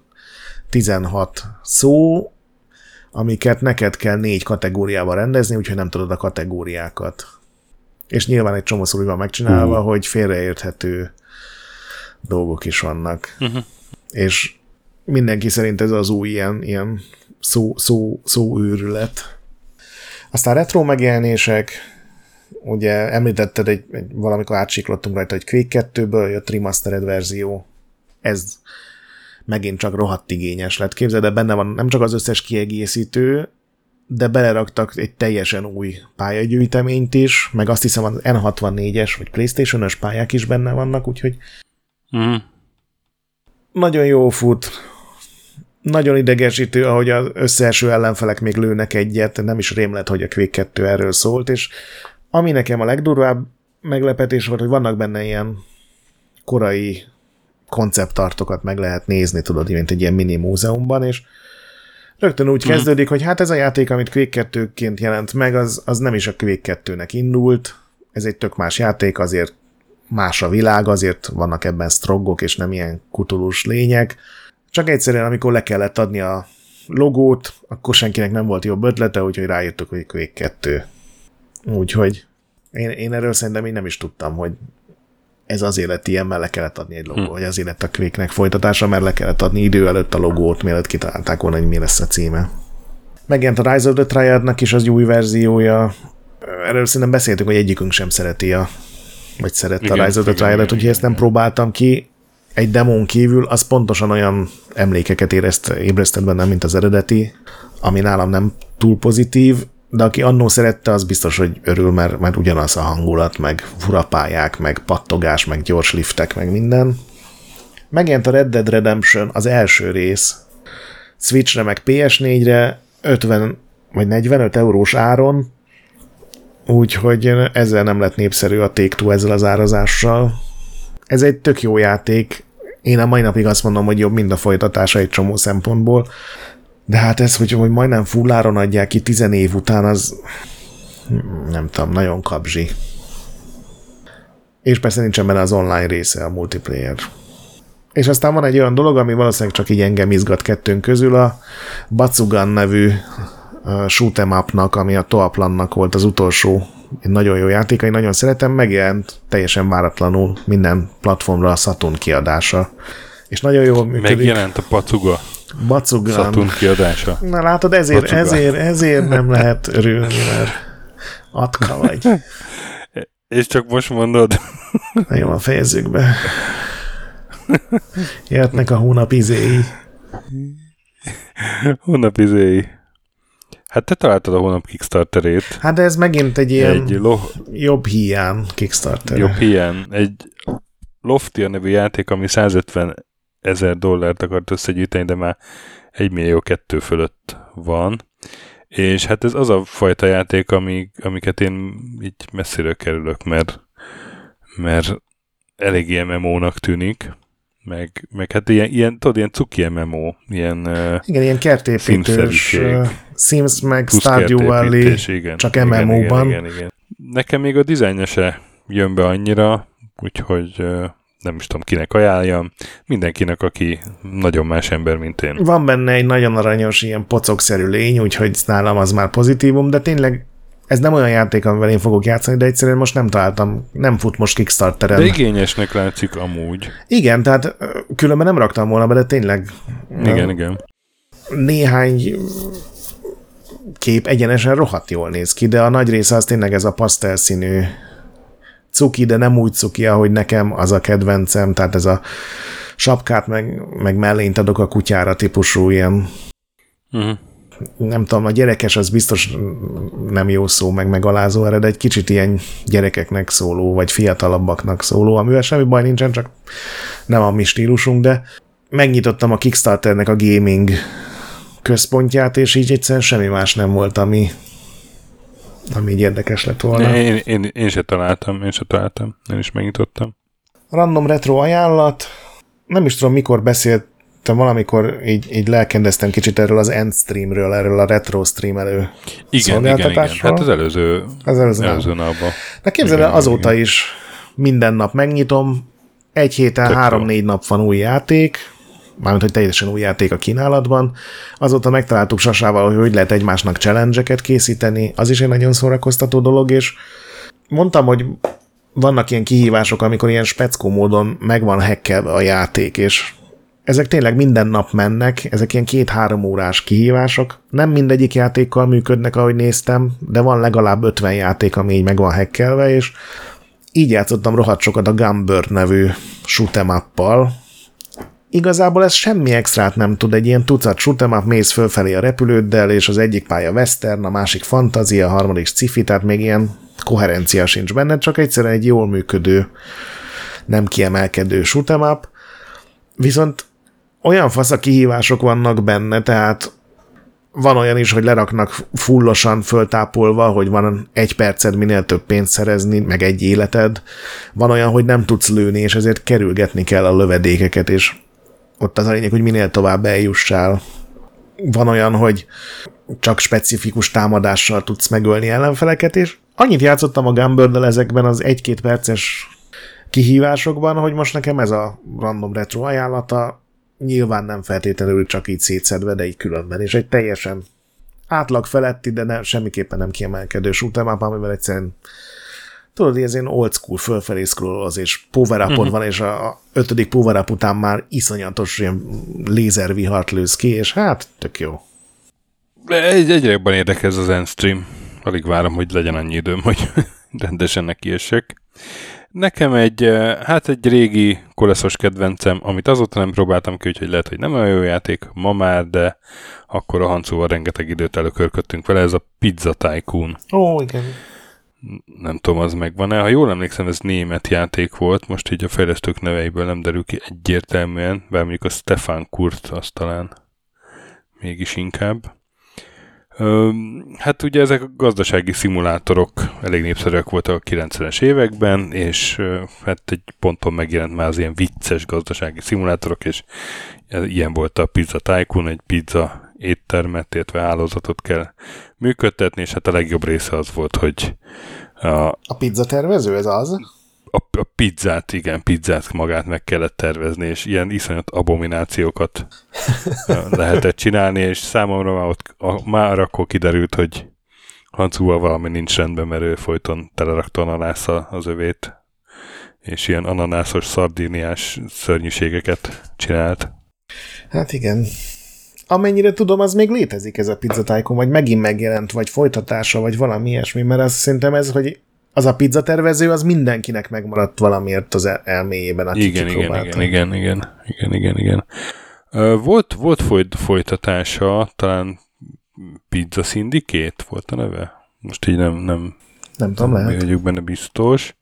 16 szó, amiket neked kell 4 kategóriába rendezni, úgyhogy nem tudod a kategóriákat. És nyilván egy csomó szó van megcsinálva, hogy félreérthető dolgok is vannak. És mindenki szerint ez az új ilyen szóőrület. Aztán retro megjelenések, ugye említetted, valamikor átsiklottunk rajta, hogy Quake 2-ből jött remastered verzió. Ez megint csak rohadt igényes lett. Képzeld, de benne van nem csak az összes kiegészítő, de beleraktak egy teljesen új pályagyűjteményt is, meg azt hiszem az N64-es vagy PlayStation-ös pályák is benne vannak, úgyhogy nagyon jó fut. Nagyon idegesítő, ahogy az összeeső ellenfelek még lőnek egyet, nem is rém lett, hogy a Quake 2 erről szólt, és ami nekem a legdurvább meglepetés volt, hogy vannak benne ilyen korai konceptartokat meg lehet nézni, tudod, mint egy ilyen mini múzeumban, és rögtön úgy kezdődik, hogy hát ez a játék, amit Quake 2-ként jelent meg, az nem is a Quake 2-nek indult, ez egy tök más játék, azért más a világ, azért vannak ebben stroggok, és nem ilyen kutulós lények. Csak egyszerűen, amikor le kellett adni a logót, akkor senkinek nem volt jobb ötlete, úgyhogy rájöttük, hogy Quake 2. Úgyhogy én erről szerintem én nem is tudtam, hogy ez azért lett ilyen, mert le kellett adni egy logó, vagy azért lett a Quake-nek folytatása, mert le kellett adni idő előtt a logót, mielőtt kitalálták volna, hogy mi lesz a címe. Megjelent a Rise of the Triadnak is az új verziója. Erről szerintem beszéltünk, hogy egyikünk sem szereti vagy szerette a Rise of the Triadet, úgyhogy ezt nem próbáltam ki. Egy demón kívül az pontosan olyan emlékeket ébresztett bennem, mint az eredeti, ami nálam nem túl pozitív, de aki annó szerette, az biztos, hogy örül, mert ugyanaz a hangulat, meg furapályák, meg pattogás, meg gyors liftek, meg minden. Megjelent a Red Dead Redemption, az első rész, Switchre, meg PS4-re 50 vagy 45 eurós áron, úgyhogy ezzel nem lett népszerű a Take-Two ezzel az árazással. Ez egy tök jó játék. Én a mai napig azt mondom, hogy jobb, mint a folytatása egy csomó szempontból. De hát ez, hogy majdnem fulláron adják ki 10 év után, az nem tudom, nagyon kapzsi. És persze nincsen benne az online része, a multiplayer. És aztán van egy olyan dolog, ami valószínűleg csak így engem izgat kettőnk közül, a Bakugan nevű shoot'em up-nak, ami a Toaplannak volt az utolsó, egy nagyon jó játék, én nagyon szeretem, megjelent teljesen váratlanul minden platformra a Saturn kiadása. És nagyon jól működik.
Megjelent a Bakugan Saturn kiadása.
Na látod, ezért nem lehet örülni, mert atka vagy.
És csak most mondod.
Na jó, fejezzük be. Jöhetnek a hónap izéi.
Hónap izéi. Hát te találtad a hónap Kickstarterét.
Hát de ez megint egy ilyen jobb hiány Kickstarter.
Jobb hiány. Egy Loftia nevű játék, ami $150,000 akart összegyűjteni, de már 1,2 millió fölött van. És hát ez az a fajta játék, amiket én így messziről kerülök, mert elég ilyen MMO-nak tűnik. Meg hát ilyen cuki MMO, igen,
ilyen kertépítős Sims meg Stardew Valley, igen, csak MMO-ban.
Igen. Nekem még a dizájnja se jön be annyira, úgyhogy nem is tudom, kinek ajánljam. Mindenkinek, aki nagyon más ember, mint én. Van
benne egy nagyon aranyos, ilyen pocokszerű lény, úgyhogy nálam az már pozitívum, de tényleg ez nem olyan játék, amivel én fogok játszani, de egyszerűen most nem találtam, nem fut most Kickstarteren.
De igényesnek látszik amúgy.
Igen, tehát különben nem raktam volna be, de tényleg...
Igen.
Néhány kép egyenesen rohadt jól néz ki, de a nagy része az tényleg ez a pasztelszínű cuki, de nem úgy cuki, ahogy nekem az a kedvencem, tehát ez a sapkát meg mellényt adok a kutyára típusú ilyen... Nem tudom, a gyerekes az biztos nem jó szó, meg megalázó erre, de egy kicsit ilyen gyerekeknek szóló, vagy fiatalabbaknak szóló, amivel semmi baj nincsen, csak nem a mi stílusunk, de megnyitottam a Kickstarternek a gaming központját, és így egyszerűen semmi más nem volt, ami így érdekes lett volna.
Én se találtam. Én is megnyitottam.
Random retro ajánlat. Nem is tudom, mikor beszéltem, valamikor így lelkendeztem kicsit erről az Endstreamről, erről a retro streamelő szolgáltatásról.
Hát az előző napban.
De képzeld el, azóta is minden nap megnyitom, egy héten 3-4 nap van új játék, mármint, hogy teljesen új játék a kínálatban. Azóta megtaláltuk Sasával, hogy lehet egymásnak challenge-eket készíteni, az is egy nagyon szórakoztató dolog, és mondtam, hogy vannak ilyen kihívások, amikor ilyen speckó módon meg van hackelve a játék, és ezek tényleg minden nap mennek, ezek ilyen 2-3 órás kihívások. Nem mindegyik játékkal működnek, ahogy néztem, de van legalább 50 játék, ami így meg van hackelve, és így játszottam rohadt sokat a Gunbird nevű shoot'em up-pal. Igazából ez semmi extrát nem tud, egy ilyen tucat shoot'em up, mész fölfelé a repülőddel, és az egyik pálya western, a másik fantázia, a harmadik sci-fi, tehát még ilyen koherencia sincs benne, csak egyszerűen egy jól működő, nem kiemelkedő shoot'em up. Viszont olyan fasz kihívások vannak benne, tehát van olyan is, hogy leraknak fullosan föltápolva, hogy van 1 perced minél több pénzt szerezni, meg 1 életed. Van olyan, hogy nem tudsz lőni, és ezért kerülgetni kell a lövedékeket, és ott az a lényeg, hogy minél tovább eljussál. Van olyan, hogy csak specifikus támadással tudsz megölni ellenfeleket, és annyit játszottam a Gunbird-del ezekben az 1-2 perces kihívásokban, hogy most nekem ez a random retro ajánlata, nyilván nem feltétlenül csak így szétszedve, de így különben, és egy teljesen átlag feletti, de semmiképpen nem kiemelkedő shoot'em up, amivel egyszerűen tudod, ez ilyen old school fölfelé scrollolsz, és power upod van, és a 5. power up után már iszonyatos ilyen lézervihart lősz ki, és hát tök jó.
Egyre jobban érdekez az Endstream. Alig várom, hogy legyen annyi időm, hogy rendesen nekiessek. Nekem egy régi koleszos kedvencem, amit azóta nem próbáltam ki, úgyhogy lehet, hogy nem olyan jó játék ma már, de akkor a Hancóval rengeteg időt előkörködtünk vele, ez a Pizza Tycoon.
Ó, igen.
Nem tudom, az megvan-e. Ha jól emlékszem, ez német játék volt, most így a fejlesztők neveiből nem derül ki egyértelműen, bár mondjuk a Stefan Kurt az talán mégis inkább. Hát ugye ezek a gazdasági szimulátorok elég népszerűek voltak a 90-es években, és hát egy ponton megjelent már az ilyen vicces gazdasági szimulátorok, és ilyen volt a Pizza Tycoon, egy pizza éttermet, illetve hálózatot kell működtetni, és hát a legjobb része az volt, hogy
a pizza tervező, ez az?
A pizzát magát meg kellett tervezni, és ilyen iszonyat abominációkat lehetett csinálni, és számomra már akkor kiderült, hogy Hancúval valami nincs rendben, mert ő folyton telerakta ananásza az övét, és ilyen ananászos, szardíniás szörnyűségeket csinált.
Hát igen. Amennyire tudom, az még létezik ez a Pizza Tycoon, vagy megint megjelent, vagy folytatása, vagy valami ilyesmi, mert azt szerintem ez, hogy az a pizzatervező, az mindenkinek megmaradt valamiért az elméjében, aki kipróbálta.
Igen. Volt folytatása, talán Pizza Syndicate volt a neve? Most így nem
tudom, lehet.
vagyok benne biztos.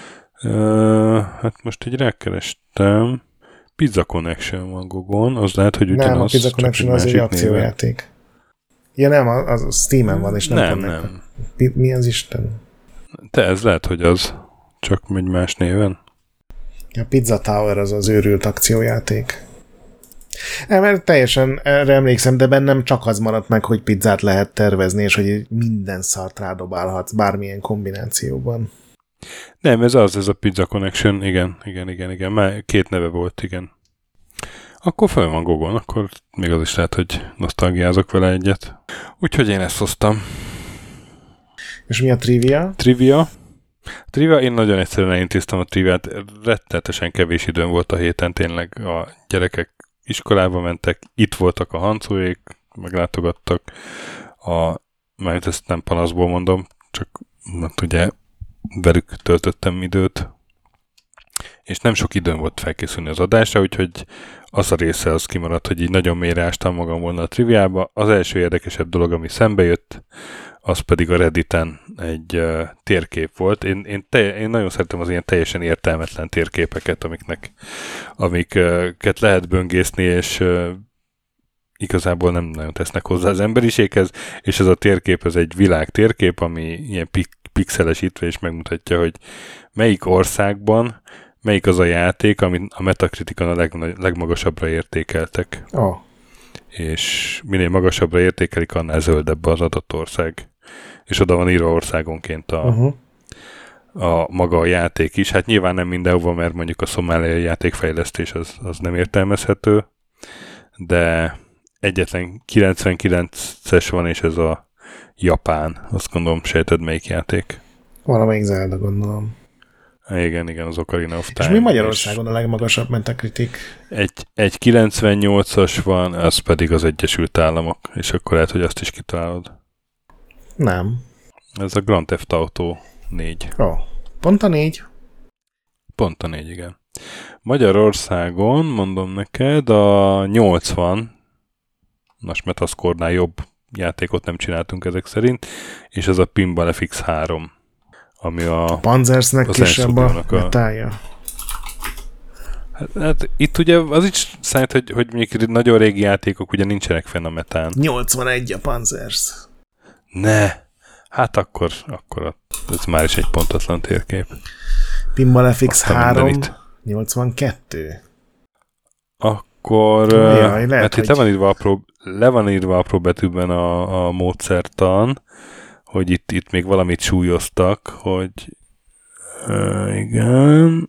Hát most így rákerestem. Pizza Connection van Gogon, az lehet, hogy ugyanaz.
Nem, a Pizza Connection az egy akciójáték. Ja nem, az Steam-en van, és nem. Mi az Isten?
Ez lehet, hogy az. Csak egy más néven.
A Pizza Tower az az őrült akciójáték. Mert teljesen erre emlékszem, de bennem csak az maradt meg, hogy pizzát lehet tervezni, és hogy minden szart rádobálhatsz bármilyen kombinációban.
Nem, ez a Pizza Connection, igen. Már 2 neve volt, igen. Akkor fel van Gogon, akkor még az is lehet, hogy nosztalgiázok vele egyet. Úgyhogy én ezt hoztam.
És mi a trivia?
Trivia, én nagyon egyszerűen elintéztem a triviát. Rettenetesen kevés időm volt a héten, tényleg a gyerekek iskolába mentek, itt voltak a Hancóék, meglátogattak. Mert ezt nem panaszból mondom, csak mert ugye velük töltöttem időt, és nem sok időm volt felkészülni az adásra, úgyhogy az a része az kimaradt, hogy így nagyon mélyre ástam magam volna a triviába. Az első érdekesebb dolog, ami szembe jött, az pedig a Redditen egy térkép volt. Én nagyon szeretem az ilyen teljesen értelmetlen térképeket, amiket lehet böngészni, és igazából nem nagyon tesznek hozzá az emberiséghez, és ez a térkép, ez egy világ térkép, ami ilyen pixelesítve, és megmutatja, hogy melyik országban melyik az a játék, amit a Metacriticon a legmagasabbra értékeltek.
Oh.
És minél magasabbra értékelik, annál zöldebb az adott ország. És oda van írva országonként a maga a játék is. Hát nyilván nem mindenhova, mert mondjuk a szomáliai játékfejlesztés az nem értelmezhető, de egyetlen 99-es van, és ez a Japán. Azt gondolom, sejted melyik játék?
Valamelyik Zelda, gondolom.
Igen, az Ocarina of Time.
És mi Magyarországon a legmagasabb Metacritic?
Egy 98-as van, az pedig az Egyesült Államok, és akkor lehet, hogy azt is kitalálod.
Nem.
Ez a Grand Theft Auto 4.
Pont a 4?
Pont a 4, igen. Magyarországon, mondom neked, a 80, most Metascore-nál jobb játékot nem csináltunk ezek szerint, és ez a Pinball FX3, ami a
Panzersnek kisebb a metája.
Hát itt ugye az is számít, hogy mondjuk nagyon régi játékok ugye nincsenek fenn a metán.
81 a Panzers.
Ne! Hát akkor ez már is egy pontatlan térkép.
Pinball FX3 82.
Akkor
jaj, lehet,
hát itt le van írva apró betűben a módszertan, hogy itt még valamit súlyoztak, hogy igen,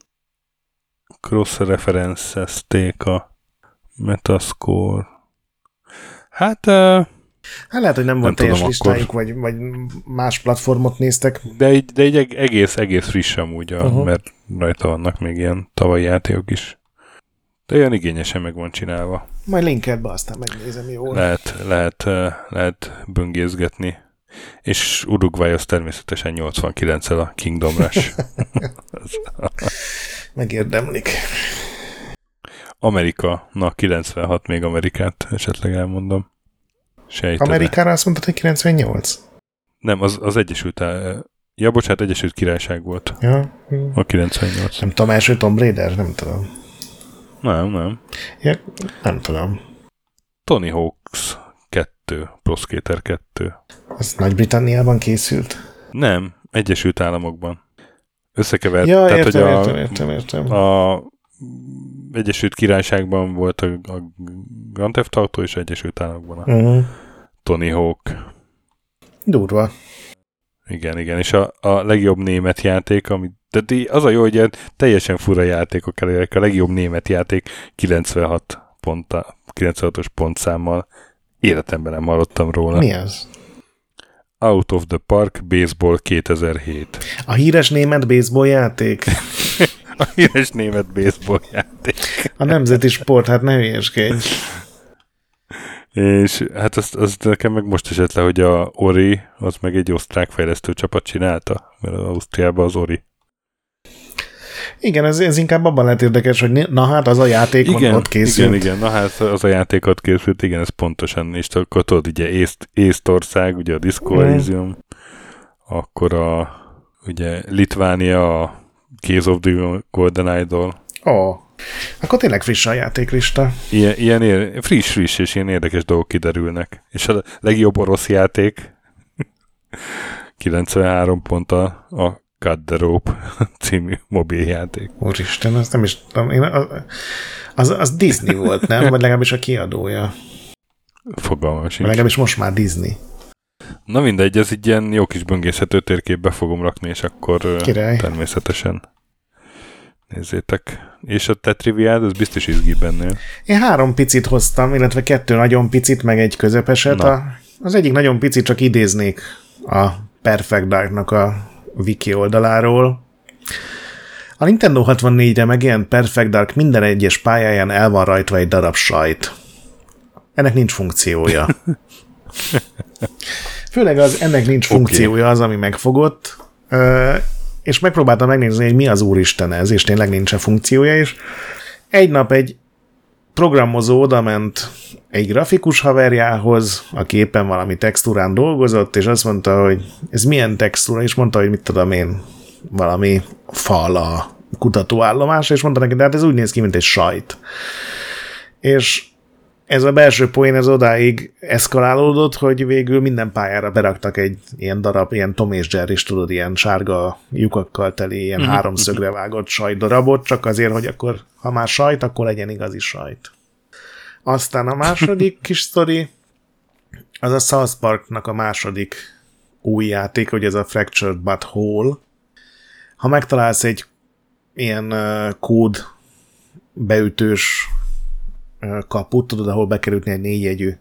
cross-referencezték a Metascore. Hát
Hát lehet, hogy nem volt teljes listájuk, vagy más platformot néztek.
De így egész friss amúgy, mert rajta vannak még ilyen tavalyi játékok is. De olyan igényesen meg van csinálva.
Majd linket be, aztán megnézem jól.
Lehet böngészgetni. És Uruguay az természetesen 89-el a Kingdom Rush.
Megérdemlik.
Amerika, 96 még Amerikát esetleg elmondom. Sejtele.
Amerikára azt mondtad, hogy 98?
Nem, az Egyesült Egyesült Királyság volt.
Ja.
A 98.
Nem tudom, első Tomb Raider? Nem tudom.
Nem.
Ja, nem tudom.
Tony Hawk's 2, Pro Skater 2.
Az Nagy-Britanniában készült?
Nem, Egyesült Államokban. Összekevert.
Ja,
tehát,
értem.
A Egyesült Királyságban volt a Grand Theft Auto, és Egyesült Államokban a Tony Hawk.
Durva.
Igen, és a legjobb német játék, tehát az a jó, hogy teljesen fura játékok elérek. A legjobb német játék 96-os pontszámmal. Életemben nem hallottam róla.
Mi az?
Out of the Park Baseball 2007.
A híres német baseball játék?
A híres német baseball játék.
A nemzeti sport, hát ne hülyeskedj.
És hát azt nekem meg most esett le, hogy a Ori, az meg egy osztrák fejlesztő csapat csinálta, mert az Ausztriában az Ori.
Igen, ez inkább abban lehet érdekes, hogy na hát az a játék ott készült.
Igen, na hát az a játék ott készült, igen, ez pontosan, és akkor tudod, ugye Észtország, ugye a Disco Elysium, akkor ugye Litvánia, a Case of the Golden Idol.
Akkor tényleg friss a játéklista.
Ilyen friss, és ilyen érdekes dolgok kiderülnek. És a legjobb orosz játék 93 pont a Cut the Rope című mobiljáték.
Úristen, azt nem is tudom. Az Disney volt, nem? Vagy legalábbis a kiadója.
Fogalmam sincs.
Legalábbis most már Disney.
Na mindegy, ez így ilyen jó kis böngészhető térképbe fogom rakni, és akkor
Király.
Természetesen nézzétek. És a te triviád, ez biztos izgi bennél.
Én 3 picit hoztam, illetve 2 nagyon picit, meg egy közepeset. Az egyik nagyon picit, csak idéznék a Perfect Darknak a wiki oldaláról. A Nintendo 64-re megjelent Perfect Dark minden egyes pályáján el van rajtva egy darab sajt. Ennek nincs funkciója. Főleg ennek nincs funkciója az, ami megfogott, és megpróbáltam megnézni, hogy mi az úristen ez, és tényleg nincs funkciója, és egy nap egy programozó odament egy grafikus haverjához, aki éppen valami textúrán dolgozott, és azt mondta, hogy ez milyen textúra, és mondta, hogy mit tudom én, valami fal a kutatóállomás, és mondta neki, de hát ez úgy néz ki, mint egy sajt. És ez a belső poén ez odáig eszkalálódott, hogy végül minden pályára beraktak egy ilyen darab, ilyen Tom és Jerry, és tudod, ilyen sárga lyukakkal teli, ilyen háromszögre vágott sajtdarabot, csak azért, hogy akkor, ha már sajt, akkor legyen igazi sajt. Aztán a második kis sztori, az a South Parknak a második új játék, hogy ez a Fractured But Whole. Ha megtalálsz egy ilyen kód beütős kaput, tudod, ahol bekerülni egy 4 jegyű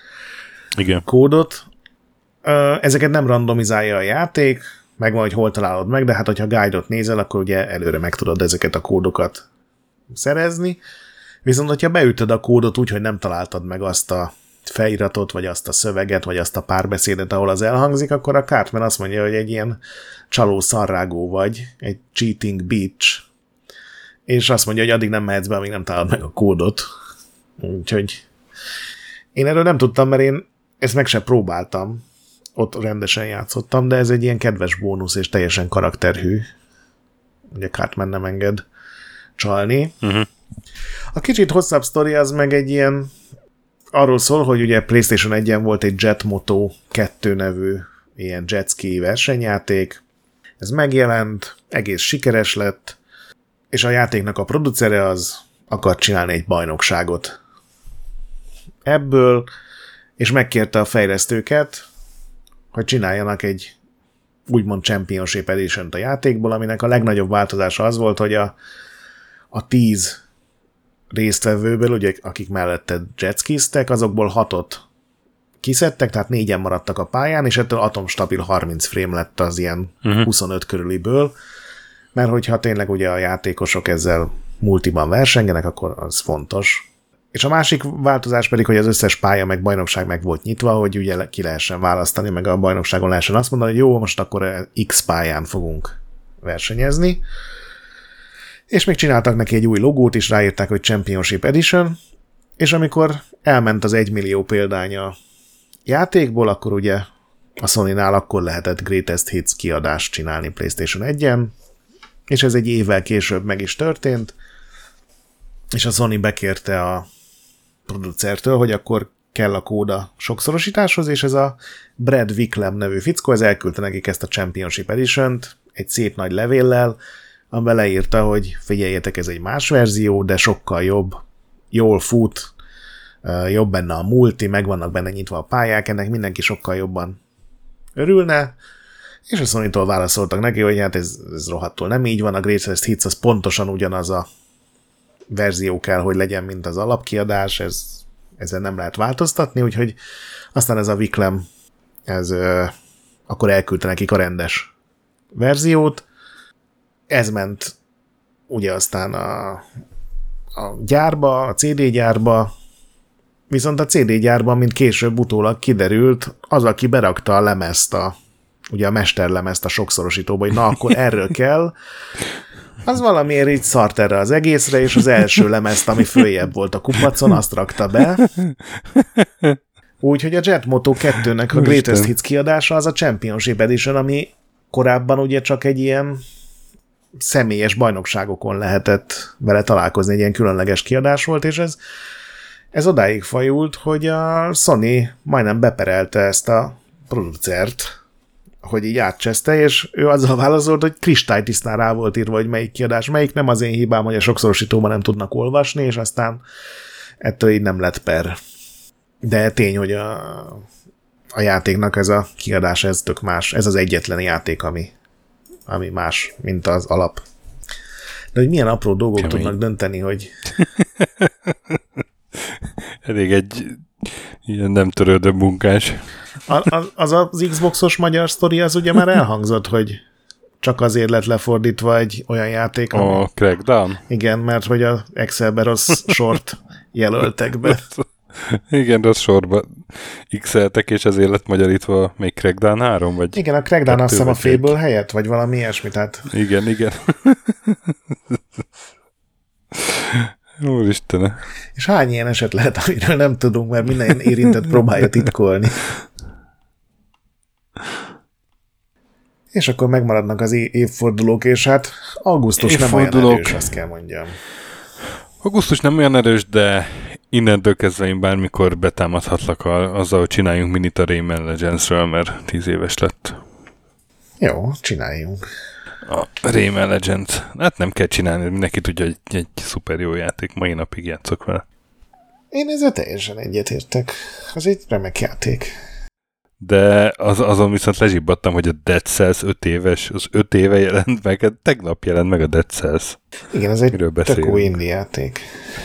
kódot. Ezeket nem randomizálja a játék, megvan, hogy hol találod meg, de hát, hogyha guide-ot nézel, akkor ugye előre meg tudod ezeket a kódokat szerezni. Viszont, hogyha beütöd a kódot úgy, hogy nem találtad meg azt a feliratot, vagy azt a szöveget, vagy azt a párbeszédet, ahol az elhangzik, akkor a Cartman azt mondja, hogy egy ilyen csaló szarrágó vagy, egy cheating bitch, és azt mondja, hogy addig nem mehetsz be, amíg nem találod meg a kódot. Úgyhogy én erről nem tudtam, mert én ezt meg se próbáltam. Ott rendesen játszottam, de ez egy ilyen kedves bónusz, és teljesen karakterhű. Ugye Cartman nem enged csalni. A kicsit hosszabb sztori az meg egy ilyen arról szól, hogy ugye PlayStation 1-en volt egy Jet Moto 2 nevű ilyen jetski versenyjáték. Ez megjelent, egész sikeres lett, és a játéknak a producere az akart csinálni egy bajnokságot ebből, és megkérte a fejlesztőket, hogy csináljanak egy úgymond Championship Edition-t a játékból, aminek a legnagyobb változása az volt, hogy a 10 résztvevőből, ugye, akik mellette jetskiztek, azokból 6-ot kiszedtek, tehát 4-en maradtak a pályán, és ettől atomstabil 30 frame lett az ilyen 25 körüliből, mert hogyha tényleg ugye a játékosok ezzel multiban versengenek, akkor az fontos. És a másik változás pedig, hogy az összes pálya meg bajnokság meg volt nyitva, hogy ugye ki lehessen választani, meg a bajnokságon lehessen azt mondani, hogy jó, most akkor X pályán fogunk versenyezni. És még csináltak neki egy új logót is, ráírták, hogy Championship Edition, és amikor elment az 1 millió példánya játékból, akkor ugye a Sony-nál akkor lehetett Greatest Hits kiadást csinálni PlayStation 1-en, és ez egy évvel később meg is történt, és a Sony bekérte a producertől, hogy akkor kell a kóda sokszorosításhoz, és ez a Brad Wicklem nevű fickó, ez elküldte nekik ezt a Championship Edition-t egy szép nagy levéllel, amiben leírta, hogy figyeljetek, ez egy más verzió, de sokkal jobb, jól fut, jobb benne a multi, meg vannak benne nyitva a pályák, ennek mindenki sokkal jobban örülne, és a Sony-tól válaszoltak neki, hogy hát ez rohadtul nem így van, a Greatest Hits az pontosan ugyanaz a verzió kell, hogy legyen, mint az alapkiadás, ezzel nem lehet változtatni, úgyhogy aztán ez a Wicklem, akkor elküldte nekik a rendes verziót. Ez ment ugye aztán a gyárba, a CD gyárba, viszont a CD gyárban, mint később utólag kiderült, az, aki berakta a lemezt, ugye a mesterlemezt a sokszorosítóba, hogy na, akkor erről kell, az valamiért így szart erre az egészre, és az első lemezt, ami följebb volt a kupacon, azt rakta be. Úgyhogy a Jet Moto 2-nek a Greatest Hits kiadása az a Championship Edition, ami korábban ugye csak egy ilyen személyes bajnokságokon lehetett vele találkozni, egy ilyen különleges kiadás volt, és ez odáig fajult, hogy a Sony majdnem beperelte ezt a producert, hogy így átcseszte, és ő azzal válaszolt, hogy kristálytisztán rá volt írva, hogy melyik kiadás, melyik, nem az én hibám, hogy a sokszorosítóban nem tudnak olvasni, és aztán ettől így nem lett per. De tény, hogy a játéknak ez a kiadás, ez tök más. Ez az egyetlen játék, ami más, mint az alap. De hogy milyen apró dolgok tudnak dönteni, hogy...
Elég egy ilyen nem törődő munkás.
Az Xboxos magyar sztori az ugye már elhangzott, hogy csak azért lett lefordítva egy olyan játék, ami...
A Crackdown?
Igen, mert hogy az Excelbe rossz sort jelöltek be.
Igen, rossz sorba x-eltek, és ezért lett magyarítva még Crackdown 3, vagy...
Igen, a Crackdown azt hiszem a Fable helyett, vagy valami ilyesmi, tehát...
Igen. Úristene.
És hány ilyen eset lehet, amiről nem tudunk, mert minden érintett próbálja titkolni. És akkor megmaradnak az évfordulók, és hát augusztus nem olyan erős, azt kell mondjam.
Augusztus nem olyan erős, de innentől kezdve én bármikor betámadhatlak azzal, hogy csináljunk minit a Rayman Legends-ről, mert 10 éves lett.
Jó, csináljunk.
A Rayman Legends. Hát nem kell csinálni, mindenki tudja, hogy egy szuper jó játék. Mai napig játszok vele.
Én ezzel teljesen egyetértek. Az egy remek játék.
De azon viszont lezsibbadtam, hogy a Dead Cells 5 éves, az 5 éve jelent meg, tegnap jelent meg a Dead Cells.
Igen, ez egy tök új indie játék.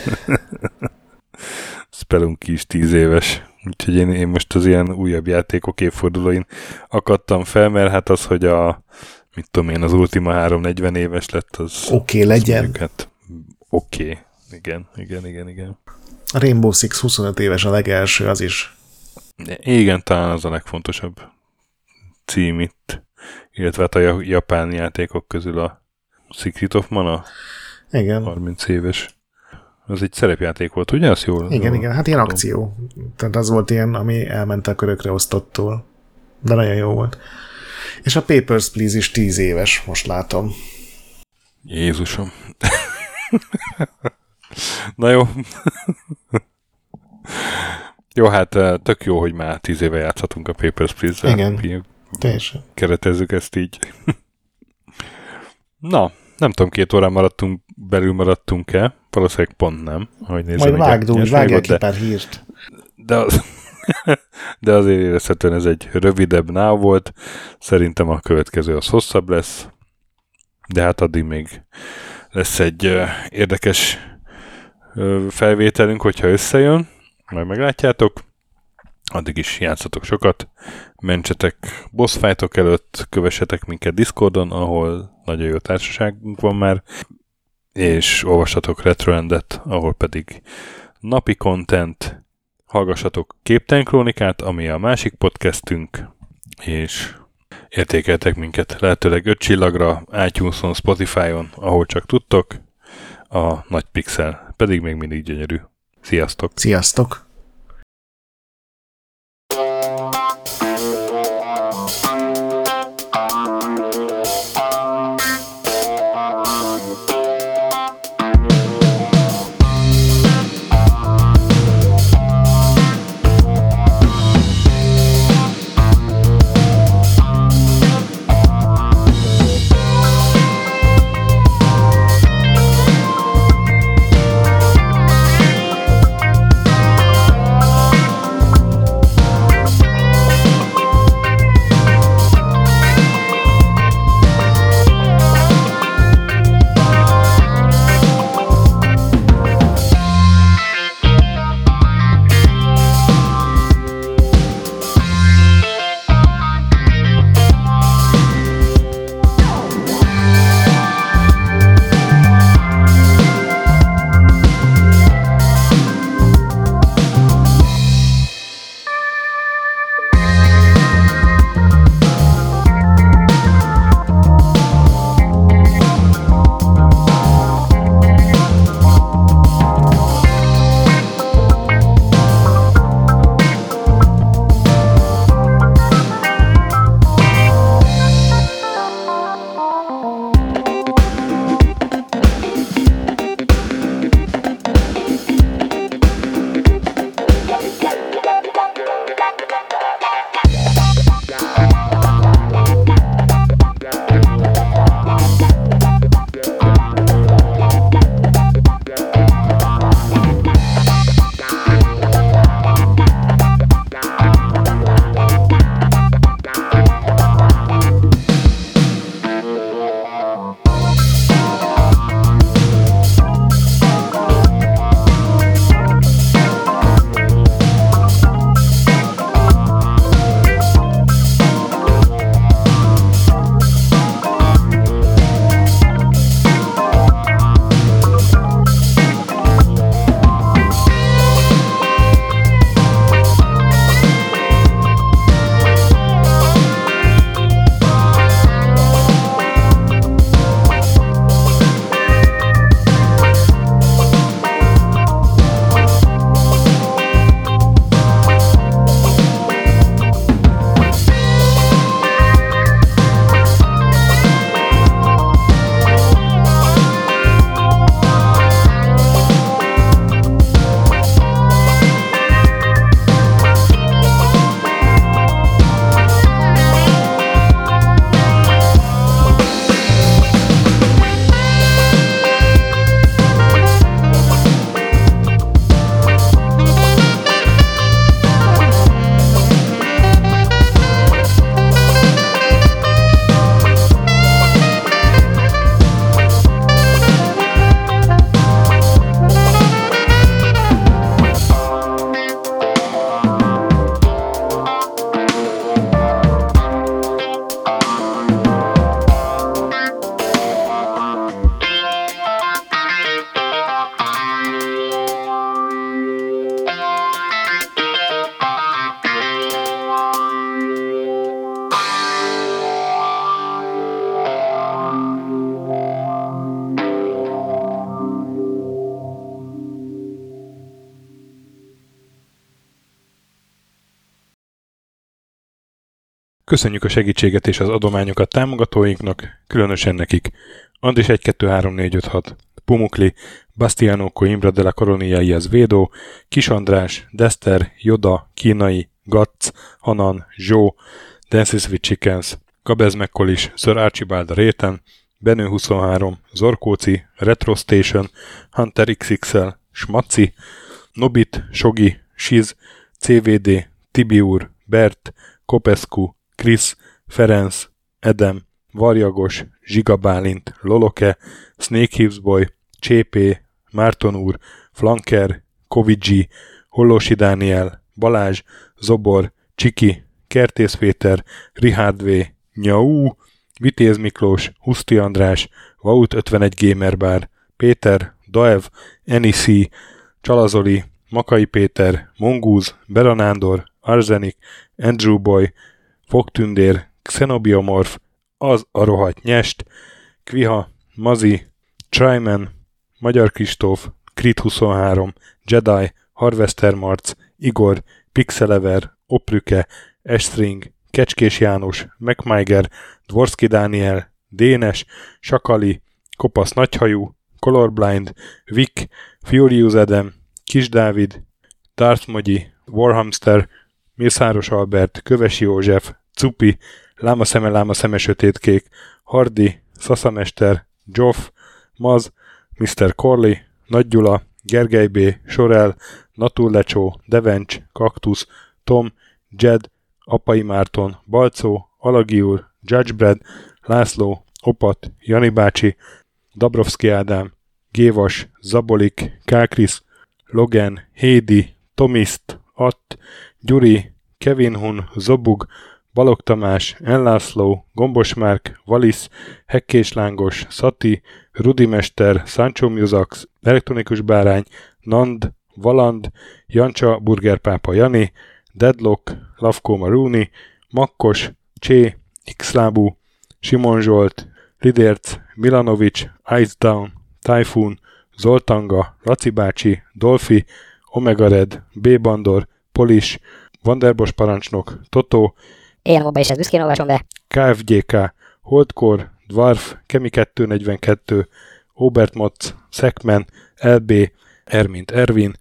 Spelunky is 10 éves. Úgyhogy én most az ilyen újabb játékok évfordulóin akadtam fel, mert hát az, hogy mit tudom én, az Ultima 3 40 éves lett, az...
Oké, legyen.
Hát, oké. Igen.
A Rainbow Six 25 éves a legelső, az is.
Igen, talán az a legfontosabb cím itt. Illetve hát a japán játékok közül a Secret of Mana.
Igen.
30 éves. Az egy szerepjáték volt, ugye? Az jól?
Igen, hát ilyen akció. Tehát az volt ilyen, ami elment a körökre osztottól. De nagyon jó volt. És a Papers, Please is 10 éves, most látom.
Jézusom. Na jó. Jó, hát tök jó, hogy már 10 éve játszhatunk a Papers, Please-zel.
Igen, teljesen.
Keretezzük ezt így. Na, nem tudom, 2 órán belül maradtunk-e? Valószínűleg pont nem. Ahogy nézem,
majd vágják ki pár hírt.
De azért érezhetően ez egy rövidebb náv volt. Szerintem a következő az hosszabb lesz. De hát addig még lesz egy érdekes felvételünk, hogyha összejön. Majd meglátjátok. Addig is játszatok sokat, mentsetek boss fightok előtt, kövessetek minket Discordon, ahol nagyon jó társaságunk van már, és olvassatok Retroendet, ahol pedig napi content, hallgassatok Képtelen Krónikát, ami a másik podcastünk, és értékeltek minket lehetőleg 5 csillagra, iTunes-on, Spotify-on, ahol csak tudtok, a nagy pixel pedig még mindig gyönyörű. Sziasztok!
Sziasztok!
Köszönjük a segítséget és az adományokat támogatóinknak, különösen nekik. Andris 1, 2, 3, 4, 5, 6, Pumukli, Bastiano Coimbra de la Coronia Iaz Védó, Kis András, Dester, Joda, Kínai, Gatz, Hanan, Zsó, Dances with Chickens, Gabez Mekkolis, Sir Archibald Réten, Benő 23, Zorkóci, Retro Station, Hunter XXL, Smaci, Nobit, Sogi, Siz, CVD, Tibiur, Bert, Kopescu, Krisz, Ferenc, Edem, Varjagos, Zsigabálint, Loloke, Snake Hips Boy, Csépé, Márton úr, Flanker, Kovicsi, Hollósi Dániel, Balázs, Zobor, Csiki, Kertész Péter, Richard V, Nyau, Vitéz Miklós, Huszti András, Vaut 51 Gamerbar, Péter, Daev, Enisi, Csalazoli, Makai Péter, Mongúz, Beranándor, Arzenik, Andrew Boy, Fogtündér, Xenobiomorph, Az a rohadt nyest, Kviha, Mazi, Tryman, Magyar Kristóf, Krit 23, Jedi, Harvester Marc, Igor, Pixelever, Oprüke, Estring, Kecskés János, MacMiger, Dvorski Dániel, Dénes, Sakali, Kopasz Nagyhajú, Colorblind, Vic, Furious Adam, Kis Dávid, Darth Mogyi, Warhamster, Mészáros Albert, Kövesi József, Cupi, Láma szeme sötétkék, Hardi, Szaszamester, Joff, Maz, Mr. Corley, Nagy Gyula, Gergely B., Sorel, Naturlecsó, Devencs, Kaktusz, Tom, Jed, Apai Márton, Balcó, Alagi úr, Judgebred, László, Opat, Jani bácsi, Dabrowski Ádám, Gévas, Zabolik, Kákris, Logan, Hédi, Tomiszt, Att, Gyuri, Kevin Hun, Zobug, Balog Tamás, Enlászló, Gombos Márk, Valisz, Hekkés Lángos, Szati, Rudimester, Sancho Musax, Elektronikus Bárány, Nand, Valand, Jancsa, Burgerpápa Jani, Deadlock, Lavko Maruni, Makkos, Csé, Xlábú, Simon Zsolt, Lidérc, Milanovic, Ice Down, Typhoon, Zoltanga, Laci bácsi, Dolfi, Omega Red, B. Bandor, Polis, Vanderbos parancsnok, Totó,
Éjjelmobban is ezt büszkén olvasom be.
KFGK, Holdkor, Dwarf, Kemi 242, Obert Motz, Szekmen, LB, Ermint Ervin,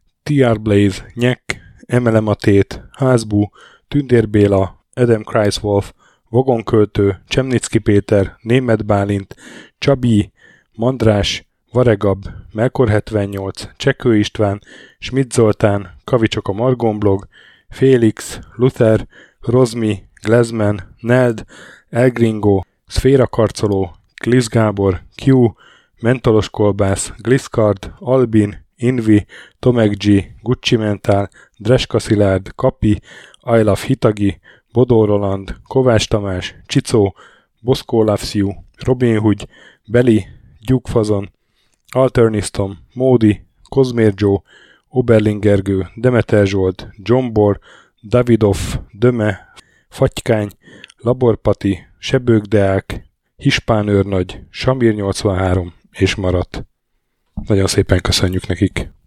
TR Blaze, Nyek, MLM Atét, Házbú, Tündér Béla, Adam Kreiswolf, Vogonköltő, Csemnicki Péter, Németh Bálint, Csabi, Mandrás, Varegab, Melkor 78, Csekő István, Schmidt Zoltán, Kavicsok a Margonblog, Félix, Luther, Rozmi, Glezman, Neld, Elgringo, Szféra Karcoló, Glisz Gábor, Q, Mentolos Kolbász, Gliscard, Albin, Invi, Tomek G, Gucci Mentál, Dreska Szilárd, Kapi, I Love Hitagi, Bodó Roland, Kovács Tamás, Csicó, Boszkó Loves You, Robin Hood, Beli, Gyúkfazon, Alternisztom, Módi, Kozmér Joe, Oberlin Gergő, Demeter Zsolt, Zsombor, Davidov, Döme, Fatykány, Laborpati, Sebők Deák, Hispán őrnagy, Samir 83 és Marat. Nagyon szépen köszönjük nekik!